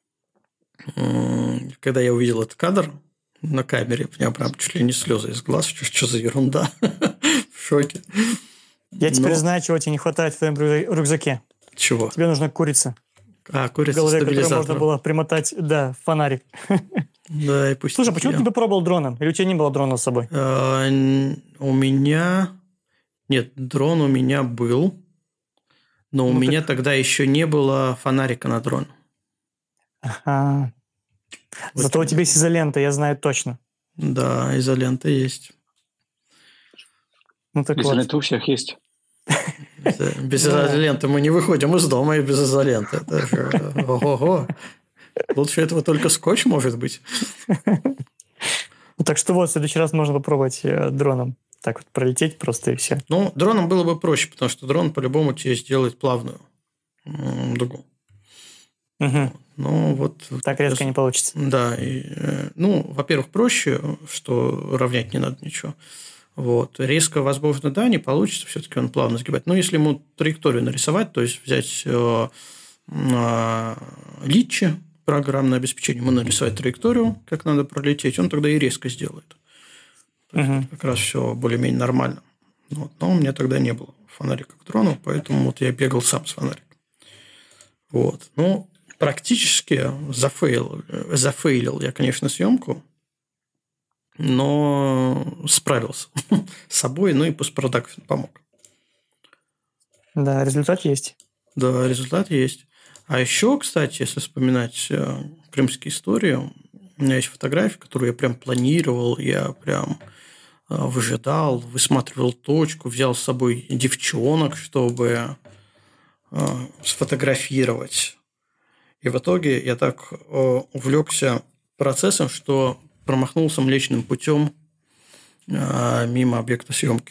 когда я увидел этот кадр на камере, у меня прям чуть ли не слезы из глаз. Что за ерунда? В шоке. Я теперь знаю, чего тебе не хватает в твоем рюкзаке. Чего? Тебе нужна курица. Курица в голове, стабилизатор. Которую можно было примотать, фонарик. Да, и пусть. Слушай, почему ты бы пробовал дроном? Или у тебя не было дрона с собой? У меня... Нет, дрон у меня был, но у меня тогда еще не было фонарика на дрон. Ага. Зато у тебя есть изолента, я знаю точно. Да, изолента есть. Изолента у всех есть. Без изоленты мы не выходим из дома и без изоленты. Ого-го. Лучше этого только скотч может быть. Так что в следующий раз можно попробовать дроном. Так вот пролететь просто и все. Дроном было бы проще, потому что дрон по-любому тебе сделает плавную дугу. Угу. Так резко не получится. Да. Во-первых, проще, что равнять не надо ничего. Резко, возможно, да, не получится, все-таки он плавно сгибает. Но если ему траекторию нарисовать, то есть взять Литчи, программное обеспечение, ему нарисовать траекторию, как надо пролететь, он тогда и резко сделает. То есть как раз все более-менее нормально. Но у меня тогда не было фонарика к дрону, поэтому я бегал сам с фонариком. Практически зафейлил я, конечно, съемку, но справился с собой, и постпродакшн помог. Да, результат есть. Да, результат есть. А еще, кстати, если вспоминать крымские истории, у меня есть фотография, которую я прям планировал, я прям выжидал, высматривал точку, взял с собой девчонок, чтобы сфотографировать. И в итоге я так увлекся процессом, что промахнулся Млечным путем мимо объекта съемки.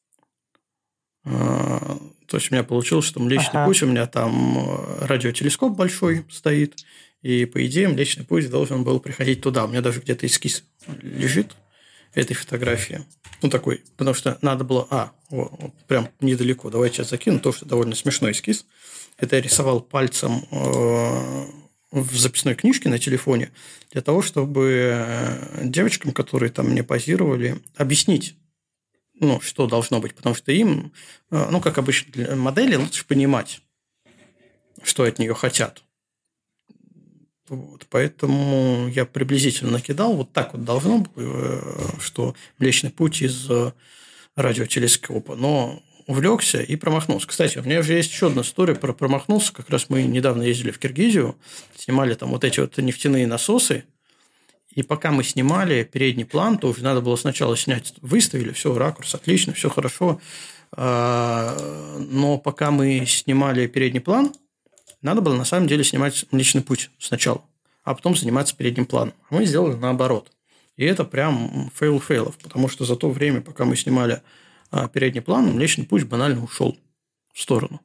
То есть у меня получилось, что Млечный путь, у меня там радиотелескоп большой стоит, и, по идее, Млечный путь должен был приходить туда. У меня даже где-то эскиз лежит этой фотографии. Ну, такой, потому что надо было... прям недалеко. Давайте я закину, то, что довольно смешной эскиз. Это я рисовал пальцем в записной книжке на телефоне для того, чтобы девочкам, которые там мне позировали, объяснить, что должно быть. Потому что им, как обычно, для модели лучше понимать, что от нее хотят. Вот, поэтому я приблизительно накидал. Вот так вот должно быть, что Млечный путь из радиотелескопа. Но увлекся и промахнулся. Кстати, у меня уже есть еще одна история про промахнулся. Как раз мы недавно ездили в Киргизию, снимали там вот эти вот нефтяные насосы. И пока мы снимали передний план, то уже надо было сначала снять, выставили, все, ракурс, отлично, все хорошо. Но пока мы снимали передний план, надо было на самом деле снимать Млечный путь сначала, а потом заниматься передним планом. А мы сделали наоборот. И это прям фейл фейлов, потому что за то время, пока мы снимали передний план, Млечный путь банально ушел в сторону.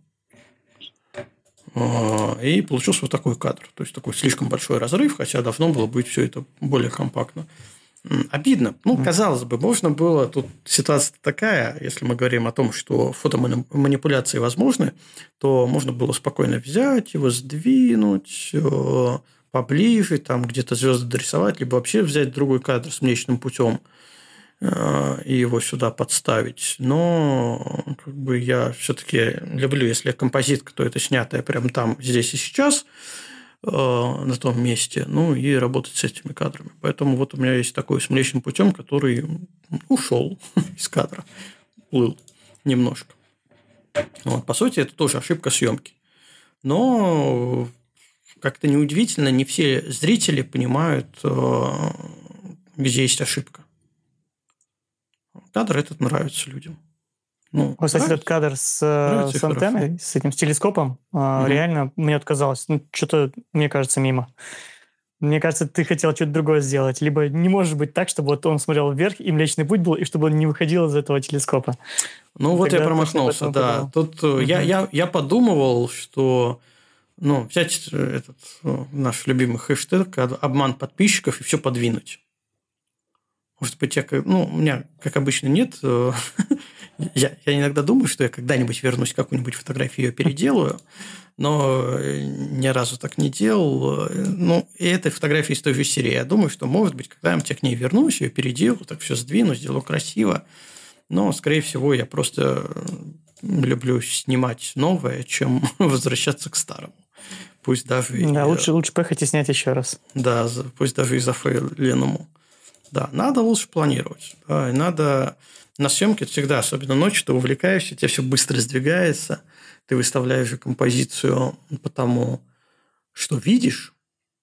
И получился вот такой кадр. То есть, такой слишком большой разрыв, хотя должно было быть все это более компактно. Обидно. Казалось бы, можно было... Тут ситуация такая, если мы говорим о том, что фотоманипуляции возможны, то можно было спокойно взять его, сдвинуть поближе, там где-то звезды дорисовать, либо вообще взять другой кадр с Млечным путем и его сюда подставить. Но я все-таки люблю, если композитка, то это снятое прямо там, здесь и сейчас, на том месте, и работать с этими кадрами. Поэтому вот у меня есть такой с Млечным путем, который ушел из кадра, плыл немножко. Вот, по сути, это тоже ошибка съемки. Но как-то неудивительно, не все зрители понимают, где есть ошибка. Кадр этот нравится людям. Кстати, этот кадр с антенной, с этим телескопом, реально мне отказалось. Что-то, мне кажется, мимо. Мне кажется, ты хотел что-то другое сделать. Либо не может быть так, чтобы вот он смотрел вверх, и Млечный путь был, и чтобы он не выходил из этого телескопа. Вот я промахнулся, да. Тут я подумывал, что взять этот наш любимый хэштег «обман подписчиков» и все подвинуть. Может быть, у меня, как обычно, нет. Я иногда думаю, что я когда-нибудь вернусь к какой-нибудь фотографии, ее переделаю, но ни разу так не делал. И этой фотографии из той же серии. Я думаю, что, может быть, когда-нибудь я к ней вернусь, ее переделаю, так все сдвину, сделаю красиво. Но, скорее всего, я просто люблю снимать новое, чем возвращаться к старому. Пусть даже... Да, лучше поехать и снять еще раз. Да, пусть даже и зафейленному. Да, надо лучше планировать. Да, и надо на съемке всегда, особенно ночью, ты увлекаешься, тебе все быстро сдвигается, ты выставляешь композицию по тому, что видишь.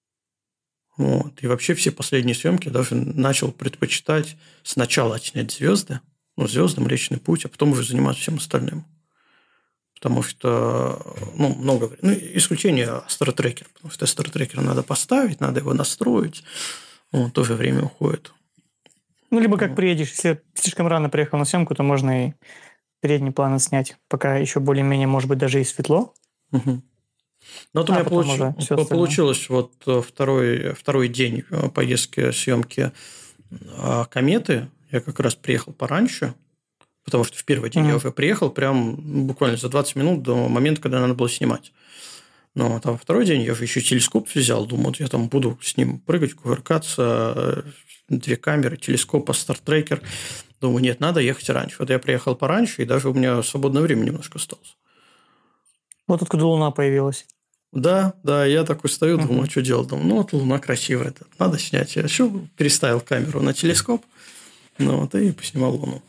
Вот. И вообще все последние съемки я даже начал предпочитать сначала отснять звезды, звезды, Млечный путь, а потом уже заниматься всем остальным. Потому что много времени. Исключение астротрекера, потому что астротрекер надо поставить, надо его настроить. Тоже время уходит. Либо как приедешь, если слишком рано приехал на съемку, то можно и передний план снять, пока еще более-менее, может быть, даже и светло. Угу. У меня получилось вот второй день поездки съемки кометы. Я как раз приехал пораньше, потому что в первый день я уже приехал прям буквально за 20 минут до момента, когда надо было снимать. Но там второй день я же еще телескоп взял, думаю, я там буду с ним прыгать, кувыркаться, 2 камеры, телескоп, стартрекер. Думаю, нет, надо ехать раньше. Вот я приехал пораньше, и даже у меня свободное время немножко осталось. Вот откуда Луна появилась. Да, я такой стою, думаю, что делать? Думаю, Луна красивая, надо снять. Я еще переставил камеру на телескоп, и поснимал Луну.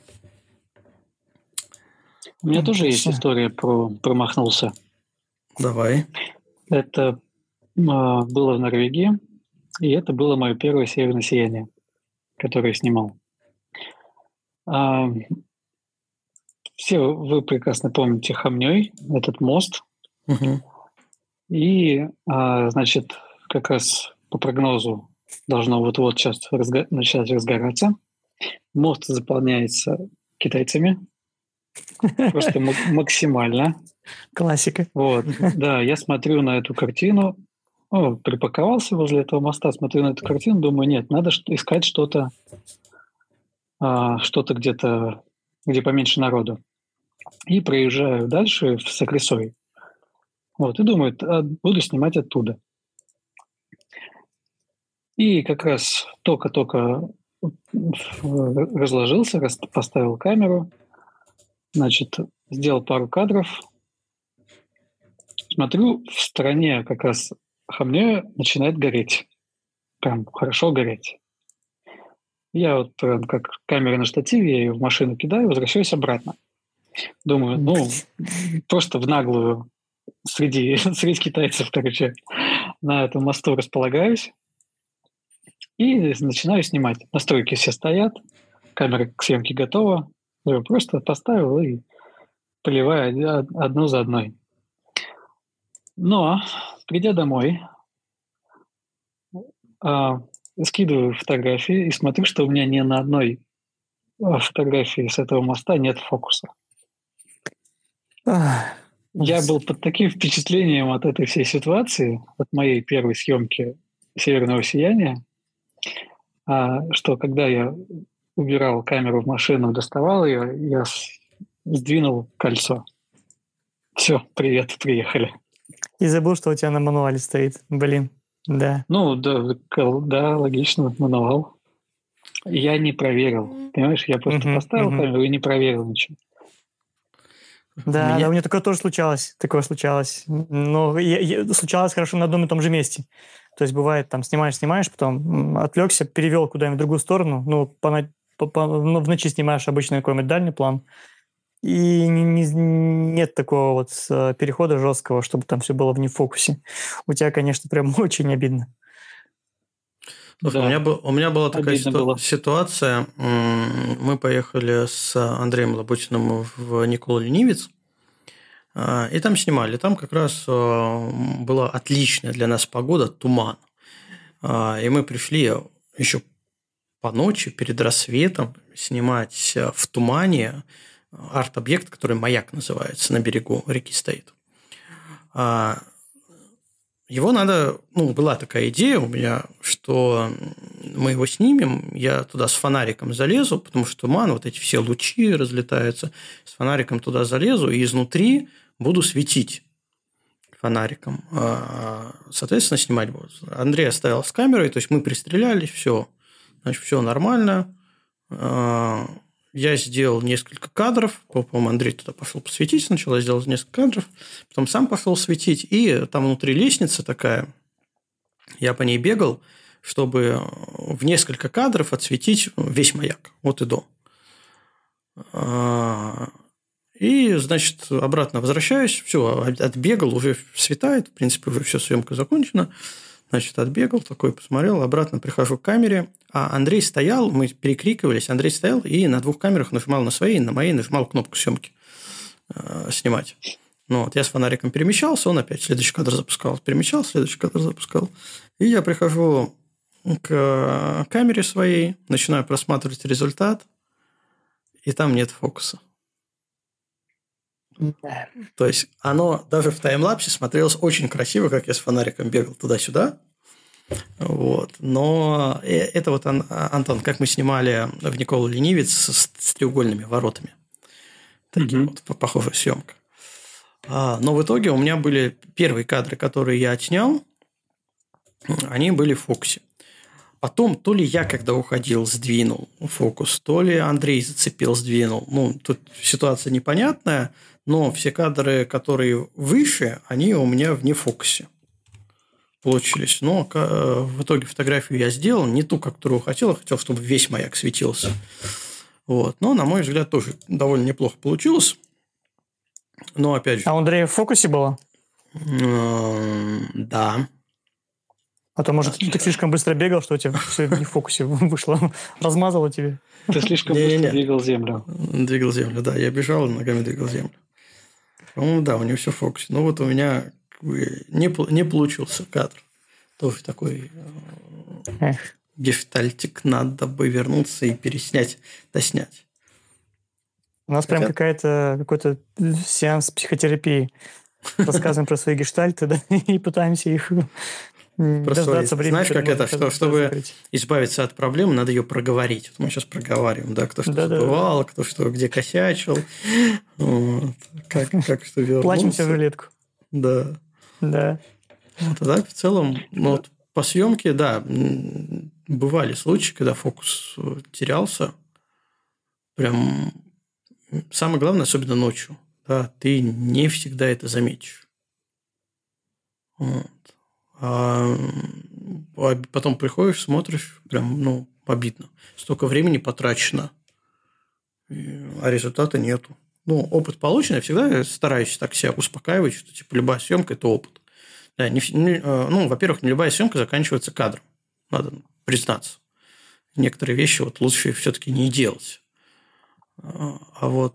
У меня тоже есть история про промахнулся. Давай. Это было в Норвегии, и это было мое первое северное сияние, которое я снимал. Все вы прекрасно помните Хамнёй, этот мост. И, значит, как раз по прогнозу должно вот-вот сейчас начать разгораться. Мост заполняется китайцами. Просто максимально. Классика. Вот, да, я смотрю на эту картину, припарковался возле этого моста, смотрю на эту картину, думаю, нет, надо искать что-то где-то, где поменьше народу. И проезжаю дальше с Акрисой. Вот, и думаю, буду снимать оттуда. И как раз только разложился, поставил камеру, значит, сделал пару кадров. Смотрю, в стороне как раз Хамнёй начинает гореть. Прям хорошо гореть. Я вот прям как камера на штативе, я ее в машину кидаю, возвращаюсь обратно. Думаю, просто в наглую среди китайцев, короче, на этом мосту располагаюсь и начинаю снимать. Настройки все стоят, камера к съемке готова. Я просто поставил и поливаю одну за одной. Но, придя домой, скидываю фотографии и смотрю, что у меня ни на одной фотографии с этого моста нет фокуса. Я был под таким впечатлением от этой всей ситуации, от моей первой съемки «Северного сияния», что когда я убирал камеру в машину, доставал ее, я сдвинул кольцо. Все, привет, приехали. И забыл, что у тебя на мануале стоит. Блин, да. Ну, да, логично, мануал. Я не проверил, понимаешь? Я просто поставил камеру и не проверил ничего. Да, у меня такое тоже случалось. Но случалось хорошо на одном и том же месте. То есть бывает, там снимаешь, потом отвлекся, перевел куда-нибудь в другую сторону. В ночи снимаешь обычно какой-нибудь дальний план. И нет такого вот перехода жесткого, чтобы там все было вне фокусе. У тебя, конечно, прям очень обидно. Слушай, да. у меня была такая ситуация. Мы поехали с Андреем Лоботиным в Никола-Ленивец, и там снимали. Там как раз была отличная для нас погода, туман. И мы пришли еще по ночи, перед рассветом, снимать в тумане арт-объект, который «Маяк» называется, на берегу реки стоит. Его надо... была такая идея у меня, что мы его снимем, я туда с фонариком залезу, потому что туман, вот эти все лучи разлетаются, с фонариком туда залезу и изнутри буду светить фонариком. Соответственно, снимать буду. Андрей оставил с камерой, то есть мы пристрелялись, все. Значит, все нормально. Я сделал несколько кадров, по-моему, Андрей туда пошел посветить сначала, я сделал несколько кадров, потом сам пошел светить, и там внутри лестница такая, я по ней бегал, чтобы в несколько кадров отсветить весь маяк, от и до. И, значит, обратно возвращаюсь, все, отбегал, уже светает, в принципе, уже все, съемка закончена. Значит, отбегал, такой посмотрел, обратно прихожу к камере, а Андрей стоял, мы перекрикивались, Андрей стоял и на двух камерах нажимал на своей, на моей нажимал кнопку съемки снимать. Я с фонариком перемещался, он опять следующий кадр запускал, перемещал, следующий кадр запускал. И я прихожу к камере своей, начинаю просматривать результат, и там нет фокуса. То есть оно даже в таймлапсе смотрелось очень красиво, как я с фонариком бегал туда-сюда. Вот. Но это вот, Антон, как мы снимали в Никола-Ленивец с треугольными воротами. Такие вот похожая съемка. Но в итоге у меня были первые кадры, которые я отснял, они были в фокусе. Потом то ли я, когда уходил, сдвинул фокус, то ли Андрей зацепил, сдвинул. Тут ситуация непонятная, но все кадры, которые выше, они у меня вне фокусе получились. Но в итоге фотографию я сделал, не ту, которую хотел, чтобы весь маяк светился. Вот. Но, на мой взгляд, тоже довольно неплохо получилось. Но, опять же... А у Андрея в фокусе было? Да. А то, может, ты слишком быстро бегал, что у тебя все не в фокусе вышло, размазало тебе. Ты слишком быстро двигал землю. Двигал землю, да. Я бежал, ногами двигал землю. По-моему, да, у него все в фокусе. Но вот у меня не получился кадр. Тоже такой гештальтик. Надо бы вернуться и переснять, доснять. У нас прям какой-то сеанс психотерапии. Рассказываем про свои гештальты, да, и пытаемся их дождаться времени. Знаешь, как это? Чтобы избавиться от проблемы, надо ее проговорить. Вот мы сейчас проговариваем, да, кто что забывал, кто что где косячил, как что вернулся. Плачемся в жилетку. Да. Да. Вот, а так, в целом, вот по съемке, да, бывали случаи, когда фокус терялся. Прям самое главное, особенно ночью, да, ты не всегда это заметишь. Вот. А потом приходишь, смотришь, прям, обидно. Столько времени потрачено, а результата нету. Опыт получен, я всегда стараюсь так себя успокаивать, что типа любая съемка – это опыт. Да, во-первых, не любая съемка заканчивается кадром, надо признаться. Некоторые вещи лучше все-таки не делать. А вот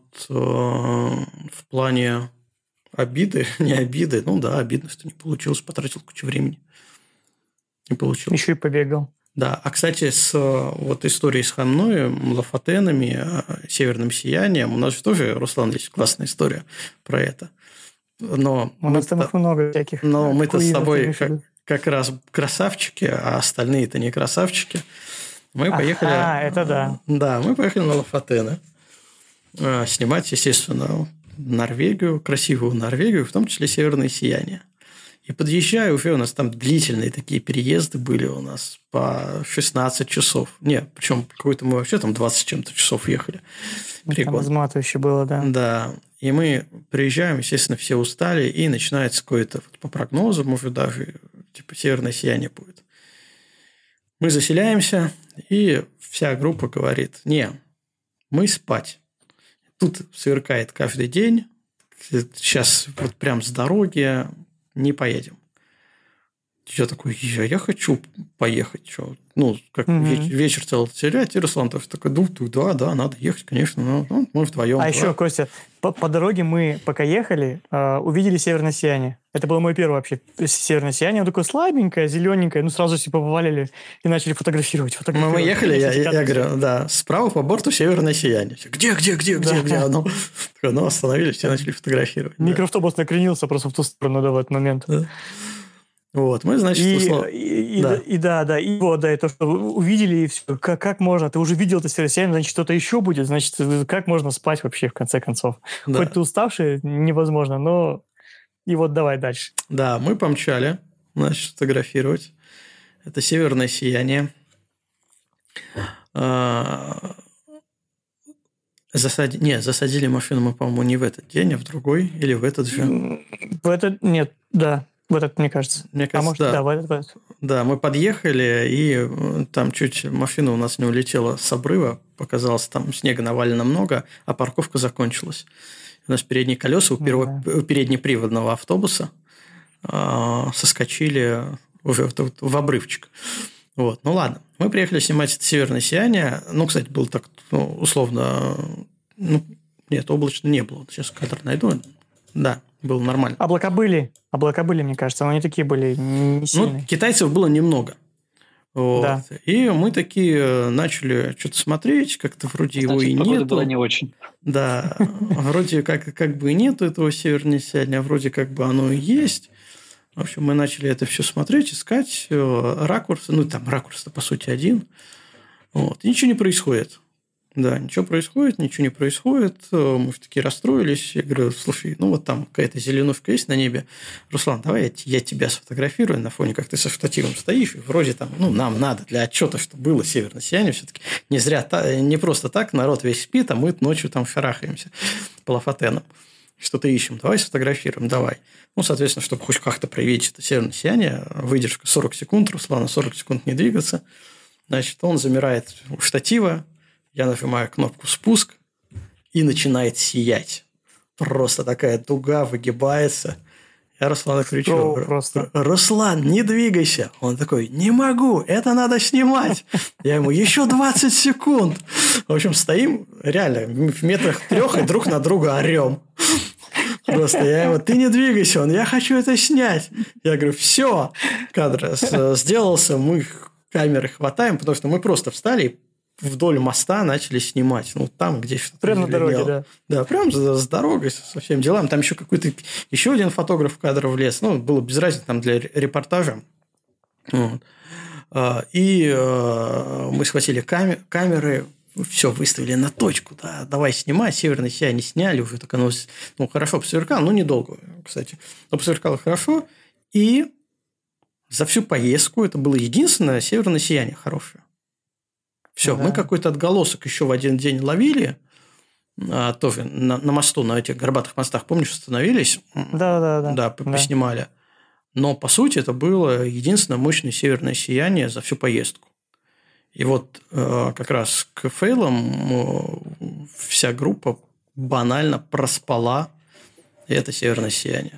в плане обиды, не обиды, обидно, что не получилось, потратил кучу времени. Не получилось. Еще и побегал. Да, а, кстати, с историей с Ханоем, Лафатенами, Северным сиянием, у нас же тоже, Руслан, есть классная история про это. Но у нас там их много всяких. Но мы-то с тобой как раз красавчики, а остальные-то не красавчики. Мы поехали... это да. Да, мы поехали на Лафатены. Снимать, естественно, Норвегию, красивую Норвегию, в том числе Северное сияние. И подъезжаю, уже у нас там длительные такие переезды были у нас по 16 часов. Причем какой-то мы вообще там 20 с чем-то часов ехали. Там изматывающе было, да. Да. И мы приезжаем, естественно, все устали, и начинается какое-то, по прогнозу, может, даже типа Северное сияние будет. Мы заселяемся, и вся группа говорит: не, мы спать. Тут сверкает каждый день. Сейчас вот прям с дороги не поедем. Я такой: я хочу поехать. Что? Как вечер целый терять. И Руслан тоже такой: да, надо ехать, конечно. Мы вдвоем. Еще, Костя, по дороге мы, пока ехали, увидели Северное сияние. Это было мое первое вообще Северное сияние. Оно такое слабенькое, зелененькое. Сразу все повалили и начали фотографировать. Мы ехали, я говорю, да, справа по борту Северное сияние. Где? Оно остановились, все начали фотографировать. Микроавтобус накренился просто в ту сторону в этот момент. Вот, мы, значит, и то, что увидели, и все. Как можно? Ты уже видел это Северное сияние, значит, что-то еще будет. Значит, как можно спать вообще, в конце концов? Да. Хоть ты уставший, невозможно, но и вот давай дальше. Да, мы помчали, значит, фотографировать. Это Северное сияние. Засадили машину мы, по-моему, не в этот день, а в другой, или в этот же. В этот, нет, да. В этот, мне кажется. Да. В этот. Да, мы подъехали, и там чуть машина у нас не улетела с обрыва. Показалось, там снега навалено много, а парковка закончилась. У нас передние колеса у переднеприводного автобуса соскочили уже в обрывчик. Вот. Ладно. Мы приехали снимать это Северное сияние. Кстати, было так условно... нет, облачно не было. Сейчас кадр найду. Да, было нормально. Облака были, мне кажется, но они такие были не сильные. Китайцев было немного. Вот. Да. И мы такие начали что-то смотреть, как-то вроде его и нету. Погода была не очень. Да, вроде как бы и нету этого Северного сияния, а вроде как бы оно и есть. В общем, мы начали это все смотреть, искать ракурсы. Там ракурс-то, по сути, один. Вот. И ничего не происходит. Да, ничего не происходит. Мы такие расстроились. Я говорю: слушай, там какая-то зеленушка есть на небе. Руслан, давай я тебя сфотографирую на фоне, как ты со штативом стоишь. И вроде там, нам надо для отчета, чтобы было Северное сияние. Все-таки не зря, не просто так народ весь спит, а мы ночью там шарахаемся по Лафатенам. Что-то ищем. Давай сфотографируем, давай. Соответственно, чтобы хоть как-то проявить это Северное сияние, выдержка 40 секунд, Руслана 40 секунд не двигаться. Значит, он замирает у штатива. Я нажимаю кнопку «Спуск», и начинает сиять. Просто такая дуга выгибается. Я Руслану кричу: Руслан, не двигайся. Он такой: не могу, это надо снимать. Я ему: еще 20 секунд. В общем, стоим реально в метрах 3 и друг на друга орем. Просто я ему: ты не двигайся. Он: я хочу это снять. Я говорю: все, кадр сделался, мы камеры хватаем, потому что мы просто встали и вдоль моста начали снимать. Ну, там, где что-то прямо на дороге, да. Да, прямо с дорогой, со всеми делами. Там еще один фотограф в кадр влез. Ну, было без разницы там для репортажа. Вот. И мы схватили камеры, все, выставили на точку. Да, давай снимать. Северное сияние сняли уже. Так оно хорошо посверкало. Ну, недолго, кстати. Но посверкало хорошо. И за всю поездку это было единственное северное сияние хорошее. Все, да. Мы какой-то отголосок еще в один день ловили, тоже на мосту, на этих горбатых мостах, помнишь, остановились? Да, поснимали. Но, по сути, это было единственное мощное северное сияние за всю поездку. И вот как раз к фейлам вся группа банально проспала это северное сияние.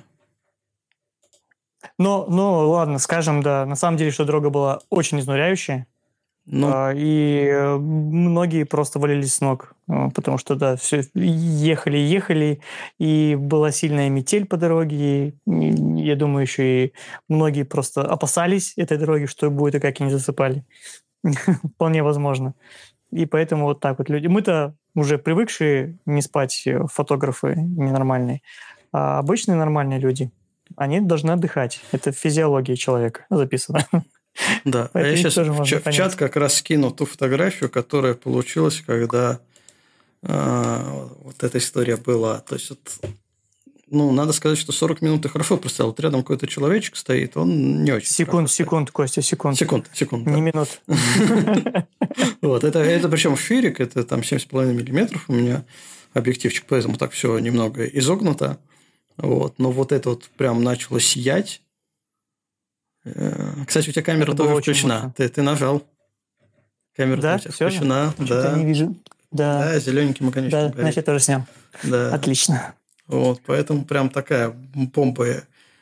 Ну, ладно, скажем, да, на самом деле, что дорога была очень изнуряющая. И многие просто валились с ног, потому что, да, все ехали, и была сильная метель по дороге, и, я думаю, еще и многие просто опасались этой дороги, что будет и как они засыпали. Вполне возможно. И поэтому вот так вот люди... Мы-то уже привыкшие не спать, фотографы ненормальные, а обычные нормальные люди, они должны отдыхать. Это физиология человека записано. Да, а я сейчас в чат как раз скину ту фотографию, которая получилась, когда вот эта история была. То есть, надо сказать, что 40 минут ты хорошо представил. Вот рядом какой-то человечек стоит, он не очень... Секунд, Костя, секунд. Секунд. Не минут. Вот, это причем ширик, это там 7,5 миллиметров у меня объективчик, поэтому так все немного изогнуто. Вот, но вот это вот прям начало сиять. Кстати, у тебя камера тоже включена. Ты нажал. Камера у тебя включена. Да, не вижу. Да, зелененьким огонечком горит. Да, значит, я тоже снял. Да. Отлично. Вот, поэтому прям такая бомба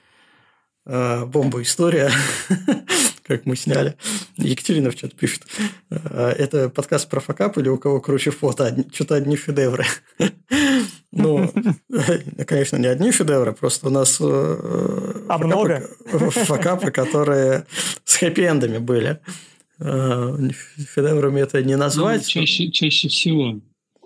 история, как мы сняли. Екатерина в чат пишет: это подкаст про факап или у кого круче фото? Что-то одни шедевры. Ну, конечно, не одни шедевры, просто у нас факапы, которые с хэппи-эндами были. Шедеврами это не назвать. Чаще всего.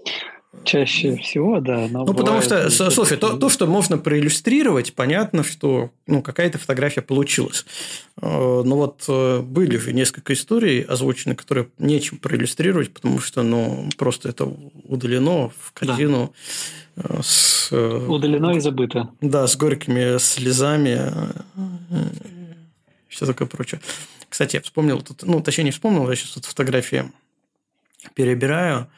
Да. Потому что, слушай, то, что можно проиллюстрировать, понятно, что какая-то фотография получилась. Но вот были же несколько историй озвучены, которые нечем проиллюстрировать, потому что просто это удалено в картину. Да. Удалено и забыто. Да, с горькими слезами. Все такое прочее. Кстати, я вспомнил, точнее не вспомнил, я сейчас тут фотографии перебираю.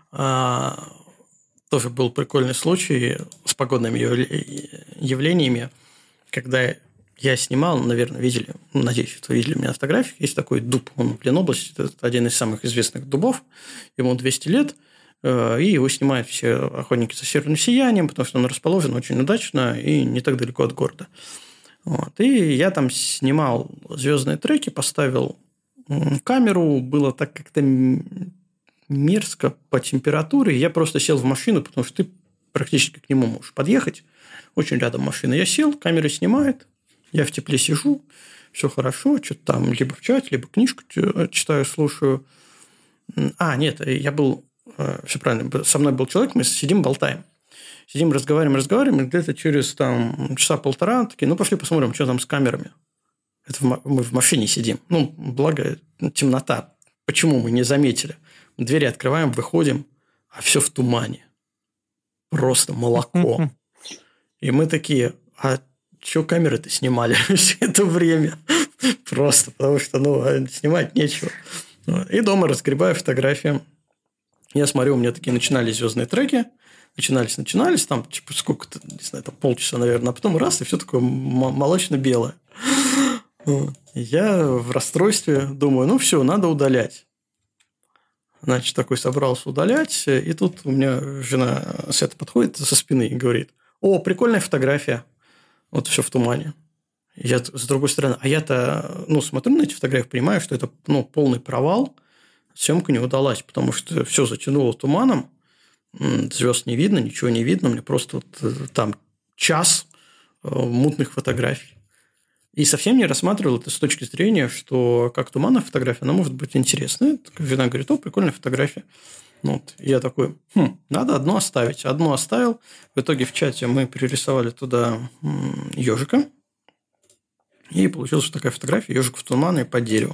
Тоже был прикольный случай с погодными явлениями, когда я снимал, наверное, видели, надеюсь, что видели у меня на фотографиях, есть такой дуб, он в Ленобласти, это один из самых известных дубов, ему 200 лет, и его снимают все охотники за северным сиянием, потому что он расположен очень удачно и не так далеко от города. Вот. И я там снимал звездные треки, поставил камеру, было так как-то мерзко по температуре. Я просто сел в машину, потому что ты практически к нему можешь подъехать. Очень рядом машина. Я сел, камера снимает, я в тепле сижу, все хорошо, что-то там либо в чате, либо книжку читаю, слушаю. Нет, я был... Все правильно. Со мной был человек, мы сидим, болтаем. Сидим, разговариваем, и где-то через часа полтора такие: пошли посмотрим, что там с камерами. Это мы в машине сидим. Благо, темнота. Почему мы не заметили? Двери открываем, выходим, а все в тумане. Просто молоко. И мы такие: а что камеры-то снимали все это время? Просто потому что, снимать нечего. И дома разгребаю фотографии. Я смотрю, у меня такие начинались звездные треки. Начинались, там, сколько-то, не знаю, там полчаса, наверное, а потом раз, и все такое молочно-белое. Я в расстройстве думаю, все, надо удалять. Значит, такой собрался удалять, и тут у меня жена Света подходит со спины и говорит: о, прикольная фотография. Вот все в тумане. Я, с другой стороны, я-то смотрю на эти фотографии, понимаю, что это полный провал. Съемка не удалась, потому что все затянуло туманом. Звезд не видно, ничего не видно. Мне просто там час мутных фотографий. И совсем не рассматривал это с точки зрения, что как туманная фотография, она может быть интересная. Жена говорит, прикольная фотография. Я такой, надо одну оставить. Одну оставил. В итоге в чате мы перерисовали туда ежика. И получилась такая фотография ежик в тумане под деревом.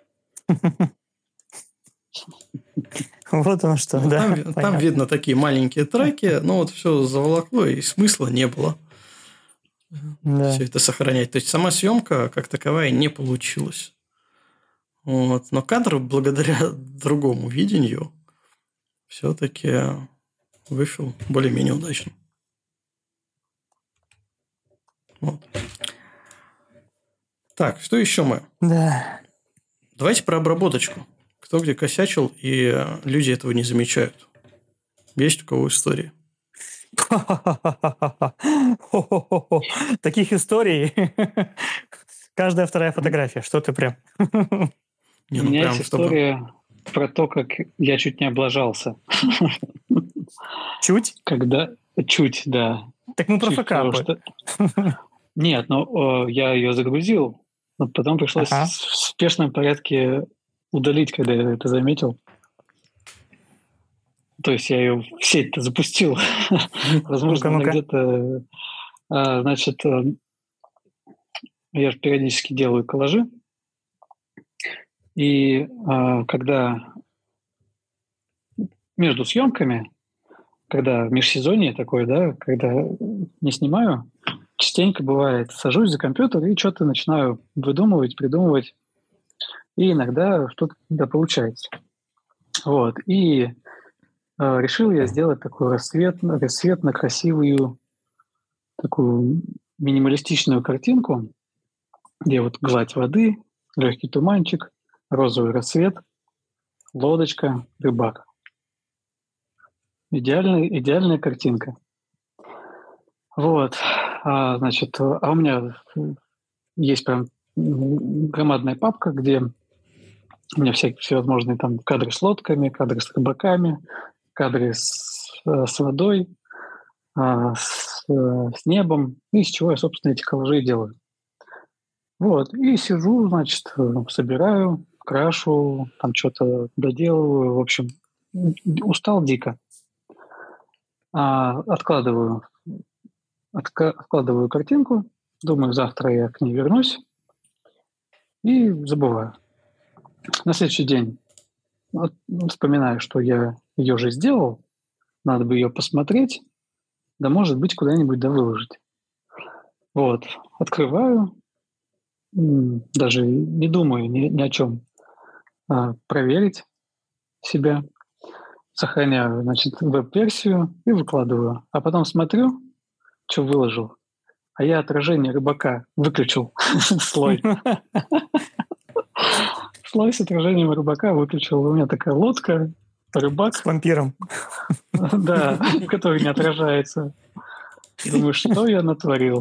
Вот оно что, да. Там видно такие маленькие траки, но все заволокло, и смысла не было все это сохранять. То есть, сама съемка как таковая не получилась. Но кадр, благодаря другому видению, все-таки вышел более-менее удачно. Так, что еще мы? Да. Давайте про обработочку. Кто где косячил, и люди этого не замечают. Есть у кого истории? Таких историй. Каждая вторая фотография. Что ты прям? У меня есть история про то, как я чуть не облажался. Чуть? Чуть, да. Так мы про факапы. Нет, я ее загрузил, но потом пришлось в спешном порядке удалить, когда я это заметил. То есть я ее в сеть-то запустил. Возможно, где-то... Значит, я же периодически делаю коллажи. И когда между съемками, когда в межсезонье такое, да, когда не снимаю, частенько бывает, сажусь за компьютер и что-то начинаю выдумывать, придумывать. И иногда что-то получается. И решил я сделать такой рассветно-красивую, такую минималистичную картинку, где гладь воды, легкий туманчик, розовый рассвет, лодочка, рыбак. Идеальная картинка. Значит, у меня есть прям громадная папка, где у меня всевозможные там кадры с лодками, кадры с рыбаками, кадры с водой, с небом, из чего я, собственно, эти коллажи делаю. И сижу, значит, собираю, крашу, там что-то доделываю, в общем, устал дико. Откладываю картинку, думаю, завтра я к ней вернусь, и забываю. На следующий день вспоминаю, что я ее же сделал, надо бы ее посмотреть, да, может быть, куда-нибудь выложить. Открываю, даже не думаю ни о чем, проверить себя, сохраняю, значит, веб-версию и выкладываю. А потом смотрю, что выложил, а я отражение рыбака выключил слой. Слой с отражением рыбака выключил. У меня такая лодка, рыбак. С вампиром. Да, который не отражается. Думаю, что я натворил?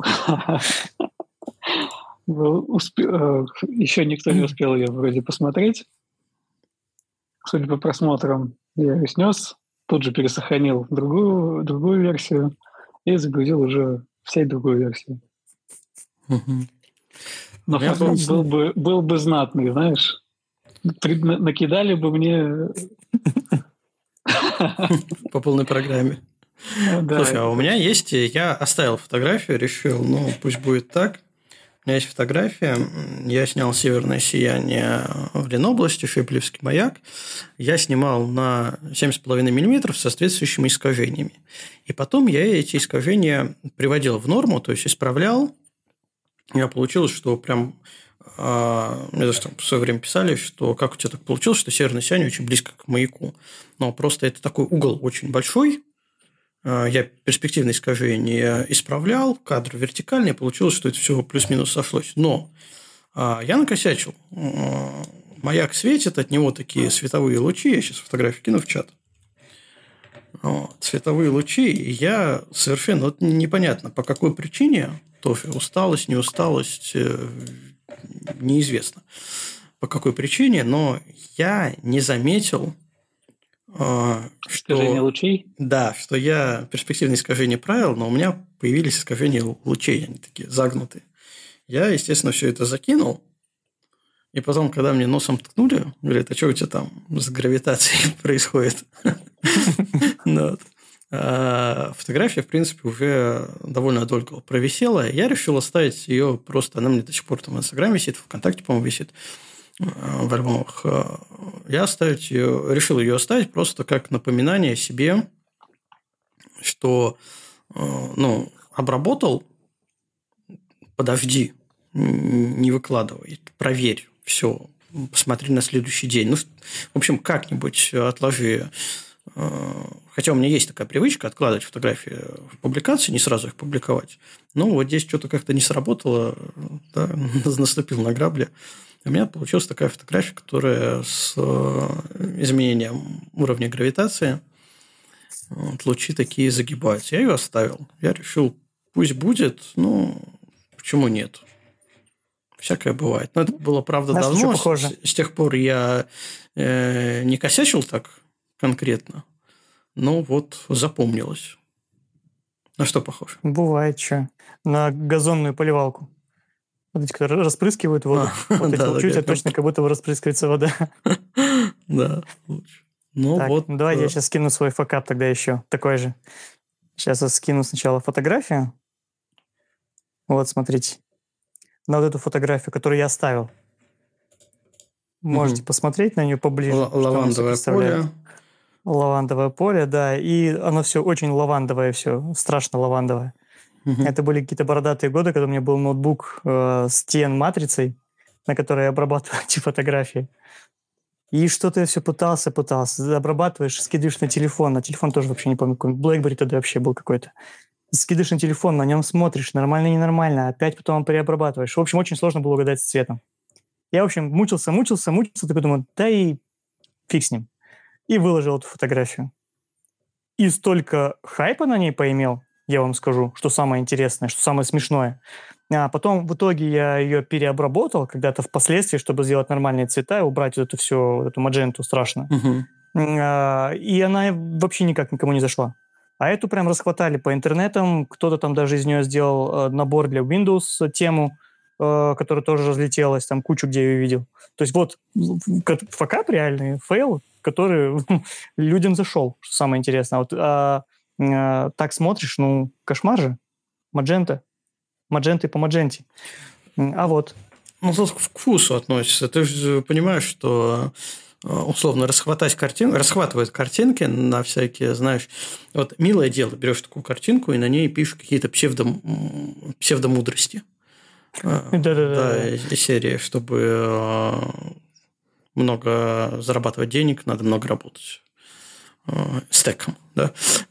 Еще никто не успел ее вроде посмотреть. Судя по просмотрам, я ее снес, тут же пересохранил другую версию и загрузил уже всей другую версию. Но был бы знатный, знаешь. Накидали бы мне... По полной программе. Да, слушай, у меня есть... Я оставил фотографию, решил, пусть будет так. У меня есть фотография. Я снял «Северное сияние» в Ленобласти, Шепелевский маяк. Я снимал на 7,5 мм с соответствующими искажениями. И потом я эти искажения приводил в норму, то есть исправлял. У меня получилось, что прям... Мне даже там в свое время писали, что как у тебя так получилось, что «Северное сияние» очень близко к маяку. Но просто это такой угол очень большой. Я перспективные искажения исправлял, кадр вертикальный, получилось, что это все плюс-минус сошлось. Но я накосячил. Маяк светит, от него такие световые лучи. Я сейчас фотографию кину в чат. Световые лучи, и я совершенно непонятно, по какой причине, тоже усталость, не усталость, неизвестно, по какой причине, но я не заметил, искажение лучей? Да, что я перспективное искажение правил, но у меня появились искажения лучей, они такие загнутые. Я, естественно, все это закинул, и потом, когда мне носом ткнули, говорят, а что у тебя там с гравитацией происходит? Фотография, в принципе, уже довольно долго провисела. Я решил оставить ее просто. Она мне до сих пор там в Инстаграме висит, ВКонтакте, по-моему, висит в альбомах. Я решил ее оставить просто как напоминание себе, что обработал, подожди, не выкладывай, проверь все, посмотри на следующий день. В общем, как-нибудь отложи. Хотя у меня есть такая привычка откладывать фотографии в публикации, не сразу их публиковать. Но вот здесь что-то как-то не сработало, да, наступил на грабли. У меня получилась такая фотография, которая с изменением уровня гравитации, лучи такие загибаются. Я ее оставил. Я решил, пусть будет, почему нет? Всякое бывает. Но это было, правда, давно. С тех пор я не косячил так конкретно, но вот запомнилось. На что похож? Бывает, что. На газонную поливалку. Вот эти, которые распрыскивают воду. Вот эти лучи, у тебя точно как будто бы распрыскивается вода. Да, лучше. Давай я сейчас скину свой факап тогда еще, такой же. Сейчас я скину сначала фотографию. Вот, смотрите. На вот эту фотографию, которую я оставил. Можете посмотреть на нее поближе. Лавандовое поле. Лавандовое поле, да. И оно все очень лавандовое, все страшно лавандовое. Это были какие-то бородатые годы, когда у меня был ноутбук с TN-матрицей, на которой я обрабатывал эти фотографии. И что-то я все пытался. Обрабатываешь, скидываешь на телефон. На телефон тоже вообще не помню, какой BlackBerry тогда вообще был какой-то. Скидываешь на телефон, на нем смотришь, нормально, ненормально, опять потом переобрабатываешь. В общем, очень сложно было угадать с цветом. Я, в общем, мучился, такой думаю, да и фиг с ним. И выложил эту фотографию. И столько хайпа на ней поимел, я вам скажу, что самое интересное, что самое смешное. А потом в итоге я ее переобработал когда-то впоследствии, чтобы сделать нормальные цвета и убрать эту мадженту страшную. И она вообще никак никому не зашла. А эту прям расхватали по интернетам. Кто-то там даже из нее сделал набор для Windows, тему, которая тоже разлетелась, там кучу где я ее видел. То есть вот факап реальный, фейл, который людям зашел, что самое интересное. Вот так смотришь, кошмар же. Мадженты по мадженте. А вот. Тут к вкусу относится. Ты же понимаешь, что условно расхватывают картинки на всякие, знаешь, вот милое дело, берешь такую картинку и на ней пишешь какие-то псевдомудрости. Да, серии, чтобы много зарабатывать денег, надо много работать. Стеком, да.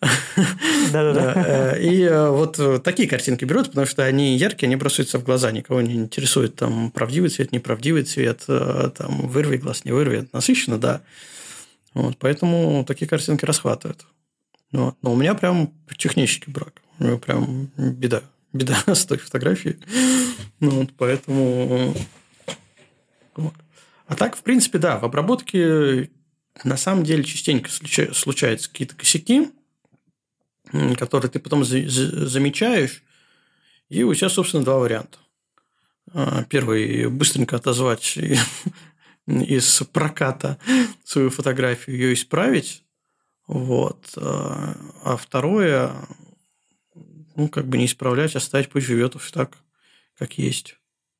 Да. И вот такие картинки берут, потому что они яркие, они бросаются в глаза, никого не интересует там правдивый цвет, неправдивый цвет, там вырви глаз, не вырви, насыщенно, да. Вот, поэтому такие картинки расхватывают. Но у меня прям технический брак, у меня прям беда с той фотографией. Поэтому... Вот. А так, в принципе, да, в обработке на самом деле частенько случаются какие-то косяки, которые ты потом замечаешь, и у тебя, собственно, два варианта. Первый – быстренько отозвать из проката свою фотографию, ее исправить. Вот. А второе – не исправлять, оставить, пусть живет уж так, как есть.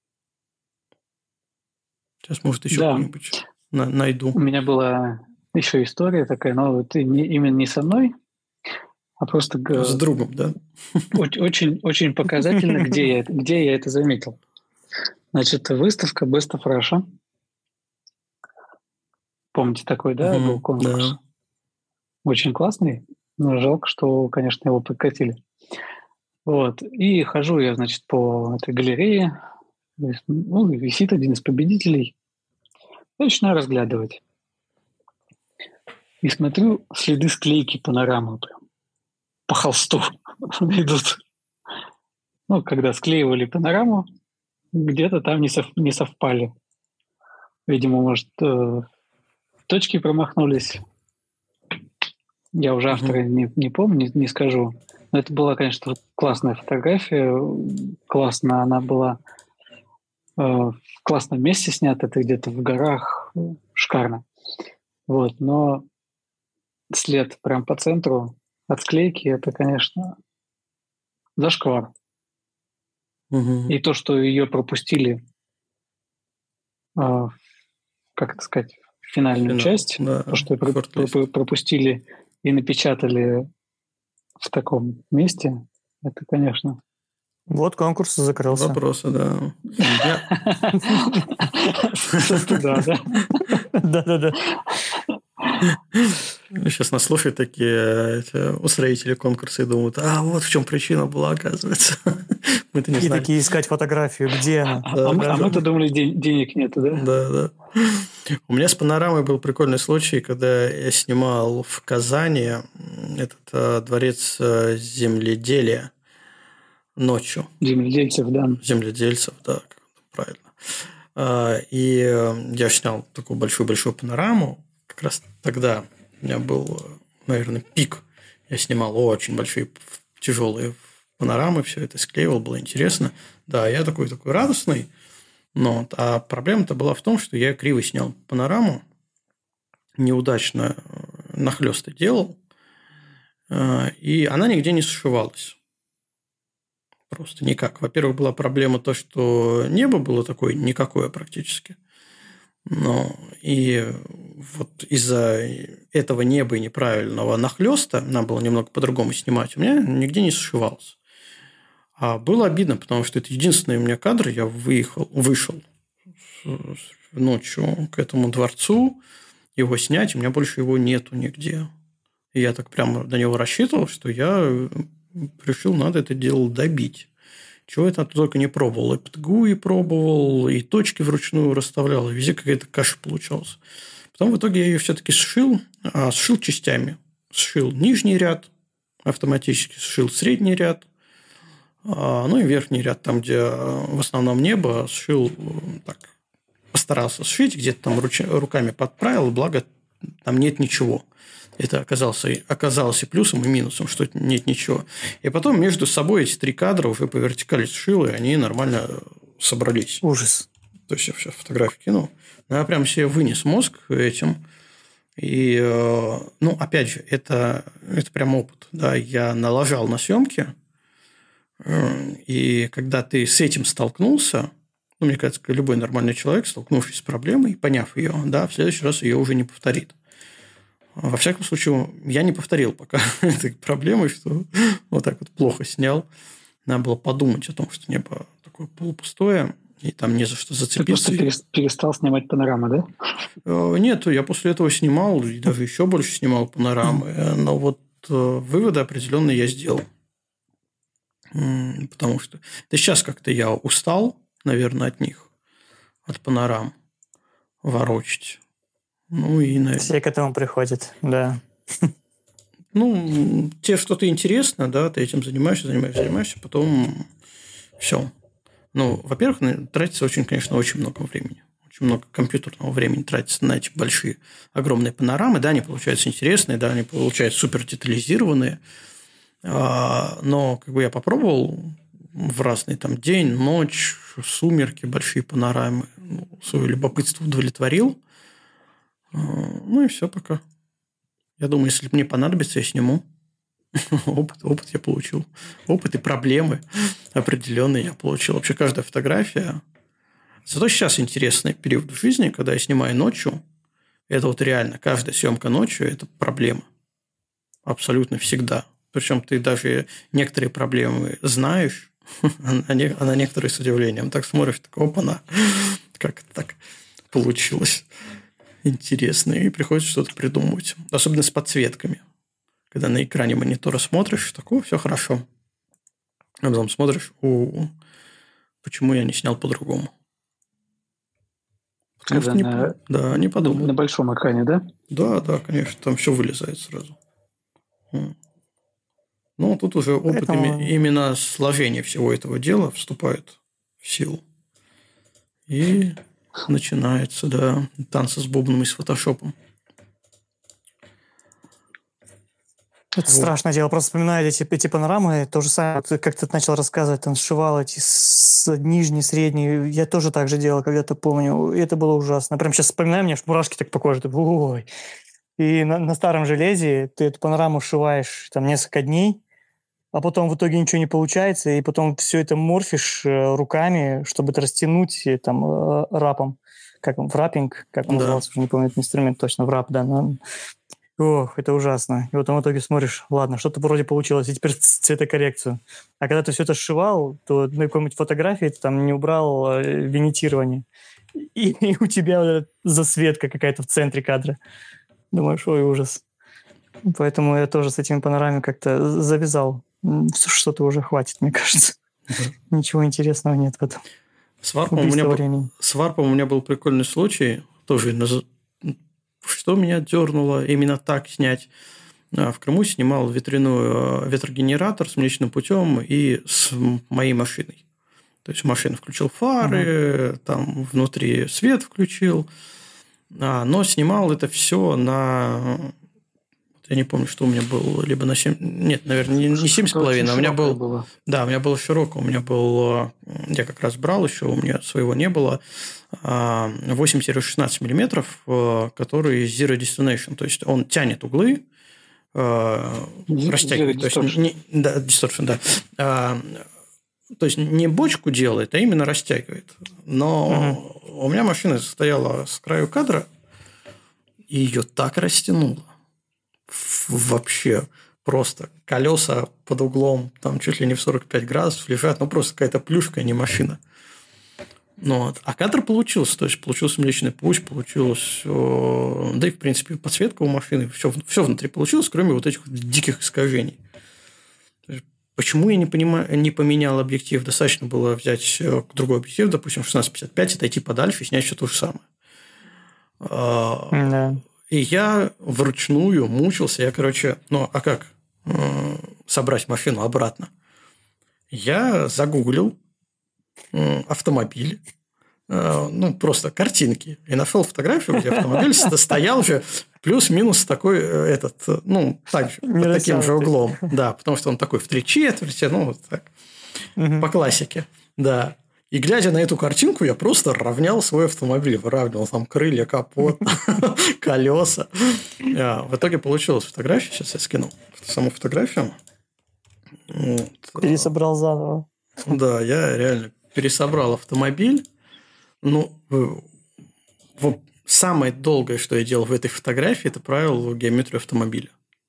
Сейчас, может, еще какую-нибудь найду. У меня была еще история такая, но это именно не со мной, а просто... С другом, да? Очень, очень показательно, где я это заметил. Значит, выставка Best of Russia. Помните такой, да, был конкурс? Да. Очень классный, но жалко, что, конечно, его прекратили. Вот. И хожу я, значит, по этой галерее. Висит один из победителей. Я начинаю разглядывать. и смотрю, следы склейки панорамы прям по холсту идут. Ну, когда склеивали панораму, где-то там не совпали. Видимо, может, точки промахнулись. Я уже автора не помню, не скажу. Но это была, конечно, классная фотография. Классно она была в классном месте снята. Это где-то в горах. Шикарно. Вот. Но след прям по центру от склейки, это, конечно, зашквар. И то, что ее пропустили, как это сказать, финальную часть, да, то, что пропустили и напечатали в таком месте, это, конечно... Вот конкурс закрылся. Вопросы, да. Да. Сейчас нас слушают такие устроители конкурса и думают, вот в чем причина была, оказывается. Мы-то не знали. И такие искать фотографию, где она. А мы-то думали, денег нету, да? Да. У меня с панорамой был прикольный случай, когда я снимал в Казани этот дворец земледелия ночью. Земледельцев, да, правильно. И я снял такую большую-большую панораму. Как раз тогда у меня был, наверное, пик. Я снимал очень большие, тяжелые панорамы, все это склеивал, было интересно. Да, я такой радостный. А проблема-то была в том, что я криво снял панораму, неудачно нахлёсты делал, и она нигде не сшивалась. Просто никак. Во-первых, была проблема то, что небо было такое никакое практически. И вот из-за этого неба и неправильного нахлёста, надо было немного по-другому снимать, у меня нигде не сшивалось. А было обидно, потому что это единственный у меня кадр. Я вышел ночью к этому дворцу, его снять, у меня больше его нету нигде. И я так прямо на него рассчитывал, что я решил, надо это дело добить. Чего я там только не пробовал. И ПТГУ пробовал, и точки вручную расставлял, и везде какая-то каша получалась. Потом в итоге я ее все-таки сшил частями. Сшил нижний ряд автоматически, сшил средний ряд, и верхний ряд, там, где в основном небо, сшил так. Постарался сшить, где-то там руками подправил, благо там нет ничего. Это оказалось и плюсом, и минусом, что нет ничего. И потом между собой эти три кадра уже по вертикали сшил, и они нормально собрались. Ужас. То есть я сейчас фотографии кинул. Но я прям себе вынес мозг этим. И, опять же, это прям опыт. Да? Я налажал на съемки, и когда ты с этим столкнулся, мне кажется, любой нормальный человек, столкнувшись с проблемой, поняв ее, да, в следующий раз ее уже не повторит. Во всяком случае, я не повторил пока этой проблемой, что вот так вот плохо снял. Надо было подумать о том, что небо такое полупустое, и там не за что зацепиться. Ты просто перестал снимать панорамы, да? Нет, я после этого снимал, и даже еще больше снимал панорамы. Но вот выводы определенные я сделал. Потому что сейчас как-то я устал, наверное, от них, от панорам ворочать. Все к этому приходят, да. Тебе что-то интересно, да, ты этим занимаешься, потом все. Во-первых, тратится конечно, очень много времени. Очень много компьютерного времени тратится на эти большие, огромные панорамы. Да, они получаются интересные, да, они получаются супер детализированные. Но я попробовал в разный там день, ночь, сумерки, большие панорамы. Свое любопытство удовлетворил. И все пока. Я думаю, если мне понадобится, я сниму. Опыт я получил. Опыт и проблемы определенные я получил. Вообще каждая фотография. Зато сейчас интересный период в жизни, когда я снимаю ночью. Это вот реально, каждая съемка ночью – это проблема. Абсолютно всегда. Причем ты даже некоторые проблемы знаешь, а на некоторые с удивлением. Так смотришь, так опа-на, как это так получилось. Интересно. И приходится что-то придумывать. Особенно с подсветками. Когда на экране монитора смотришь, такое все хорошо. А потом смотришь, почему я не снял по-другому? Когда не подумал. На большом экране, да? Да, конечно, там все вылезает сразу. Ну, тут уже опыт именно сложения всего этого дела вступает в силу. И начинается, танцы с бубном и с фотошопом. Это страшное дело. Просто вспоминаю эти панорамы. То же самое, как ты начал рассказывать, там сшивал эти нижние, средние. Я тоже так же делал, когда-то помню. И это было ужасно. Прям сейчас вспоминаю, мне аж мурашки так по коже. Ой. И на старом железе ты эту панораму сшиваешь там несколько дней, а потом в итоге ничего не получается, и потом все это морфишь руками, чтобы это растянуть там рапом. Как он, враппинг, как он назывался, уже не помню этот инструмент точно, врап, да. Ох, это ужасно. И вот в итоге смотришь, ладно, что-то вроде получилось, и теперь цветокоррекцию. А когда ты все это сшивал, то на какой-нибудь фотографии ты там не убрал винитирование. И у тебя засветка какая-то в центре кадра. Думаешь, ой, ужас. Поэтому я тоже с этими панорамами как-то завязал. Что-то уже хватит, мне кажется. Ничего интересного нет в этом. С варпом у меня был прикольный случай. Тоже что меня дернуло именно так снять. В Крыму снимал ветрогенератор с Млечным Путем и с моей машиной. То есть машина включил фары, там внутри свет включил, но снимал это все на... Я не помню, что у меня было, либо на 7... Нет, наверное, не 7,5, у меня был... Да, у меня было широко, у меня был... Я как раз брал еще, у меня своего не было, 8-16 миллиметров, который Zero Destination, то есть он тянет углы, растягивает. Distortion, да. То есть не бочку делает, а именно растягивает. Но у меня машина стояла с краю кадра, и ее так растянуло. Вообще просто колеса под углом, там чуть ли не в 45 градусов лежат, просто какая-то плюшка, а не машина. А кадр получился, то есть получился Млечный Путь, получилось, да и в принципе подсветка у машины, все внутри получилось, кроме вот этих диких искажений. Почему я не поменял объектив? Достаточно было взять другой объектив, допустим, 16-55, отойти подальше и снять все то же самое. Да. И я вручную мучился. Я, а как собрать машину обратно? Я загуглил автомобиль, просто картинки. И нашел фотографию, где автомобиль стоял же плюс-минус такой, под таким же углом. Да, потому что он такой в 3/4, так, по классике. Да. И, глядя на эту картинку, я просто равнял свой автомобиль. Выравнивал там крылья, капот, колеса. В итоге получилась фотография. Сейчас я скину саму фотографию. Пересобрал заново. Да, я реально пересобрал автомобиль. Самое долгое, что я делал в этой фотографии, это правил геометрию автомобиля.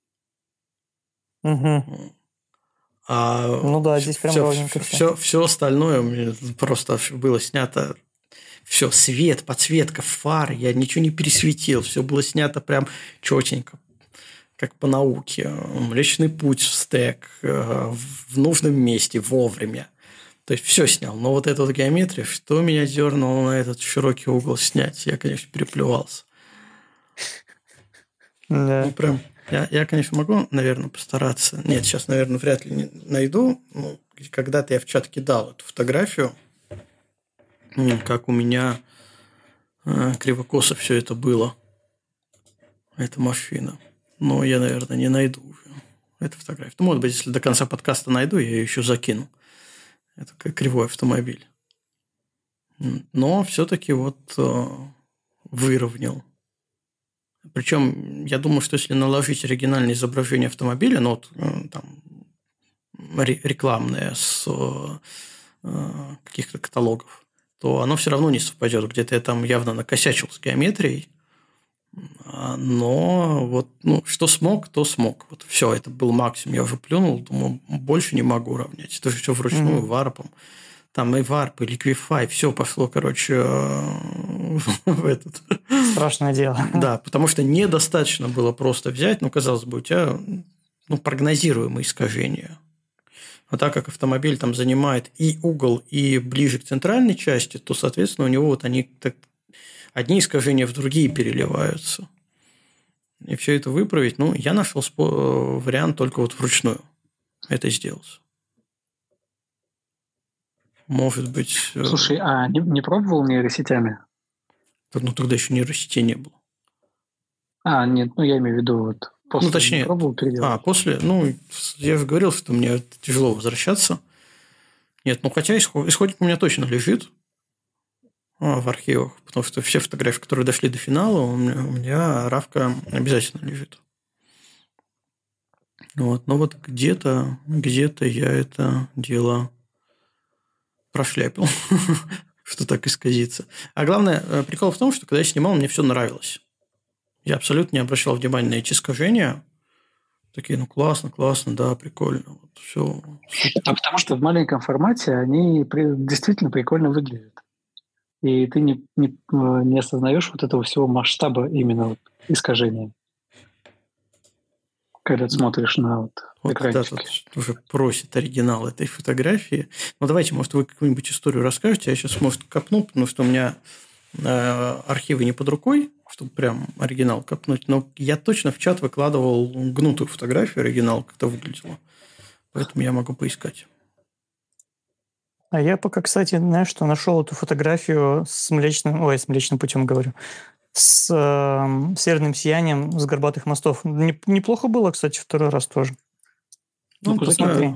Здесь прям ровненько. Все остальное у меня просто было снято. Все, свет, подсветка, фар, я ничего не пересветил. Все было снято прям четенько, как по науке. Млечный Путь в стек, в нужном месте, вовремя. То есть, все снял. Но вот эта геометрия, что меня дернуло на этот широкий угол снять, я, конечно, переплевался. Да. Прям... Я, конечно, могу, наверное, постараться. Нет, сейчас, наверное, вряд ли не найду. Когда-то я в чат кидал эту фотографию, как у меня криво-косо все это было. Эта машина. Но я, наверное, не найду уже эту фотографию. Может быть, если до конца подкаста найду, я ее еще закину. Это как кривой автомобиль. Но все-таки выровнял. Причем, я думаю, что если наложить оригинальное изображение автомобиля, рекламное с каких-то каталогов, то оно все равно не совпадет. Где-то я там явно накосячил с геометрией. Но что смог, то смог. Все, это был максимум. Я уже плюнул, думаю, больше не могу уравнять. Это же все вручную, варпом. Там и варп, и ликвифай, все пошло, в этот... Страшное дело. Да, потому что недостаточно было просто взять, казалось бы, у тебя прогнозируемые искажения. А так как автомобиль там занимает и угол, и ближе к центральной части, то, соответственно, у него они одни искажения в другие переливаются. И все это выправить, я нашел вариант только вот вручную это сделать. Может быть... Слушай, а не пробовал нейросетями? Тогда еще нейросетей не было. Нет, я имею в виду вот после. Точнее, не пробовал переделать? После, я же говорил, что мне тяжело возвращаться. Нет, хотя исходник у меня точно лежит в архивах, потому что все фотографии, которые дошли до финала, у меня равка обязательно лежит. Но где-то я это дело прошляпил, что так исказится. А главное, прикол в том, что когда я снимал, мне все нравилось. Я абсолютно не обращал внимания на эти искажения. Такие, классно, да, прикольно. Вот, все. Потому что в маленьком формате они действительно прикольно выглядят. И ты не осознаешь вот этого всего масштаба именно искажения. Когда ты смотришь на экранчики. Тут уже просит оригинал этой фотографии. Давайте, может, вы какую-нибудь историю расскажете. Я сейчас, может, копну, потому что у меня архивы не под рукой, чтобы прям оригинал копнуть. Но я точно в чат выкладывал гнутую фотографию, оригинал, как это выглядело. Поэтому я могу поискать. А я пока, кстати, знаешь, что нашел эту фотографию с Млечным путем, говорю, с северным сиянием с горбатых мостов. Неплохо было, кстати, второй раз тоже. Посмотри.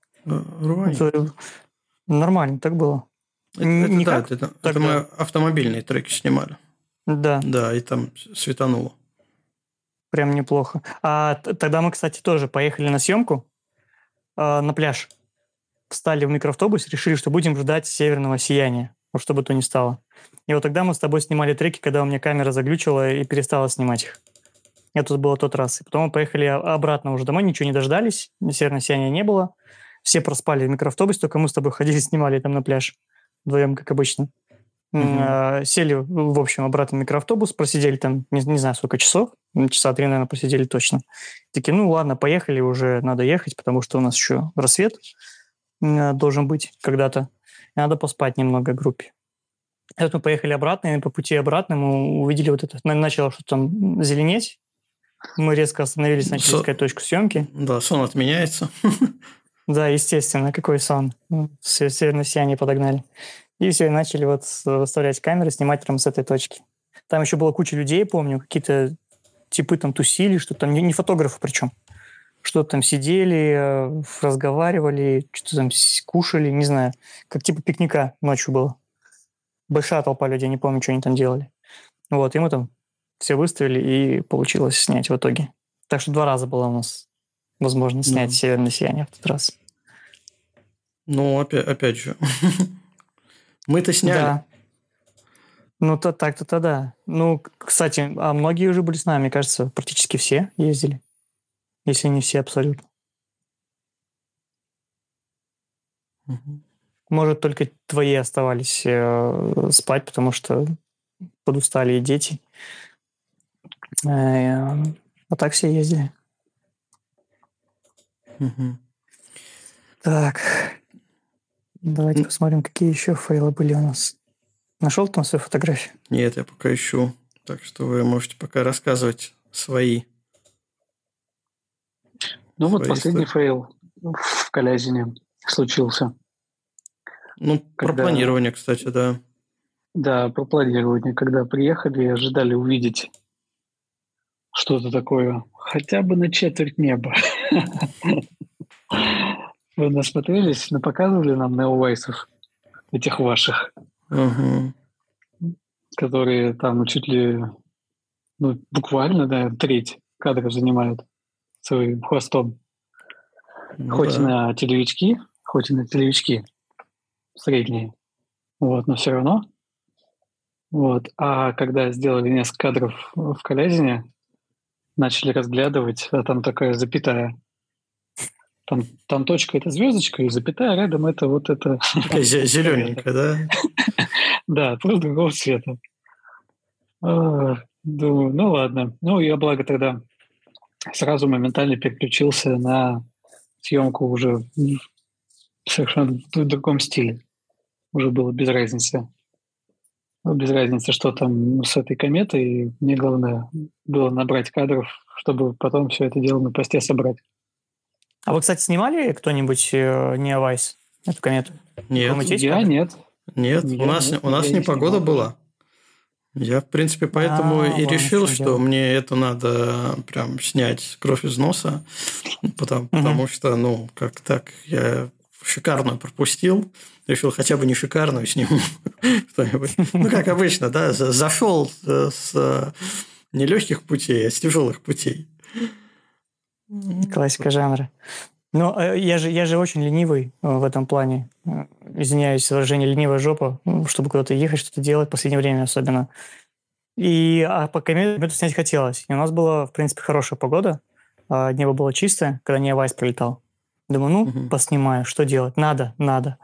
Нормально так было. Это мы автомобильные треки снимали. Да. Да, и там светануло. Прям неплохо. А тогда мы, кстати, тоже поехали на съемку на пляж. Встали в микроавтобус, решили, что будем ждать северного сияния, что бы то ни стало. И вот тогда мы с тобой снимали треки, когда у меня камера заглючила и перестала снимать их. Это было тот раз. И потом мы поехали обратно уже домой, ничего не дождались, северного сияния не было. Все проспали в микроавтобусе, только мы с тобой ходили, снимали там на пляж вдвоем, как обычно. Сели, в общем, обратно в микроавтобус, просидели там, не знаю, сколько часов, часа 3, наверное, просидели точно. Такие, ладно, поехали, уже надо ехать, потому что у нас еще рассвет должен быть когда-то. Надо поспать немного группе. И вот мы поехали обратно, и по пути обратно мы увидели вот это, начало что-то там зеленеть. Мы резко остановились, начали искать точку съемки. Да, сон отменяется. Да, естественно, какой сон. Северное сияние подогнали. И все, и начали выставлять камеры, снимать прямо с этой точки. Там еще была куча людей, помню, какие-то типы там тусили, что там, не фотографы причем. Что-то там сидели, разговаривали, что-то там кушали, не знаю. Как типа пикника ночью было. Большая толпа людей, не помню, что они там делали. И мы там все выставили, и получилось снять в итоге. Так что 2 раза было у нас возможность снять «Северное сияние» в этот раз. Опять же. Мы-то сняли. Да. Так-то да. Кстати, а многие уже были с нами, мне кажется, практически все ездили. Если не все абсолютно. Может, только твои оставались спать, потому что подустали и дети. А так все ездили. Так. Давайте посмотрим, какие еще фейлы были у нас. Нашел там свою фотографию? Нет, я пока ищу. Так что вы можете пока рассказывать свои. Последний фейл в Калязине случился. Про планирование, кстати, да. Да, про планирование. Когда приехали, ожидали увидеть что-то такое хотя бы на четверть неба. Вы насмотрелись, показывали нам неовайсов, этих ваших, которые там чуть ли, буквально, да, треть кадра занимают своим хвостом. Хоть и на телевички средние, но все равно. А когда сделали несколько кадров в Калязине, начали разглядывать, а там такая запятая. Там точка – это звездочка, и запятая рядом – это вот это… Зелененькая, да? Да, просто другого цвета. Думаю, ладно. Я, благо, тогда сразу моментально переключился на съемку уже в совершенно другом стиле. Уже было без разницы. без разницы, что там с этой кометой. Мне главное было набрать кадров, чтобы потом все это дело на посте собрать. А вы, кстати, снимали кто-нибудь Neowise, эту комету? Нет. Нет. Нет, у нас непогода была. Я, в принципе, поэтому и решил, что мне это надо прям снять кровь из носа, потому что, как так, я шикарную пропустил, решил хотя бы не шикарную сниму что-нибудь. Как обычно, да, зашел с нелегких путей, а с тяжелых путей. Классика жанра. Но я же очень ленивый в этом плане. Извиняюсь, выражение «ленивая жопа», чтобы куда-то ехать, что-то делать в последнее время особенно. А по комету снять хотелось. И у нас была, в принципе, хорошая погода. Небо было чистое, когда Neowise прилетал. Думаю, поснимаю, что делать? Надо.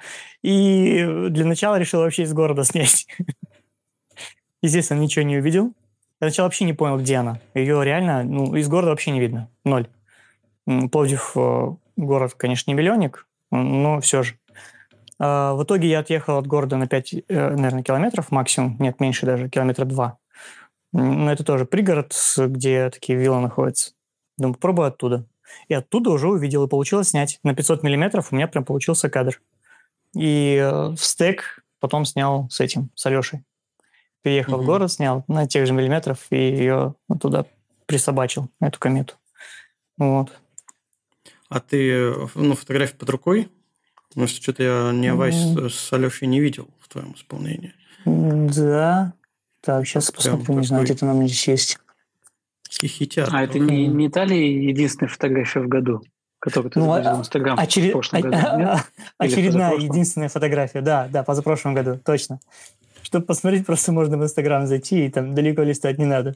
И для начала решил вообще из города снять. Естественно, ничего не увидел. Я сначала вообще не понял, где она. Ее реально, из города вообще не видно. 0. Пловдив город, конечно, не миллионник, но все же. В итоге я отъехал от города на 5, наверное, километров максимум. Нет, меньше даже, 2 километра. Но это тоже пригород, где такие виллы находятся. Думаю, попробую оттуда. И оттуда уже увидел, и получилось снять. На 500 миллиметров у меня прям получился кадр. И в стек потом снял с Алешей. Приехал в город, снял на тех же миллиметров и ее туда присобачил, эту комету. Вот. А ты, фотографии под рукой? Потому что что-то я Neowise с Алешей не видел в твоем исполнении. Да. Так, сейчас посмотрю, не знаю, где-то нам здесь есть. Хихитят. А это не та ли единственная фотография в году, которую ты загрузил в Инстаграм в прошлом году? Очередная, единственная фотография, да, позапрошлом году, точно. Чтобы посмотреть, просто можно в Инстаграм зайти, и там далеко листать не надо.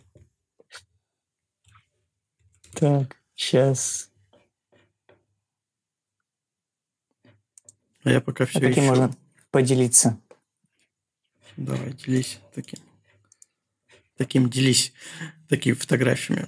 Так, сейчас. А я пока все ищу. Можно поделиться. Давай, делись делись такими фотографиями.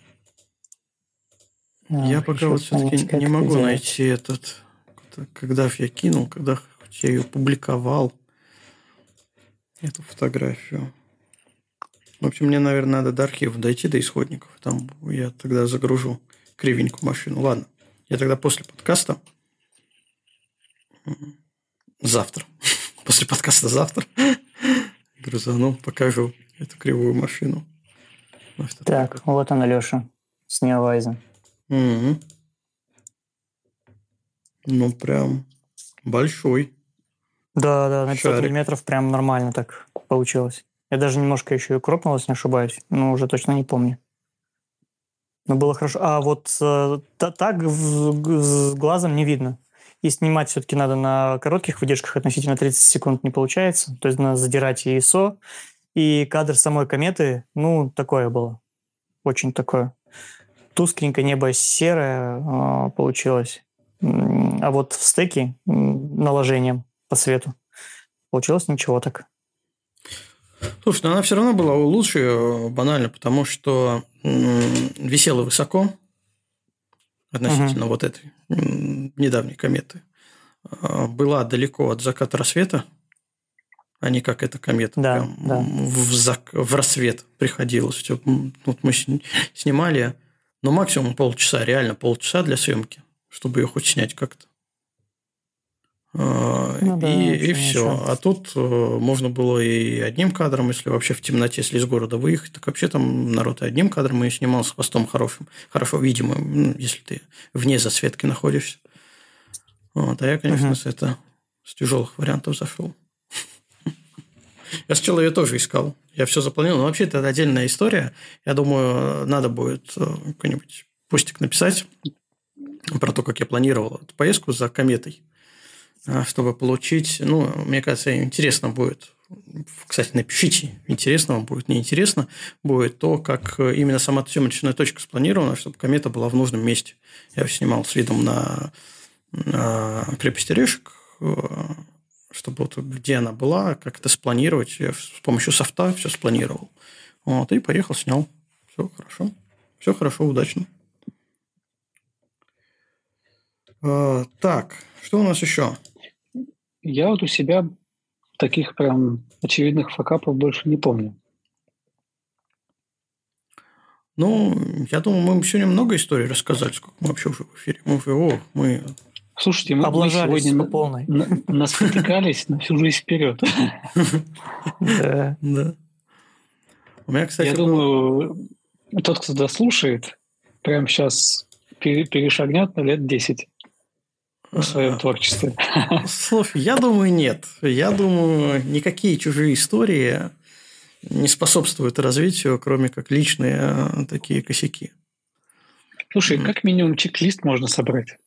Я пока вот все-таки не могу найти этот, когда я кинул, когда я ее публиковал, эту фотографию. В общем, мне, наверное, надо до архива дойти, до исходников. Там я тогда загружу кривенькую машину. Ладно, я тогда после подкаста завтра, после подкаста завтра грузану, покажу эту кривую машину. Так, вот он, Алеша, с Neowise. Прям большой. Да, на 500 миллиметров прям нормально так получилось. Я даже немножко еще и кропнул, если не ошибаюсь, но уже точно не помню. Но было хорошо. А вот так с глазом не видно. И снимать все-таки надо на коротких выдержках, относительно 30 секунд не получается. То есть надо задирать и ISO. И кадр самой кометы, такое было. Очень такое. Тускленько, небо серое получилось. А вот в стеке наложением по свету получилось ничего так. Слушай, она все равно была лучше, банально, потому что висела высоко относительно вот этой недавней кометы. Была далеко от заката рассвета, а не как эта комета прям в рассвет приходилось. Вот мы снимали, максимум полчаса, реально полчаса для съемки, чтобы ее хоть снять как-то. И все. А тут можно было и одним кадром, если вообще в темноте, если из города выехать, так вообще там народ и одним кадром и снимал с хвостом хорошим, хорошо видимым, если ты вне засветки находишься. А я, конечно, с тяжелых вариантов зашел. Я сначала ее тоже искал. Я все запланировал. Но вообще это отдельная история. Я думаю, надо будет какой-нибудь постик написать про то, как я планировал эту поездку за кометой, чтобы получить... мне кажется, интересно будет. Кстати, напишите, интересно вам будет, неинтересно будет то, как именно сама съемочная точка спланирована, чтобы комета была в нужном месте. Я снимал с видом на крепость Орешек, чтобы вот где она была, как это спланировать. Я с помощью софта все спланировал. И поехал, снял. Все хорошо. Все хорошо, удачно. Так, что у нас еще? Я вот у себя таких прям очевидных факапов больше не помню. Ну, я думаю, мы сегодня много историй рассказали, сколько мы вообще уже в эфире. Мы Слушайте, мы сегодня по полной. наспотыкались на всю жизнь вперед. Да. У меня, кстати, я думаю, тот, кто дослушает, прямо сейчас перешагнет на лет 10 в своем творчестве. Слушай, я думаю, нет. Я думаю, никакие чужие истории не способствуют развитию, кроме как личные такие косяки. Слушай, как минимум чек-лист можно собрать?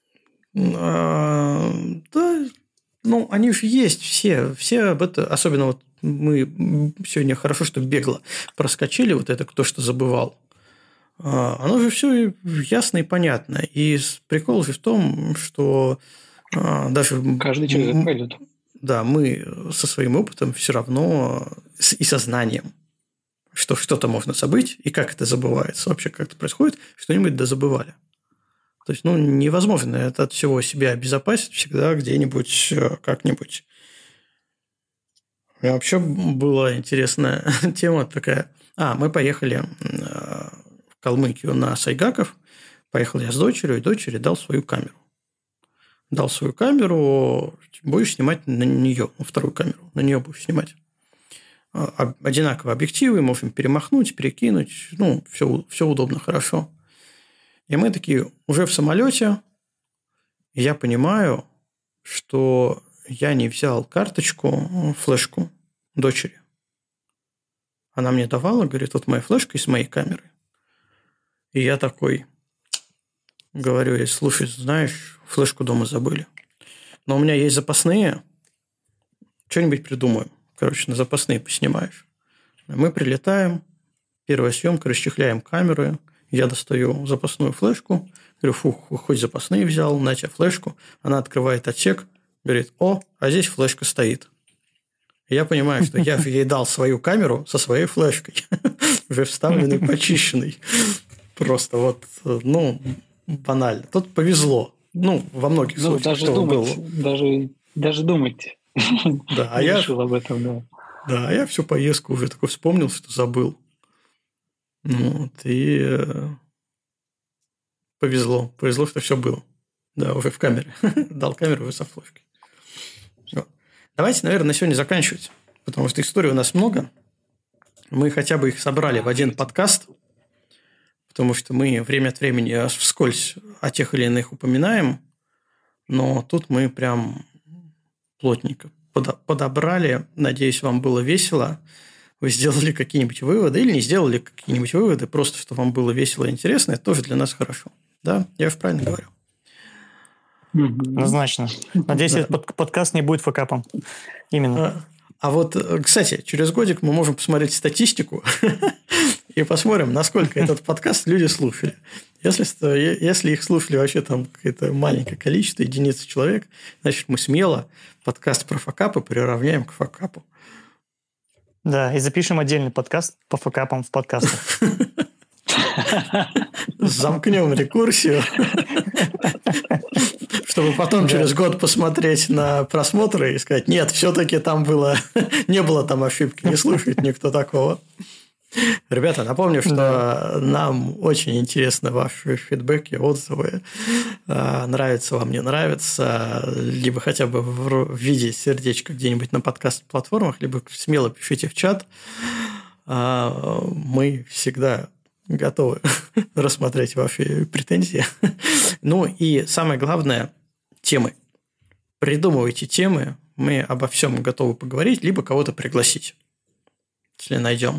Да, ну, они же есть все об этом, особенно вот мы сегодня хорошо, что бегло проскочили вот это «Кто что забывал». Оно же все ясно и понятно. И прикол же в том, что даже... Каждый человек пройдет. Да, мы со своим опытом все равно и сознанием, что что-то можно забыть, и как это забывается, вообще как это происходит, что-нибудь дозабывали. То есть, невозможно это от всего себя обезопасить всегда где-нибудь, как-нибудь. У меня вообще была интересная тема такая. Мы поехали в Калмыкию на Сайгаков. Поехал я с дочерью, и дочери дал свою камеру. Будешь снимать на нее, вторую камеру, на нее будешь снимать. Одинаковые объективы, можем перемахнуть, перекинуть, все удобно, хорошо. И мы такие уже в самолете, и я понимаю, что я не взял карточку, флешку дочери. Она мне давала, говорит, вот моя флешка из моей камеры. И я такой говорю ей, слушай, знаешь, флешку дома забыли. Но у меня есть запасные, что-нибудь придумаем. Короче, на запасные поснимаешь. Мы прилетаем, первая съемка, расчехляем камеры, я достаю запасную флешку, говорю, хоть запасные взял, на тебе флешку. Она открывает отсек, говорит, а здесь флешка стоит. Я понимаю, что я ей дал свою камеру со своей флешкой, уже вставленной, почищенной. Просто банально. Тут повезло. Во многих случаях. Даже думать. Да, я решил об этом, да. Да, а я всю поездку уже такой вспомнил, что забыл. И повезло, что все было. Да, уже в камере. Дал камеру уже со флешкой. Давайте, наверное, на сегодня заканчивать, потому что историй у нас много. Мы хотя бы их собрали в один подкаст, потому что мы время от времени вскользь о тех или иных упоминаем, но тут мы прям плотненько подобрали. Надеюсь, вам было весело. Вы сделали какие-нибудь выводы или не сделали какие-нибудь выводы, просто что вам было весело и интересно, это тоже для нас хорошо. Да, я же правильно говорю. Однозначно. Надеюсь, этот подкаст не будет факапом. Именно. А вот, кстати, через годик мы можем посмотреть статистику и посмотрим, насколько этот подкаст люди слушали. Если их слушали вообще там какое-то маленькое количество, единицы человек, значит, мы смело подкаст про факапы приравняем к факапу. Да, и запишем отдельный подкаст по факапам в подкастах. Замкнем рекурсию, чтобы потом через год посмотреть на просмотры и сказать, нет, все-таки там не было там ошибки, не слушает никто такого. Ребята, напомню, что нам очень интересны ваши фидбэки, отзывы. Нравится вам, не нравится, либо хотя бы в виде сердечка где-нибудь на подкаст-платформах, либо смело пишите в чат. Мы всегда готовы рассмотреть ваши претензии. И самое главное – темы. Придумывайте темы, мы обо всем готовы поговорить, либо кого-то пригласить, если найдем.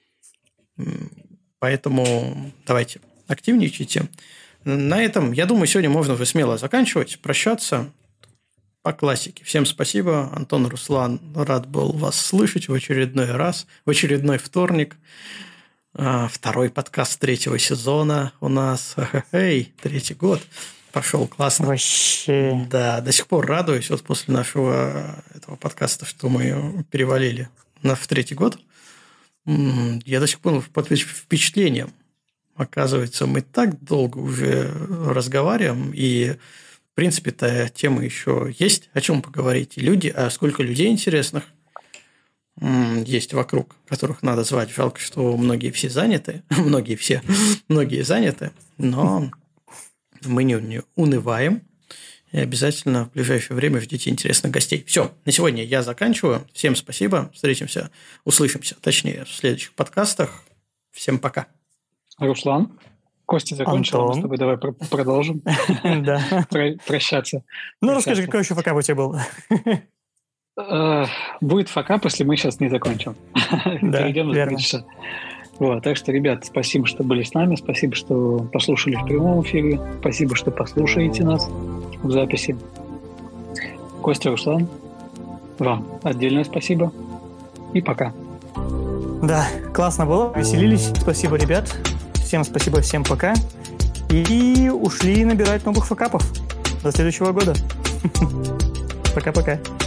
Поэтому давайте, активничайте. На этом, я думаю, сегодня можно уже смело заканчивать, прощаться по классике. Всем спасибо. Антон, Руслан, рад был вас слышать в очередной раз, в очередной вторник. Второй подкаст 3-го сезона у нас. Третий год. Пошел классно. Вообще. Да, до сих пор радуюсь вот после нашего этого подкаста, что мы перевалили в 3-й год. Я до сих пор под впечатлением. Оказывается, мы так долго уже разговариваем, и в принципе-то темы еще есть на чем поговорить. И люди, а сколько людей интересных есть вокруг, которых надо звать. Жалко, что многие все заняты. Многие заняты. Но мы не унываем. И обязательно в ближайшее время ждите интересных гостей. Все, на сегодня я заканчиваю. Всем спасибо. Услышимся, точнее, в следующих подкастах. Всем пока. Руслан, Костя закончил. Мы с тобой давай продолжим прощаться. Ну, расскажи, какой еще факап у тебя был? Будет факап, если мы сейчас не закончим. Перейдем дальше. Вот, так что, ребят, спасибо, что были с нами, спасибо, что послушали в прямом эфире, спасибо, что послушаете нас в записи. Костя, Руслан, вам отдельное спасибо и пока. Да, классно было, веселились. Спасибо, ребят. Всем спасибо, всем пока. И ушли набирать новых факапов до следующего года. Пока-пока.